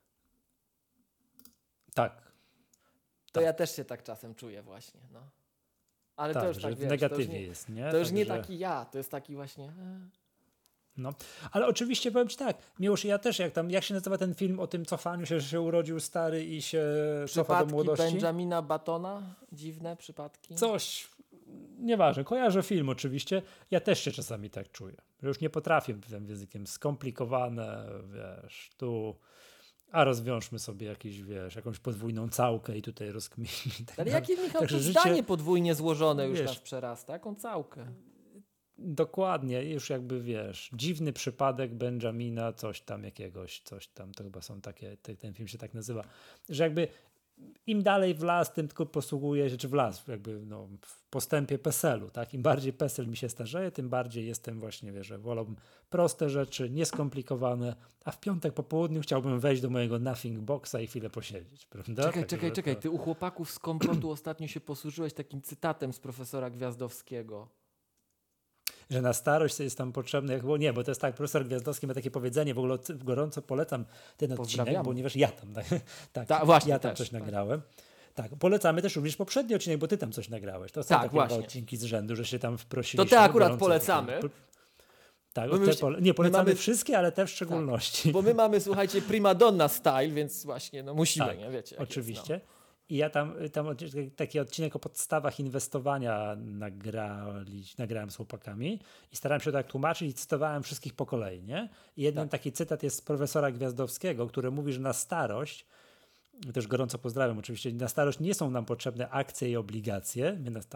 Tak. To tak. ja też się tak czasem czuję właśnie, no. Ale tak, to już że tak, w wiesz, negatywie to nie, jest, nie? To już tak, nie że... taki ja, to jest taki właśnie... E. No, ale oczywiście powiem ci tak, Miłosz, ja też, jak tam, jak się nazywa ten film o tym cofaniu się, że się urodził stary i się przypadki cofa do młodości? Benjamina Buttona? Dziwne przypadki? Coś, nieważne, kojarzę film oczywiście, ja też się czasami tak czuję, że już nie potrafię tym językiem, skomplikowane, wiesz, tu... A rozwiążmy sobie jakieś, wiesz, jakąś podwójną całkę i tutaj rozkminimy. Tak ale jakie, Michał, to życie... zdanie podwójnie złożone już wiesz, nas przerasta? Jaką całkę? Dokładnie, już jakby, wiesz, dziwny przypadek Benjamina, coś tam jakiegoś, coś tam, to chyba są takie, ten film się tak nazywa, że jakby im dalej w las, tym tylko posługuję się, czy w las, jakby no, w postępie PESEL-u, tak? Im bardziej PESEL mi się starzeje, tym bardziej jestem właśnie, wiesz, że wolałbym proste rzeczy, nieskomplikowane, a w piątek po południu chciałbym wejść do mojego Nothing Boxa i chwilę posiedzieć, prawda? Czekaj, tak, czekaj, czekaj, to... ty u chłopaków z Komplotu ostatnio się posłużyłeś takim cytatem z profesora Gwiazdowskiego. Że na starość jest tam potrzebne, jak było, nie, bo to jest tak, profesor Gwiazdowski ma takie powiedzenie, w ogóle gorąco polecam ten odcinek, ponieważ ja tam, tak, Ta, właśnie, ja tam też, coś tak. nagrałem. Tak, polecamy też również poprzedni odcinek, bo ty tam coś nagrałeś. To są tak, takie właśnie. odcinki z rzędu, że się tam wprosiliśmy. To te akurat polecamy. Tak, te pole... nie, polecamy mamy... wszystkie, ale te w szczególności. Tak, bo my mamy, słuchajcie, primadonna style, więc właśnie, no musimy, tak, nie wiecie. Oczywiście. Jest, no. I ja tam, tam taki odcinek o podstawach inwestowania nagrali, nagrałem z chłopakami i starałem się tak tłumaczyć i cytowałem wszystkich po kolei, nie? I jeden tak. taki cytat jest z profesora Gwiazdowskiego, który mówi, że na starość, też gorąco pozdrawiam oczywiście, na starość nie są nam potrzebne akcje i obligacje, więc tak,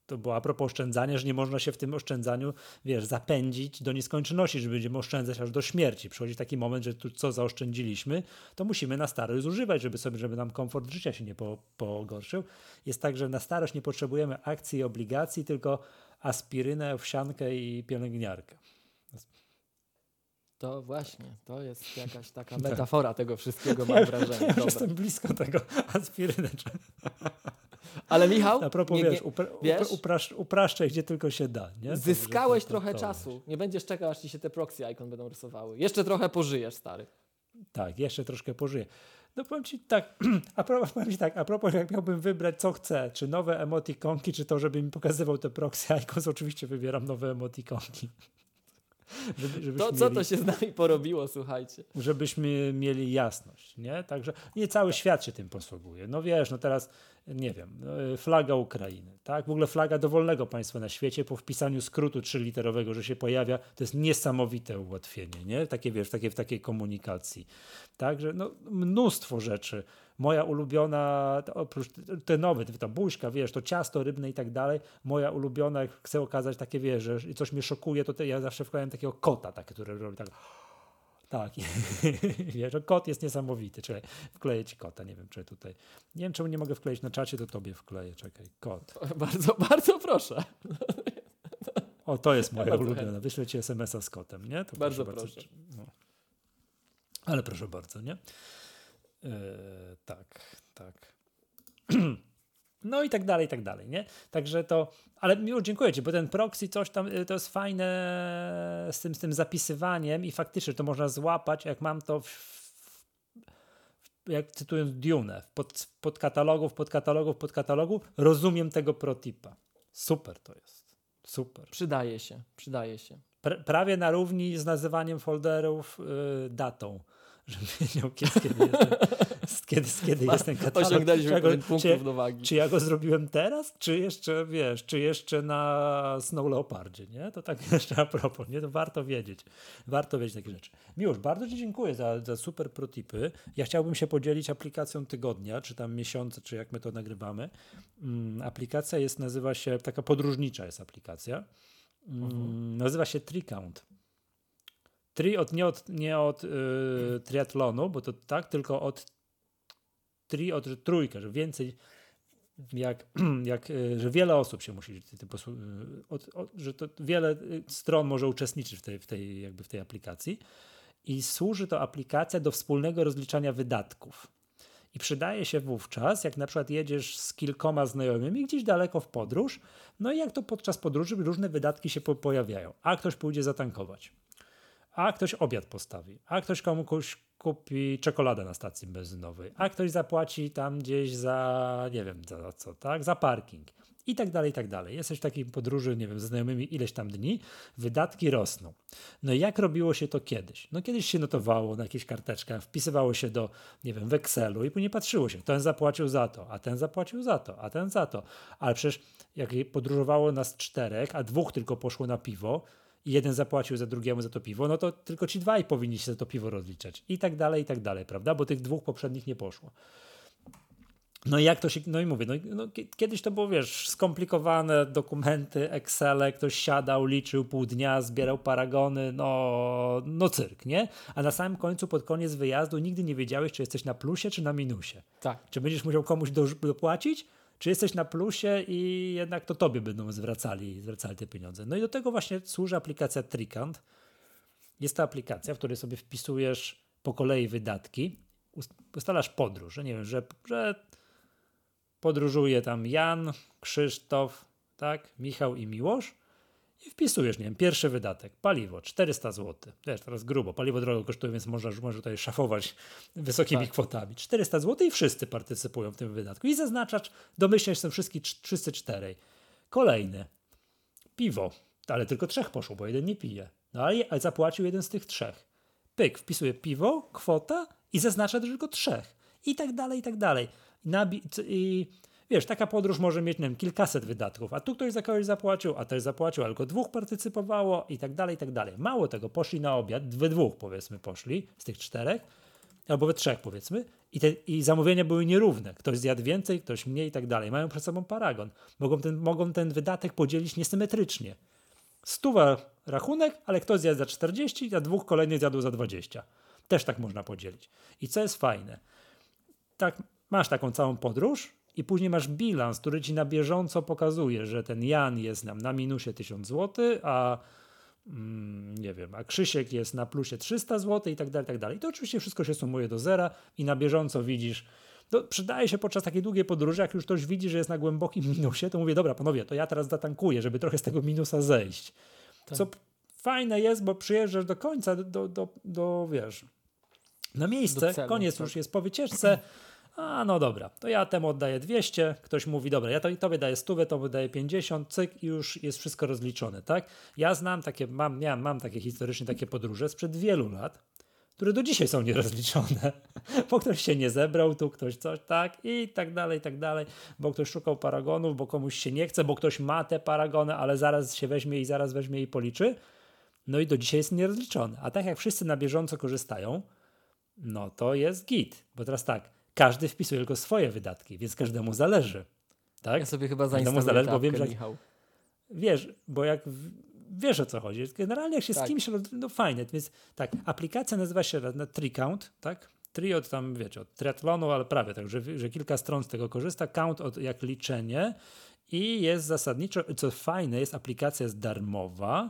to było a propos oszczędzania, że nie można się w tym oszczędzaniu, wiesz, zapędzić do nieskończoności, że będziemy oszczędzać aż do śmierci. Przychodzi taki moment, że tu co zaoszczędziliśmy, to musimy na starość zużywać, żeby sobie, żeby nam komfort życia się nie po, pogorszył. Jest tak, że na starość nie potrzebujemy akcji i obligacji, tylko aspirynę, owsiankę i pielęgniarkę. To właśnie, to jest jakaś taka metafora tego wszystkiego, mam ja, wrażenie. Ja już Dobra. jestem blisko tego aspirynę. Ale Michał, A propos, nie, wiesz, nie, upra- wiesz uprasz- upraszczaj gdzie tylko się da. Nie? zyskałeś to, to, trochę to, czasu. Nie będziesz czekał, aż ci się te proxy icon będą rysowały. Jeszcze trochę pożyjesz, stary. Tak, jeszcze troszkę pożyję. No powiem ci tak, a propos, powiem ci tak, a propos jak miałbym wybrać co chcę, czy nowe emotikonki, czy to, żeby mi pokazywał te proxy icons, oczywiście wybieram nowe emotikonki. Żeby, To co mieli, to się z nami porobiło, słuchajcie. Żebyśmy mieli jasność, nie? Także nie cały świat się tym posługuje. No wiesz, no teraz, nie wiem, flaga Ukrainy, tak? W ogóle flaga dowolnego państwa na świecie po wpisaniu skrótu trzyliterowego, że się pojawia, to jest niesamowite ułatwienie, nie? Takie, wiesz, takie, w takiej komunikacji. Także no, mnóstwo rzeczy. Moja ulubiona, oprócz te nowe, to buźka, wiesz, to ciasto rybne i tak dalej. Moja ulubiona, jak chcę okazać takie, wiesz, że coś mnie szokuje, to te, ja zawsze wkładam takiego kota, tak, który robi tak. Tak, wiesz, kot jest niesamowity. Czekaj, wkleję ci kota, nie wiem, czy tutaj. Nie wiem, czemu nie mogę wkleić na czacie, to tobie wkleję, czekaj, kot. Bardzo, bardzo proszę. O, to jest moja ulubiona. Wyślę ci es em es a z kotem, nie? To bardzo proszę. proszę. No. Ale proszę bardzo, nie? Yy, tak, tak. No i tak dalej, i tak dalej, nie? Także to, ale miło, dziękuję ci, bo ten proxy coś tam, to jest fajne z tym, z tym zapisywaniem i faktycznie to można złapać, jak mam to w, w, jak cytując Dune, pod, pod katalogów, pod katalogów, pod katalogu, rozumiem tego protipa. Super to jest. Super. Przydaje się, przydaje się. Pra, prawie na równi z nazywaniem folderów yy, datą. Żebym wiedział, kiedy, kiedy, jest ten, kiedy, kiedy jest ten katalog. Osiągnęliśmy czy, pewien czy, punkt równowagi. Czy ja go zrobiłem teraz, czy jeszcze, wiesz, czy jeszcze na Snow Leopardzie, nie? To tak jeszcze a propos, nie? To warto wiedzieć. Warto wiedzieć takie rzeczy. Miłosz, bardzo ci dziękuję za, za super protipy. Ja chciałbym się podzielić aplikacją tygodnia, czy tam miesiąca, czy jak my to nagrywamy. Um, aplikacja jest, nazywa się, taka podróżnicza jest aplikacja. Um, mhm. Nazywa się Tree Count. Tri od, nie od, nie od y, triatlonu, bo to tak, tylko od tri, od trójkę, że więcej, jak, jak, y, że wiele osób się musi, ty, ty, od, od, że to wiele stron może uczestniczyć w tej, w tej, jakby w tej aplikacji i służy to aplikacja do wspólnego rozliczania wydatków. I przydaje się wówczas, jak na przykład jedziesz z kilkoma znajomymi gdzieś daleko w podróż, no i jak to podczas podróży różne wydatki się po, pojawiają, a ktoś pójdzie zatankować. A ktoś obiad postawi, a ktoś komuś kupi czekoladę na stacji benzynowej, a ktoś zapłaci tam gdzieś za, nie wiem za co, tak, za parking i tak dalej, i tak dalej. Jesteś w takiej podróży, nie wiem, ze znajomymi ileś tam dni, wydatki rosną. No i jak robiło się to kiedyś? No kiedyś się notowało na jakichś karteczkach, wpisywało się do, nie wiem, w Excelu i później patrzyło się, ten zapłacił za to, a ten zapłacił za to, a ten za to. Ale przecież jak podróżowało nas czterech, a dwóch tylko poszło na piwo, i jeden zapłacił za drugiemu za to piwo, no to tylko ci dwaj powinni się za to piwo rozliczać. I tak dalej, i tak dalej, prawda? Bo tych dwóch poprzednich nie poszło. No i jak to się, no i mówię, no, no kiedyś to było, wiesz, skomplikowane dokumenty, Excele, ktoś siadał, liczył pół dnia, zbierał paragony, no, no cyrk, nie? A na samym końcu, pod koniec wyjazdu nigdy nie wiedziałeś, czy jesteś na plusie, czy na minusie. Tak. Czy będziesz musiał komuś dopłacić, czy jesteś na plusie i jednak to tobie będą zwracali, zwracali te pieniądze. No i do tego właśnie służy aplikacja Tree Count. Jest to aplikacja, w której sobie wpisujesz po kolei wydatki, ustalasz podróż, że nie wiem, że, że podróżuje tam Jan, Krzysztof, tak, Michał i Miłosz i wpisujesz, nie wiem, pierwszy wydatek, paliwo, czterysta złotych. Wiesz, teraz grubo, paliwo drogo kosztuje, więc można, można tutaj szafować wysokimi tak. kwotami. czterysta złotych i wszyscy partycypują w tym wydatku. I zaznaczasz, domyślnie są wszyscy, wszyscy czterej. Kolejny, piwo, ale tylko trzech poszło, bo jeden nie pije. No ale zapłacił jeden z tych trzech. Pyk, wpisuje piwo, kwota i zaznacza tylko trzech. I tak dalej, i tak dalej. I, nabi- i wiesz, taka podróż może mieć, nie wiem, kilkaset wydatków, a tu ktoś za kogoś zapłacił, a też zapłacił, ale tylko dwóch partycypowało i tak dalej, i tak dalej. Mało tego, poszli na obiad, we dwóch powiedzmy poszli z tych czterech albo we trzech powiedzmy, i, te, i zamówienia były nierówne. Ktoś zjadł więcej, ktoś mniej i tak dalej. Mają przed sobą paragon. Mogą ten, mogą ten wydatek podzielić niesymetrycznie. Stuwa rachunek, ale ktoś zjadł za czterdzieści, a dwóch kolejnych zjadł za dwadzieścia. Też tak można podzielić. I co jest fajne? Tak, masz taką całą podróż i później masz bilans, który ci na bieżąco pokazuje, że ten Jan jest nam na minusie tysiąc złotych, a mm, nie wiem, a Krzysiek jest na plusie trzysta złotych i tak dalej, i tak dalej. To oczywiście wszystko się sumuje do zera i na bieżąco widzisz. To przydaje się podczas takiej długiej podróży, jak już ktoś widzi, że jest na głębokim minusie, to mówię, dobra panowie, to ja teraz zatankuję, żeby trochę z tego minusa zejść. Tak. Co fajne jest, bo przyjeżdżasz do końca, do, do, do, do wiesz, na miejsce, celu, koniec tak. Już jest po wycieczce, a no dobra, to ja temu oddaję dwieście, ktoś mówi, dobra, ja to i tobie daję sto, to wydaję pięćdziesiąt, cyk i już jest wszystko rozliczone, tak? Ja znam takie, mam, ja mam takie historycznie takie podróże sprzed wielu lat, które do dzisiaj są nierozliczone, bo ktoś się nie zebrał, tu ktoś coś, tak i tak dalej, i tak dalej, bo ktoś szukał paragonów, bo komuś się nie chce, bo ktoś ma te paragony, ale zaraz się weźmie i zaraz weźmie i policzy, no i do dzisiaj jest nierozliczone. A tak jak wszyscy na bieżąco korzystają, no to jest git, bo teraz tak, każdy wpisuje tylko swoje wydatki, więc każdemu zależy. Tak? Ja sobie chyba zainstaluję zależy, bo wiem, że Michał. Wiesz, bo jak wiesz o co chodzi. Generalnie jak się tak. z kimś, no fajnie, więc tak, aplikacja nazywa się na TreeCount, tak? Tree od tam, wiecie, od triatlonu, ale prawie tak, że, że kilka stron z tego korzysta, count od jak liczenie i jest zasadniczo, co fajne, jest aplikacja jest darmowa,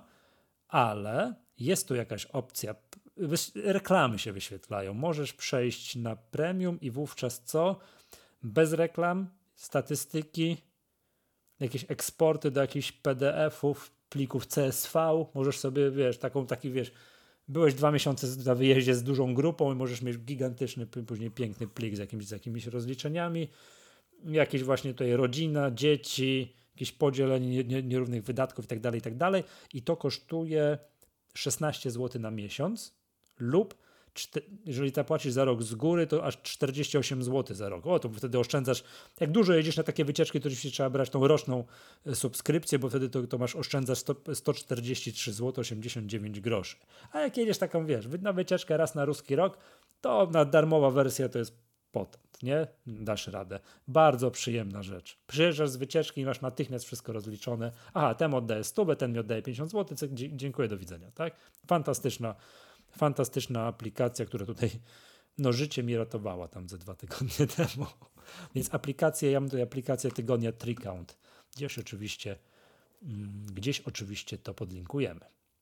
ale jest tu jakaś opcja, reklamy się wyświetlają. Możesz przejść na premium i wówczas co? Bez reklam, statystyki, jakieś eksporty do jakichś P D F-ów, plików C S V. Możesz sobie, wiesz, taką, taki, wiesz, byłeś dwa miesiące na wyjeździe z dużą grupą i możesz mieć gigantyczny, później piękny plik z jakimiś, z jakimiś rozliczeniami. Jakieś właśnie tutaj rodzina, dzieci, jakieś podzielenie nierównych wydatków i tak dalej, i tak dalej. I to kosztuje szesnaście złotych na miesiąc lub jeżeli zapłacisz za rok z góry, to aż czterdzieści osiem złotych za rok. O, to wtedy oszczędzasz. Jak dużo jedziesz na takie wycieczki, to oczywiście trzeba brać tą roczną subskrypcję, bo wtedy to, to masz oszczędzasz sto czterdzieści trzy złote osiemdziesiąt dziewięć groszy. A jak jedziesz taką, wiesz, na wycieczkę raz na ruski rok, to na darmowa wersja to jest potent, nie? Dasz radę. Bardzo przyjemna rzecz. Przyjeżdżasz z wycieczki i masz natychmiast wszystko rozliczone. Aha, ten oddaje sto, ten mi oddaje pięćdziesiąt złotych, dziękuję, do widzenia, tak? Fantastyczna Fantastyczna aplikacja, która tutaj no, życie mi ratowała tam ze dwa tygodnie temu. Więc aplikację, ja mam tutaj aplikację tygodnia TreeCount. Gdzieś oczywiście, mm, gdzieś oczywiście to podlinkujemy.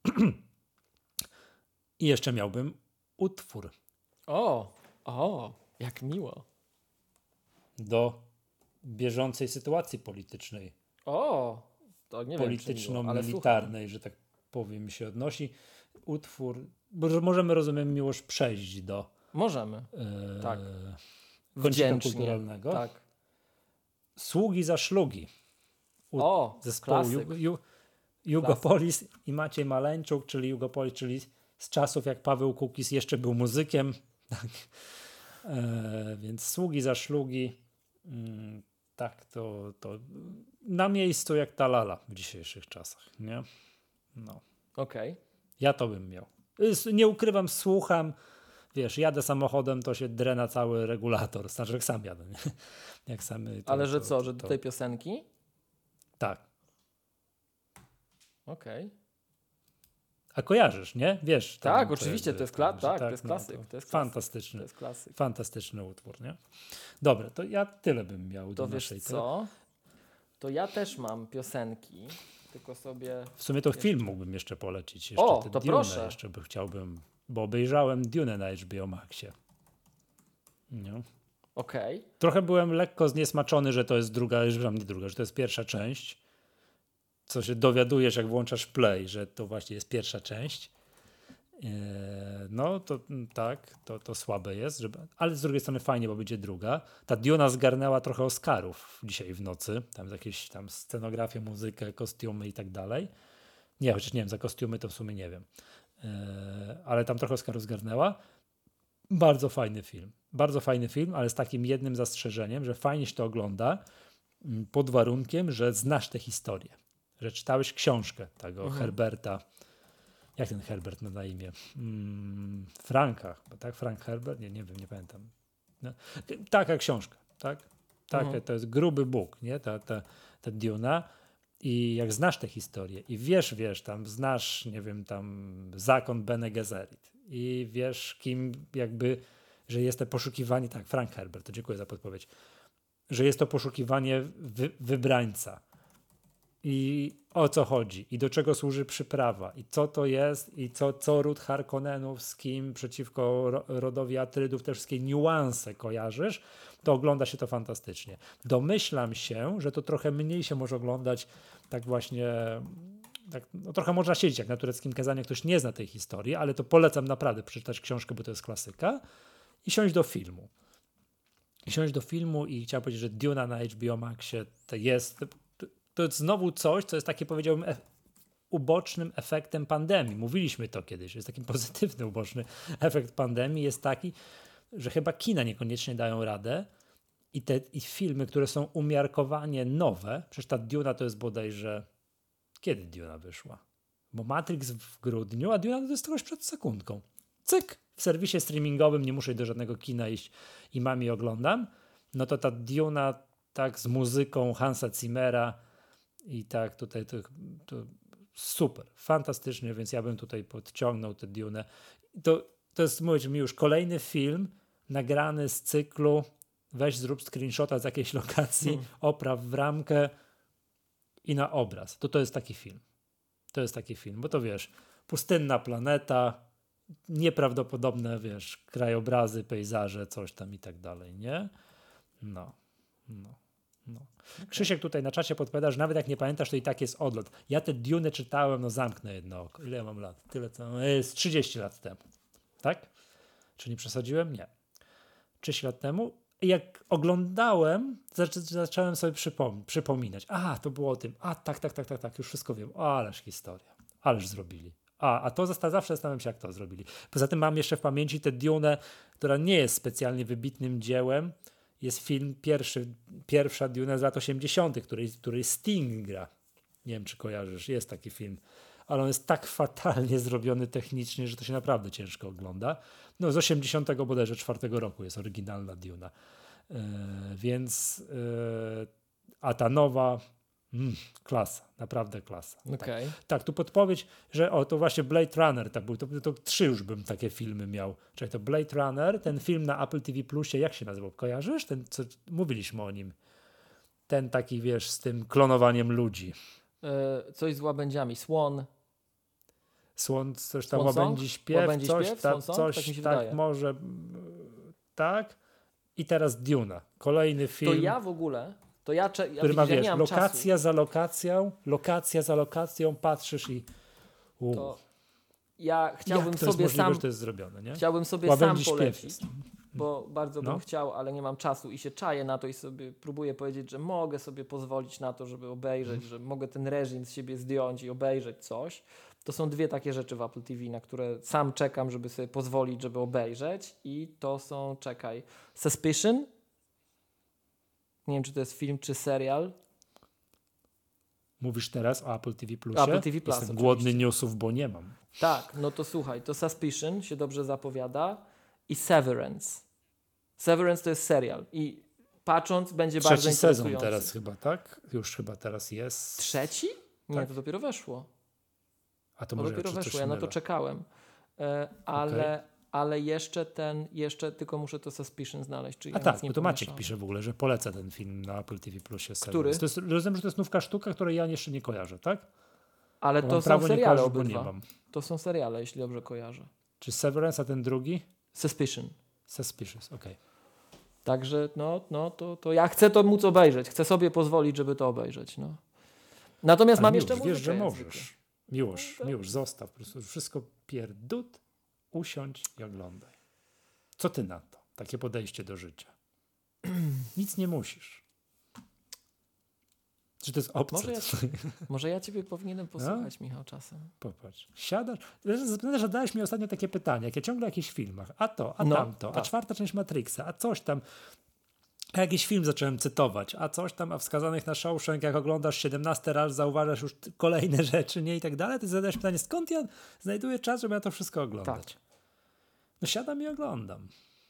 I jeszcze miałbym utwór. O, o, jak miło. Do bieżącej sytuacji politycznej. O, to nie polityczno-militarnej, że tak powiem, się odnosi. Utwór, bo możemy, rozumiem, Miłosz, przejść do możemy, e, tak. kącika kulturalnego. Tak. Sługi za szlugi. U, o, zespołu Ju, Ju, Jugopolis i Maciej Maleńczuk, czyli Jugopolis, czyli z czasów, jak Paweł Kukiz jeszcze był muzykiem. Tak. E, więc sługi za szlugi. Mm, tak, to, to na miejscu jak ta lala w dzisiejszych czasach, nie? No. Okej. Okay. Ja to bym miał. Nie ukrywam, słucham, wiesz, jadę samochodem, to się drę na cały regulator. Znaczy, jak sam jadę. Nie? Jak sam, to, ale że to, co, to, że do tej piosenki? Tak. Okej. Okay. A kojarzysz, nie? Wiesz. Tak, oczywiście, to jest, kla- tak, tak, to jest no, klasyk. To to jest fantastyczny, to jest klasyk. Fantastyczny utwór, nie? Dobra, to ja tyle bym miał to do wiesz naszej. co? To ja też mam piosenki. Tylko sobie... W sumie to jeszcze... film mógłbym jeszcze polecić. Jeszcze o, te to Dune proszę. Jeszcze by chciałbym, bo obejrzałem Dune na H B O Maxie. No. Okej. Okay. Trochę byłem lekko zniesmaczony, że to jest druga, że nie druga, że to jest pierwsza część. Co się dowiadujesz, jak włączasz play, że to właśnie jest pierwsza część. Eee, no to tak, to, to słabe jest, żeby, ale z drugiej strony fajnie, bo będzie druga. Ta Duna zgarnęła trochę Oscarów dzisiaj w nocy. Tam jakieś tam scenografię, muzykę, kostiumy i tak dalej. Nie, chociaż nie wiem, za kostiumy to w sumie nie wiem. Eee, ale tam trochę Oscarów zgarnęła. Bardzo fajny film. Bardzo fajny film, ale z takim jednym zastrzeżeniem, że fajnie się to ogląda pod warunkiem, że znasz tę historię. Że czytałeś książkę tego mhm. Herberta Jak ten Herbert ma na imię? Mm, Franka, tak? Frank Herbert? Nie, nie wiem, nie pamiętam. No. Taka książka, tak? Tak, mhm. To jest gruby Bóg, nie? Ta, ta, ta Duna. I jak znasz tę historię i wiesz, wiesz, tam znasz, nie wiem, tam zakon Bene Gesserit i wiesz, kim jakby, że jest to poszukiwanie, tak, Frank Herbert, to dziękuję za podpowiedź, że jest to poszukiwanie wy, wybrańca i o co chodzi i do czego służy przyprawa i co to jest i co, co ród Harkonnenów z kim przeciwko rodowi Atrydów, te wszystkie niuanse kojarzysz, to ogląda się to fantastycznie. Domyślam się, że to trochę mniej się może oglądać tak właśnie, tak, no trochę można siedzieć jak na tureckim kazaniu, ktoś nie zna tej historii, ale to polecam naprawdę przeczytać książkę, bo to jest klasyka i siąść do filmu. I siąść do filmu i chciałem powiedzieć, że Duna na H B O Maxie to jest, to jest znowu coś, co jest takie, powiedziałbym, e- ubocznym efektem pandemii. Mówiliśmy to kiedyś, jest taki pozytywny, uboczny efekt pandemii jest taki, że chyba kina niekoniecznie dają radę i te i filmy, które są umiarkowanie nowe, przecież ta Duna to jest bodajże, kiedy Duna wyszła? Bo Matrix w grudniu, a Duna to jest trochę przed sekundką. Cyk! W serwisie streamingowym nie muszę do żadnego kina iść i mam i oglądam. No to ta Duna tak z muzyką Hansa Zimmera i tak tutaj to, to super, fantastycznie, więc ja bym tutaj podciągnął tę Dunę. To, to jest, mówię mi już, kolejny film nagrany z cyklu weź zrób screenshota z jakiejś lokacji, hmm. opraw w ramkę i na obraz. To to jest taki film. To jest taki film, bo to wiesz, pustynna planeta, nieprawdopodobne, wiesz, krajobrazy, pejzaże, coś tam i tak dalej, nie? No, no, no. Okay. Krzysiek tutaj na czacie podpowiada, że nawet jak nie pamiętasz, to i tak jest odlot. Ja te Duny czytałem, no zamknę jedno oko. Ile ja mam lat? Tyle co? Jest trzydzieści lat temu. Tak? Czy nie przesadziłem? Nie. trzydzieści lat temu. I jak oglądałem, zac- zacząłem sobie przypom- przypominać. A, to było o tym. A, tak, tak, tak, tak, tak, już wszystko wiem. O, ależ historia. Ależ zrobili. A, a to zasta- zawsze zastanawiam się, jak to zrobili. Poza tym mam jeszcze w pamięci tę Dunę, która nie jest specjalnie wybitnym dziełem. Jest film pierwszy, pierwsza Duna z lat osiemdziesiątych, której, której Sting gra. Nie wiem, czy kojarzysz. Jest taki film. Ale on jest tak fatalnie zrobiony technicznie, że to się naprawdę ciężko ogląda. No z osiemdziesiątego bodajże czwartego roku jest oryginalna Duna. Yy, więc yy, a ta nowa mm, klasa, naprawdę klasa. Okay. Tak, tak, tu podpowiedź, że o, to właśnie Blade Runner tak był, to, to trzy już bym takie filmy miał. Czyli to Blade Runner, ten film na Apple T V Plusie, jak się nazywał? Kojarzysz? Ten, co mówiliśmy o nim. Ten taki, wiesz, z tym klonowaniem ludzi. Yy, coś z łabędziami. Swan. Słon, coś tam, Swan łabędzi śpiew, łabędzi coś, śpiew? ta, Swan coś tak, mi się tak wydaje. może, tak. I teraz Duna, kolejny film. To ja w ogóle, to ja, cze- ja który ma, widzisz, wiesz, ja lokacja czasu. za lokacją, lokacja za lokacją, patrzysz i uu. To ja chciałbym Jak to jest sobie możliwe, sam, że to jest zrobione, nie? chciałbym sobie Łabędzi sam śpiew polecić, jest. bo bardzo No. bym chciał, ale nie mam czasu i się czaję na to i sobie próbuję powiedzieć, że mogę sobie pozwolić na to, żeby obejrzeć, że mogę ten reżim z siebie zdjąć i obejrzeć coś. To są dwie takie rzeczy w Apple T V, na które sam czekam, żeby sobie pozwolić, żeby obejrzeć i to są, czekaj, Suspicion. Nie wiem, czy to jest film, czy serial. Mówisz teraz o Apple T V Plusie? Apple T V Plus, Jestem oczywiście. głodny newsów, bo nie mam. Tak, no to słuchaj, to Suspicion się dobrze zapowiada i Severance. Severance to jest serial i patrząc będzie Trzeci bardzo interesujący. sezon teraz chyba, tak? Już chyba teraz jest. Trzeci? Nie, Tak. to dopiero weszło. A to To może dopiero ja, czy coś weszło, ja na to mylę? czekałem. E, ale, ale jeszcze ten, jeszcze tylko muszę to Suspicion znaleźć. Czy A ja tak, nic nie bo to Maciek pomieszałem. pisze w ogóle, że poleca ten film na Apple T V Plusie. Który? To jest, rozumiem, że to jest nówka sztuka, której ja jeszcze nie kojarzę, tak? Ale Bo to mam są prawo nie seriale kojarzyć, bo obydwa. nie mam. To są seriale, jeśli dobrze kojarzę. Czy Severance, a ten drugi? Suspicion. Suspicious, okej. Okay. Także no, no to, to ja chcę to móc obejrzeć. Chcę sobie pozwolić, żeby to obejrzeć. No. Natomiast mam jeszcze muzykę. Wiesz, że jak możesz. zwykle. Miłość, No, miłość, zostaw. Po prostu wszystko pierdut, usiądź i oglądaj. Co ty na to? Takie podejście do życia. Nic nie musisz. Czy to jest opcja? Może ja, może ja ciebie powinienem posłuchać, no? Michał, czasem. Popatrz. Siadasz. Zapewne, że zadałeś mi ostatnio takie pytanie, jak ja ciągle o jakichś filmach. A to, a No, tamto, a tak. czwarta część Matrixa, a coś tam. jakiś film zacząłem cytować, a coś tam, a wskazanych na Shawshank, jak oglądasz siedemnasty raz, zauważasz już kolejne rzeczy, nie i tak dalej, ty zadajesz pytanie, skąd ja znajduję czas, żeby ja to wszystko oglądać? Tak. No siadam i oglądam.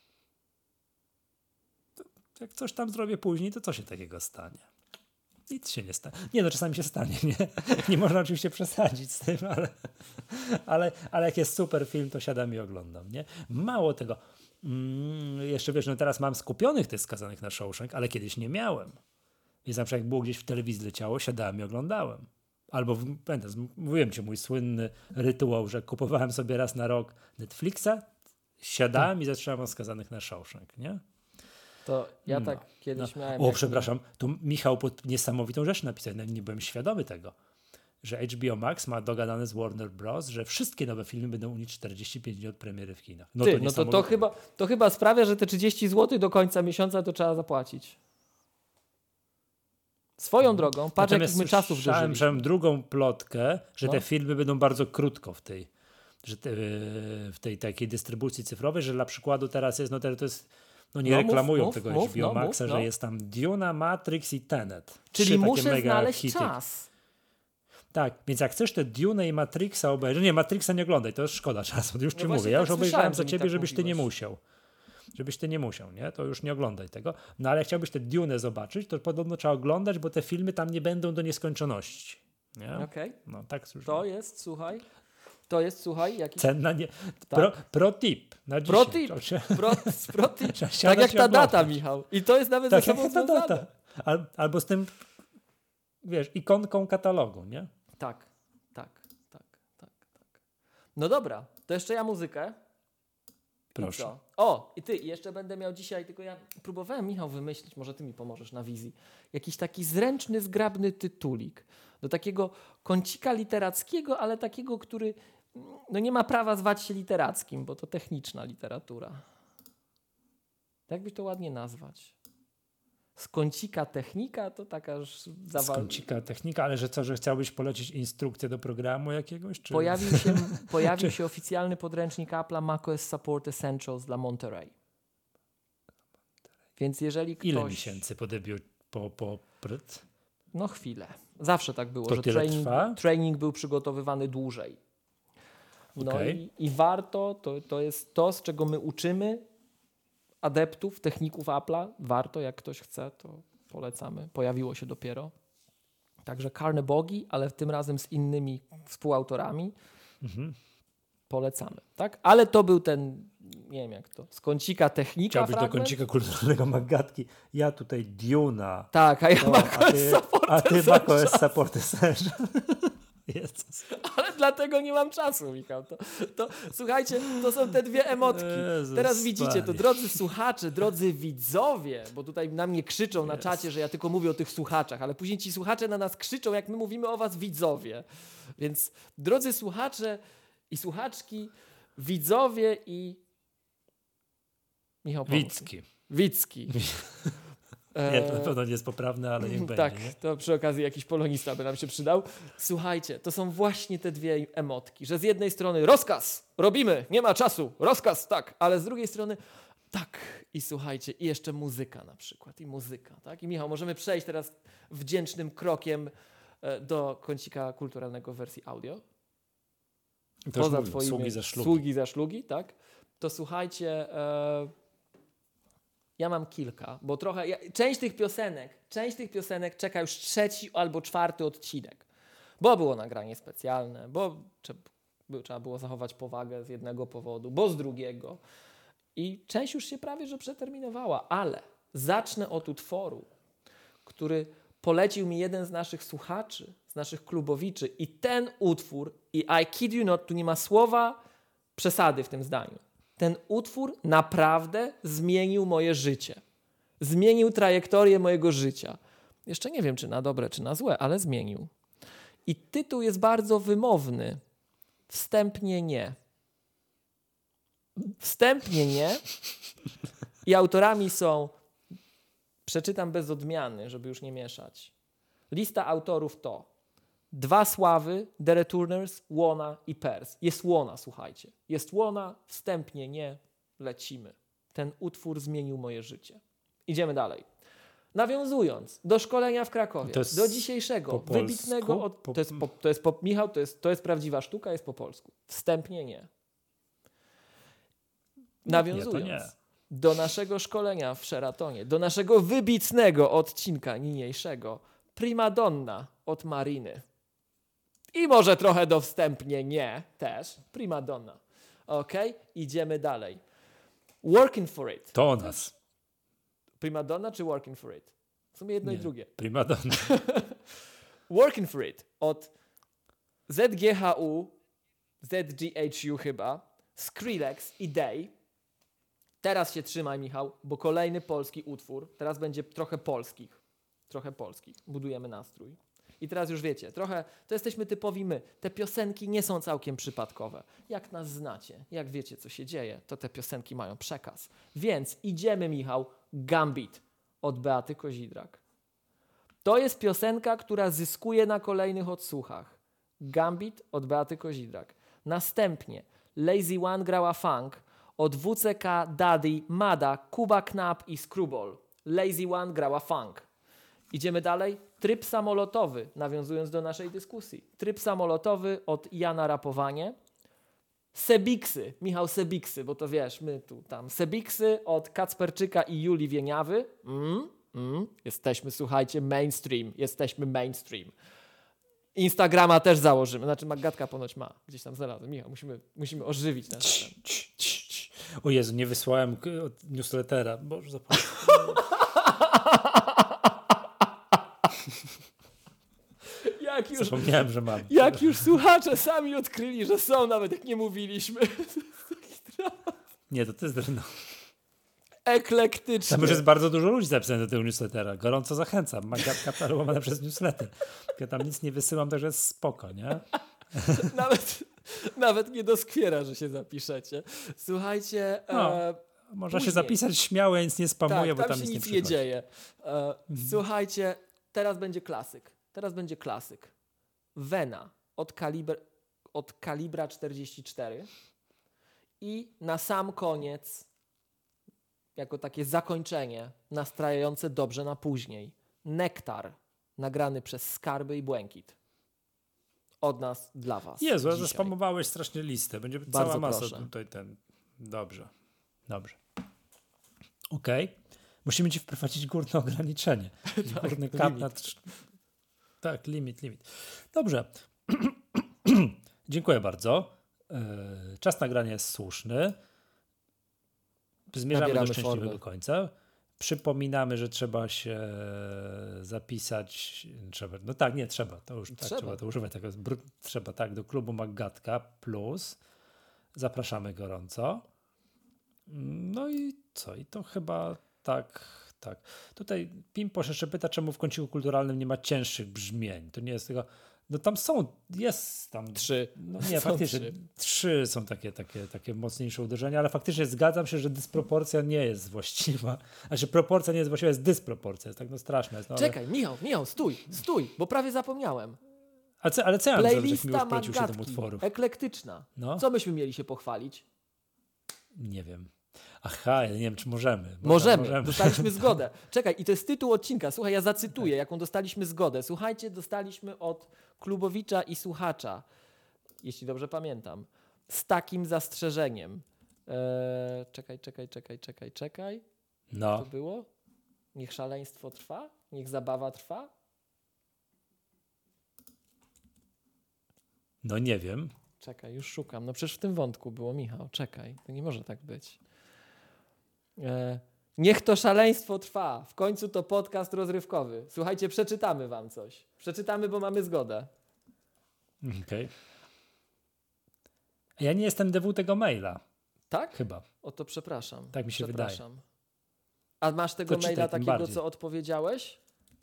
To, jak coś tam zrobię później, to co się takiego stanie? Nic się nie stanie. Nie no, czasami się stanie, nie? Nie można oczywiście przesadzić z tym, ale, ale, ale jak jest super film, to siadam i oglądam, nie? Mało tego, mm, jeszcze wiesz, no teraz mam skupionych tych skazanych na Shawshank, ale kiedyś nie miałem. Więc na przykład jak było gdzieś w telewizji leciało, siadałem i oglądałem. Albo, pamiętam, mówiłem ci mój słynny rytuał, że kupowałem sobie raz na rok Netflixa, siadałem hmm. i zaczynałem od skazanych na Shawshank, nie? To ja no. tak kiedyś no. miałem... O, przepraszam, tu Michał pod niesamowitą rzecz napisał, nie byłem świadomy tego, że H B O Max ma dogadane z Warner Bros., że wszystkie nowe filmy będą u nich czterdzieści pięć dni od premiery w kinach. No Ty, to, no to, to, chyba, to chyba sprawia, że te trzydzieści złotych do końca miesiąca to trzeba zapłacić. Swoją no. drogą, patrz jakich my czasów dożyliśmy. Słyszałem drugą plotkę, że no. te filmy będą bardzo krótko w tej, że te, w tej takiej dystrybucji cyfrowej, że dla przykładu teraz jest, no to jest, no nie no, reklamują mów, tego mów, H B O no, Maxa, mów, że no. jest tam Duna, Matrix i Tenet. Czyli Trzy muszę takie mega znaleźć hity. czas. Tak, więc jak chcesz te Dune i Matrixa obejrzeć, nie, Matrixa nie oglądaj, to jest szkoda czasu, już no ci mówię, ja tak już obejrzałem za ciebie, tak żebyś mówiłeś. ty nie musiał. Żebyś ty nie musiał, nie? To już nie oglądaj tego. No ale jak chciałbyś te Dune zobaczyć, to podobno trzeba oglądać, bo te filmy tam nie będą do nieskończoności. Nie? Okej. Okay. No tak słyszałem. To jest, słuchaj, to jest, słuchaj, jakiś... Cenna nie... Tak. Pro, pro tip na Pro dzisiaj. tip, Się... pro, pro tip. Tak jak ta data, Michał. I to jest nawet tak ze sobą jak ta związane. data. Al, albo z tym, wiesz, ikonką katalogu, nie? Tak, tak, tak, tak, tak. No dobra, to jeszcze ja muzykę. Proszę. I co? O, i ty, jeszcze będę miał dzisiaj, tylko ja próbowałem, Michał, wymyślić, może ty mi pomożesz na wizji, jakiś taki zręczny, zgrabny tytulik do takiego kącika literackiego, ale takiego, który no nie ma prawa zwać się literackim, bo to techniczna literatura. Jak by to ładnie nazwać? Z kącika technika to taka już zawal... Z kącika technika, ale że co, że chciałbyś polecić instrukcję do programu jakiegoś? Czy... Pojawił się, pojawił się oficjalny podręcznik Apple'a macOS Support Essentials dla Monterey. Więc jeżeli ktoś... Ile miesięcy po debiu, po, po pryt? No chwilę. Zawsze tak było, to że tyle training, trwa? training był przygotowywany dłużej. No okay. i, i warto, to, to jest to, z czego my uczymy adeptów, techników Apple'a. Warto, jak ktoś chce, to polecamy. Pojawiło się dopiero. Także Carnegie, ale tym razem z innymi współautorami. Mhm. Polecamy. Tak? Ale to był ten, nie wiem jak to, z kącika technika Chciałbyś fragment? do kącika kulturalnego Magatki. Ja tutaj Duna. Tak, a ja no, macOS Support A ty macOS Support Essentials. Jezus. Ale dlatego nie mam czasu, Michał. To, to, słuchajcie, to są te dwie emotki. Jezus Teraz widzicie to, Panie. drodzy słuchacze, drodzy widzowie, bo tutaj na mnie krzyczą na Yes. czacie, że ja tylko mówię o tych słuchaczach, ale później ci słuchacze na nas krzyczą, jak my mówimy o was widzowie. Więc drodzy słuchacze i słuchaczki, widzowie i... Michał, Wicki. Wicki. Nie, to na pewno nie jest poprawne, ale niech będzie. Tak, nie? to przy okazji jakiś polonista by nam się przydał. Słuchajcie, to są właśnie te dwie emotki, że z jednej strony rozkaz, robimy, nie ma czasu, rozkaz, tak, ale z drugiej strony tak i słuchajcie, i jeszcze muzyka na przykład, i muzyka, tak? I Michał, możemy przejść teraz wdzięcznym krokiem do kącika kulturalnego w wersji audio. To Poza mówię, twoimi sługi za szlugi. Sługi za szlugi, tak? To słuchajcie... E, Ja mam kilka, bo trochę, ja, część tych piosenek, część tych piosenek czeka już trzeci albo czwarty odcinek, bo było nagranie specjalne, bo trzeba, trzeba było zachować powagę z jednego powodu, bo z drugiego i część już się prawie, że przeterminowała, ale zacznę od utworu, który polecił mi jeden z naszych słuchaczy, z naszych klubowiczy i ten utwór, i I kid you not, tu nie ma słowa przesady w tym zdaniu. Ten utwór naprawdę zmienił moje życie. Zmienił trajektorię mojego życia. Jeszcze nie wiem, czy na dobre, czy na złe, ale zmienił. I tytuł jest bardzo wymowny. Wstępnie nie. Wstępnie nie. I autorami są, przeczytam bez odmiany, żeby już nie mieszać. Lista autorów to Dwa Sławy, The Returners, Łona i Pers. Jest Łona, słuchajcie. Jest Łona, wstępnie nie, lecimy. Ten utwór zmienił moje życie. Idziemy dalej. Nawiązując do szkolenia w Krakowie, do dzisiejszego, po wybitnego... Od, po... To jest, po, to jest po, Michał, to jest, to jest prawdziwa sztuka, jest po polsku. Wstępnie nie. Nawiązując nie, nie. do naszego szkolenia w Sheratonie, do naszego wybitnego odcinka niniejszego, Primadonna od Mariny. I może trochę do wstępnie nie też. Primadonna. Ok, idziemy dalej. Working for it. To o nas. Primadonna czy working for it? W sumie jedno nie. i drugie. Primadonna. Working for it od Z G H U, Z G H U chyba, Skrillex i Day. Teraz się trzymaj, Michał, bo kolejny polski utwór. Teraz będzie trochę polskich. Trochę polskich. Budujemy nastrój. I teraz już wiecie, trochę to jesteśmy typowi my. Te piosenki nie są całkiem przypadkowe. Jak nas znacie, jak wiecie, co się dzieje, to te piosenki mają przekaz. Więc idziemy, Michał, Gambit od Beaty Kozidrak. To jest piosenka, która zyskuje na kolejnych odsłuchach. Gambit od Beaty Kozidrak. Następnie Lazy One grała funk od W C K, Daddy, Mada, Kuba Knap i Screwball. Lazy One grała funk. Idziemy dalej. Tryb samolotowy, nawiązując do naszej dyskusji. Tryb samolotowy od Jana Rapowanie. Sebiksy, Michał Sebiksy, bo to wiesz, my tu tam. Sebiksy od Kacperczyka i Julii Wieniawy. Mm, mm. Jesteśmy, słuchajcie, mainstream. Jesteśmy mainstream. Instagrama też założymy. Znaczy Magatka ponoć ma. Gdzieś tam znalazłem. Michał, musimy, musimy ożywić nasz ten. O Jezu, nie wysłałem newslettera. Boże, zapomniałem. Jak już, Zapomniałem, że mam. jak już słuchacze sami odkryli, że są, nawet jak nie mówiliśmy. Nie, to to jest no. Eklektyczny. Tam już jest bardzo dużo ludzi zapisanych do tego newslettera. Gorąco zachęcam. Magatka parowana przez newsletter. Ja tam nic nie wysyłam, także jest spoko, nie? Nawet, nawet nie doskwiera, że się zapiszecie. Słuchajcie... No, e, można później. się zapisać śmiało, ja nic nie spamuję, tak, bo tam, tam się nic nie nic nie, przychodzi. dzieje. E, słuchajcie, teraz będzie klasyk. Teraz będzie klasyk. Vena od, kalibr, od kalibra czterdzieści cztery i na sam koniec, jako takie zakończenie nastrajające dobrze na później, Nektar, nagrany przez Skarby i Błękit. Od nas dla was. Jezu, dzisiaj. zaspamowałeś strasznie listę. Będzie Bardzo cała masa proszę. tutaj ten. Dobrze. Dobrze. Okej. Okay. Musimy ci wprowadzić górne ograniczenie. tak, Górny kap limit. na... Trz... Tak, limit, limit. Dobrze. Dziękuję bardzo. Yy, czas nagrania jest słuszny. Zmierzamy Nabieramy do szczęśliwego formę. końca. Przypominamy, że trzeba się zapisać. Trzeba, no tak, nie, trzeba. To już tak, Trzeba. trzeba to używać. Tego, trzeba tak, do klubu Magatka Plus. Zapraszamy gorąco. No i co? I to chyba tak, tak. Tutaj Pimposz jeszcze pyta, czemu w kąciku kulturalnym nie ma cięższych brzmień. To nie jest tego... No tam są, jest tam... Trzy. No nie, Są faktycznie trzy. trzy są takie, takie, takie mocniejsze uderzenia, ale faktycznie zgadzam się, że dysproporcja nie jest właściwa. Znaczy proporcja nie jest właściwa, jest dysproporcja. Jest tak no straszna. Jest, no, ale... Czekaj, Michał, Michał, stój, stój, bo prawie zapomniałem. Ale co, ale co ja mam zrobić, jak mi Playlista już polecił siedem Magatki, utworów? eklektyczna. No. Co myśmy mieli się pochwalić? Nie wiem. Aha, ja nie wiem, czy możemy. Możemy, możemy. dostaliśmy zgodę. Czekaj, i to jest tytuł odcinka. Słuchaj, ja zacytuję, jaką dostaliśmy zgodę. Słuchajcie, dostaliśmy od Klubowicza i słuchacza, jeśli dobrze pamiętam, z takim zastrzeżeniem. Eee, czekaj, czekaj, czekaj, czekaj, czekaj. No. Co to było? Niech szaleństwo trwa? Niech zabawa trwa? No nie wiem. Czekaj, już szukam. No przecież w tym wątku było, Michał. Czekaj, to nie może tak być. E, niech to szaleństwo trwa. W końcu to podcast rozrywkowy. Słuchajcie, przeczytamy wam coś. Przeczytamy, bo mamy zgodę. Okej. Okay. Ja nie jestem D W tego maila. Tak? Chyba. O to przepraszam. Tak mi się przepraszam. wydaje. A masz tego To czytaj, maila tym takiego, bardziej. co odpowiedziałeś?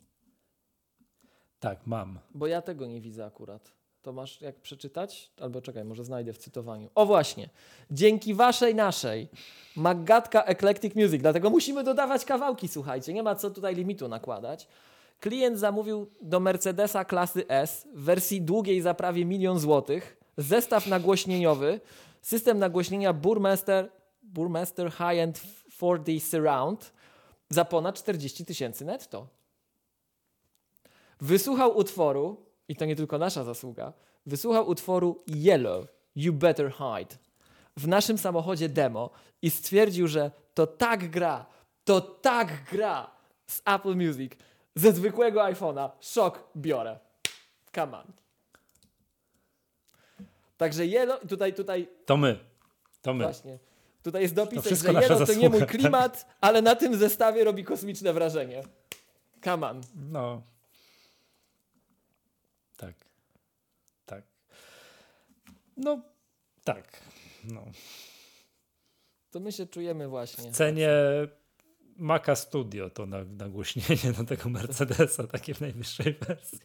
Tak, mam. Bo ja tego nie widzę akurat. To masz jak przeczytać? Albo czekaj, może znajdę w cytowaniu. O właśnie. Dzięki waszej, naszej Magatka Eclectic Music, dlatego musimy dodawać kawałki, słuchajcie. Nie ma co tutaj limitu nakładać. Klient zamówił do Mercedesa klasy S w wersji długiej za prawie milion złotych zestaw nagłośnieniowy, system nagłośnienia Burmester, Burmester High-End cztery D Surround za ponad czterdzieści tysięcy netto. Wysłuchał utworu, i to nie tylko nasza zasługa, wysłuchał utworu Yellow, You Better Hide w naszym samochodzie demo i stwierdził, że to tak gra, to tak gra z Apple Music, ze zwykłego iPhone'a. Szok, biorę. Come on. Także Yellow, tutaj, tutaj... To my, to my. Właśnie. Tutaj jest dopisek, To że Yellow to zasługa, nie mój tak. klimat, ale na tym zestawie robi kosmiczne wrażenie. Come on. No. Tak. Tak. No, tak. No. To my się czujemy właśnie. W cenie Maca Studio to nagłośnienie do tego Mercedesa, takie w najwyższej wersji.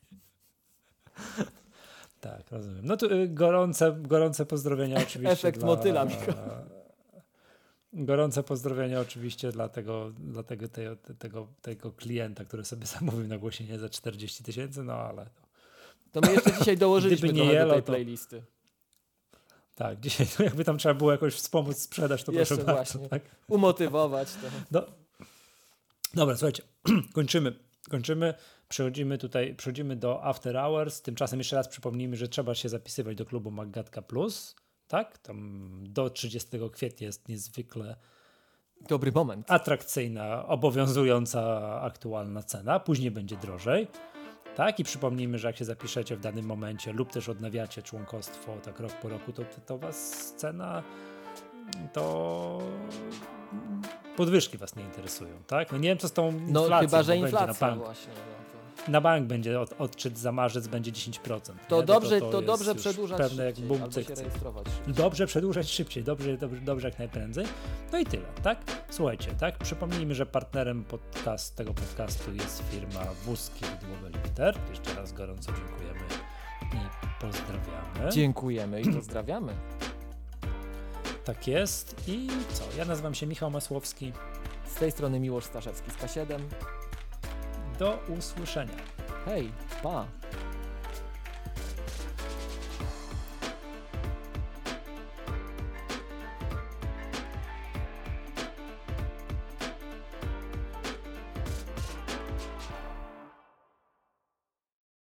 Tak, rozumiem. No to y, gorące, gorące pozdrowienia oczywiście. Efekt dla, motyla, Michał. Gorące pozdrowienia oczywiście dla tego, dla tego, tego, tego, tego klienta, który sobie zamówił nagłośnienie za czterdzieści tysięcy, no ale... To... To my jeszcze dzisiaj dołożyliśmy Gdyby nie trochę do tej Yellow, to- playlisty. Tak, dzisiaj to jakby tam trzeba było jakoś wspomóc sprzedaż, to Jeszcze proszę właśnie. bardzo. Tak? Umotywować to. Do... Dobra, słuchajcie, kończymy. Kończymy, przechodzimy tutaj, przechodzimy do After Hours. Tymczasem jeszcze raz przypomnijmy, że trzeba się zapisywać do klubu Maggatka Plus. Tak? Tam do trzydziestego kwietnia jest niezwykle Dobry moment. atrakcyjna, obowiązująca aktualna cena. Później będzie drożej. Tak? I przypomnijmy, że jak się zapiszecie w danym momencie lub też odnawiacie członkostwo tak rok po roku, to, to was cena, to podwyżki was nie interesują. Tak? No nie wiem, co z tą inflacją. No chyba, że bo będzie inflacja na bank. właśnie. No to... Na bank będzie od, odczyt za marzec będzie dziesięć procent. To nie? dobrze, to, to, to jest dobrze już przedłużać pewne jak szybciej, bum, albo cyk, się cyk. rejestrować szybciej. Dobrze przedłużać szybciej, dobrze, dobrze, dobrze jak najprędzej. No i tyle, tak? Słuchajcie, tak? Przypomnijmy, że partnerem podcast, tego podcastu jest firma Wózki Widłowe Lifter. Jeszcze raz gorąco dziękujemy i pozdrawiamy. Dziękujemy i pozdrawiamy. Tak jest. I co? Ja nazywam się Michał Masłowski. Z tej strony Miłosz Staszewski z K siedem. Do usłyszenia. Hej, pa!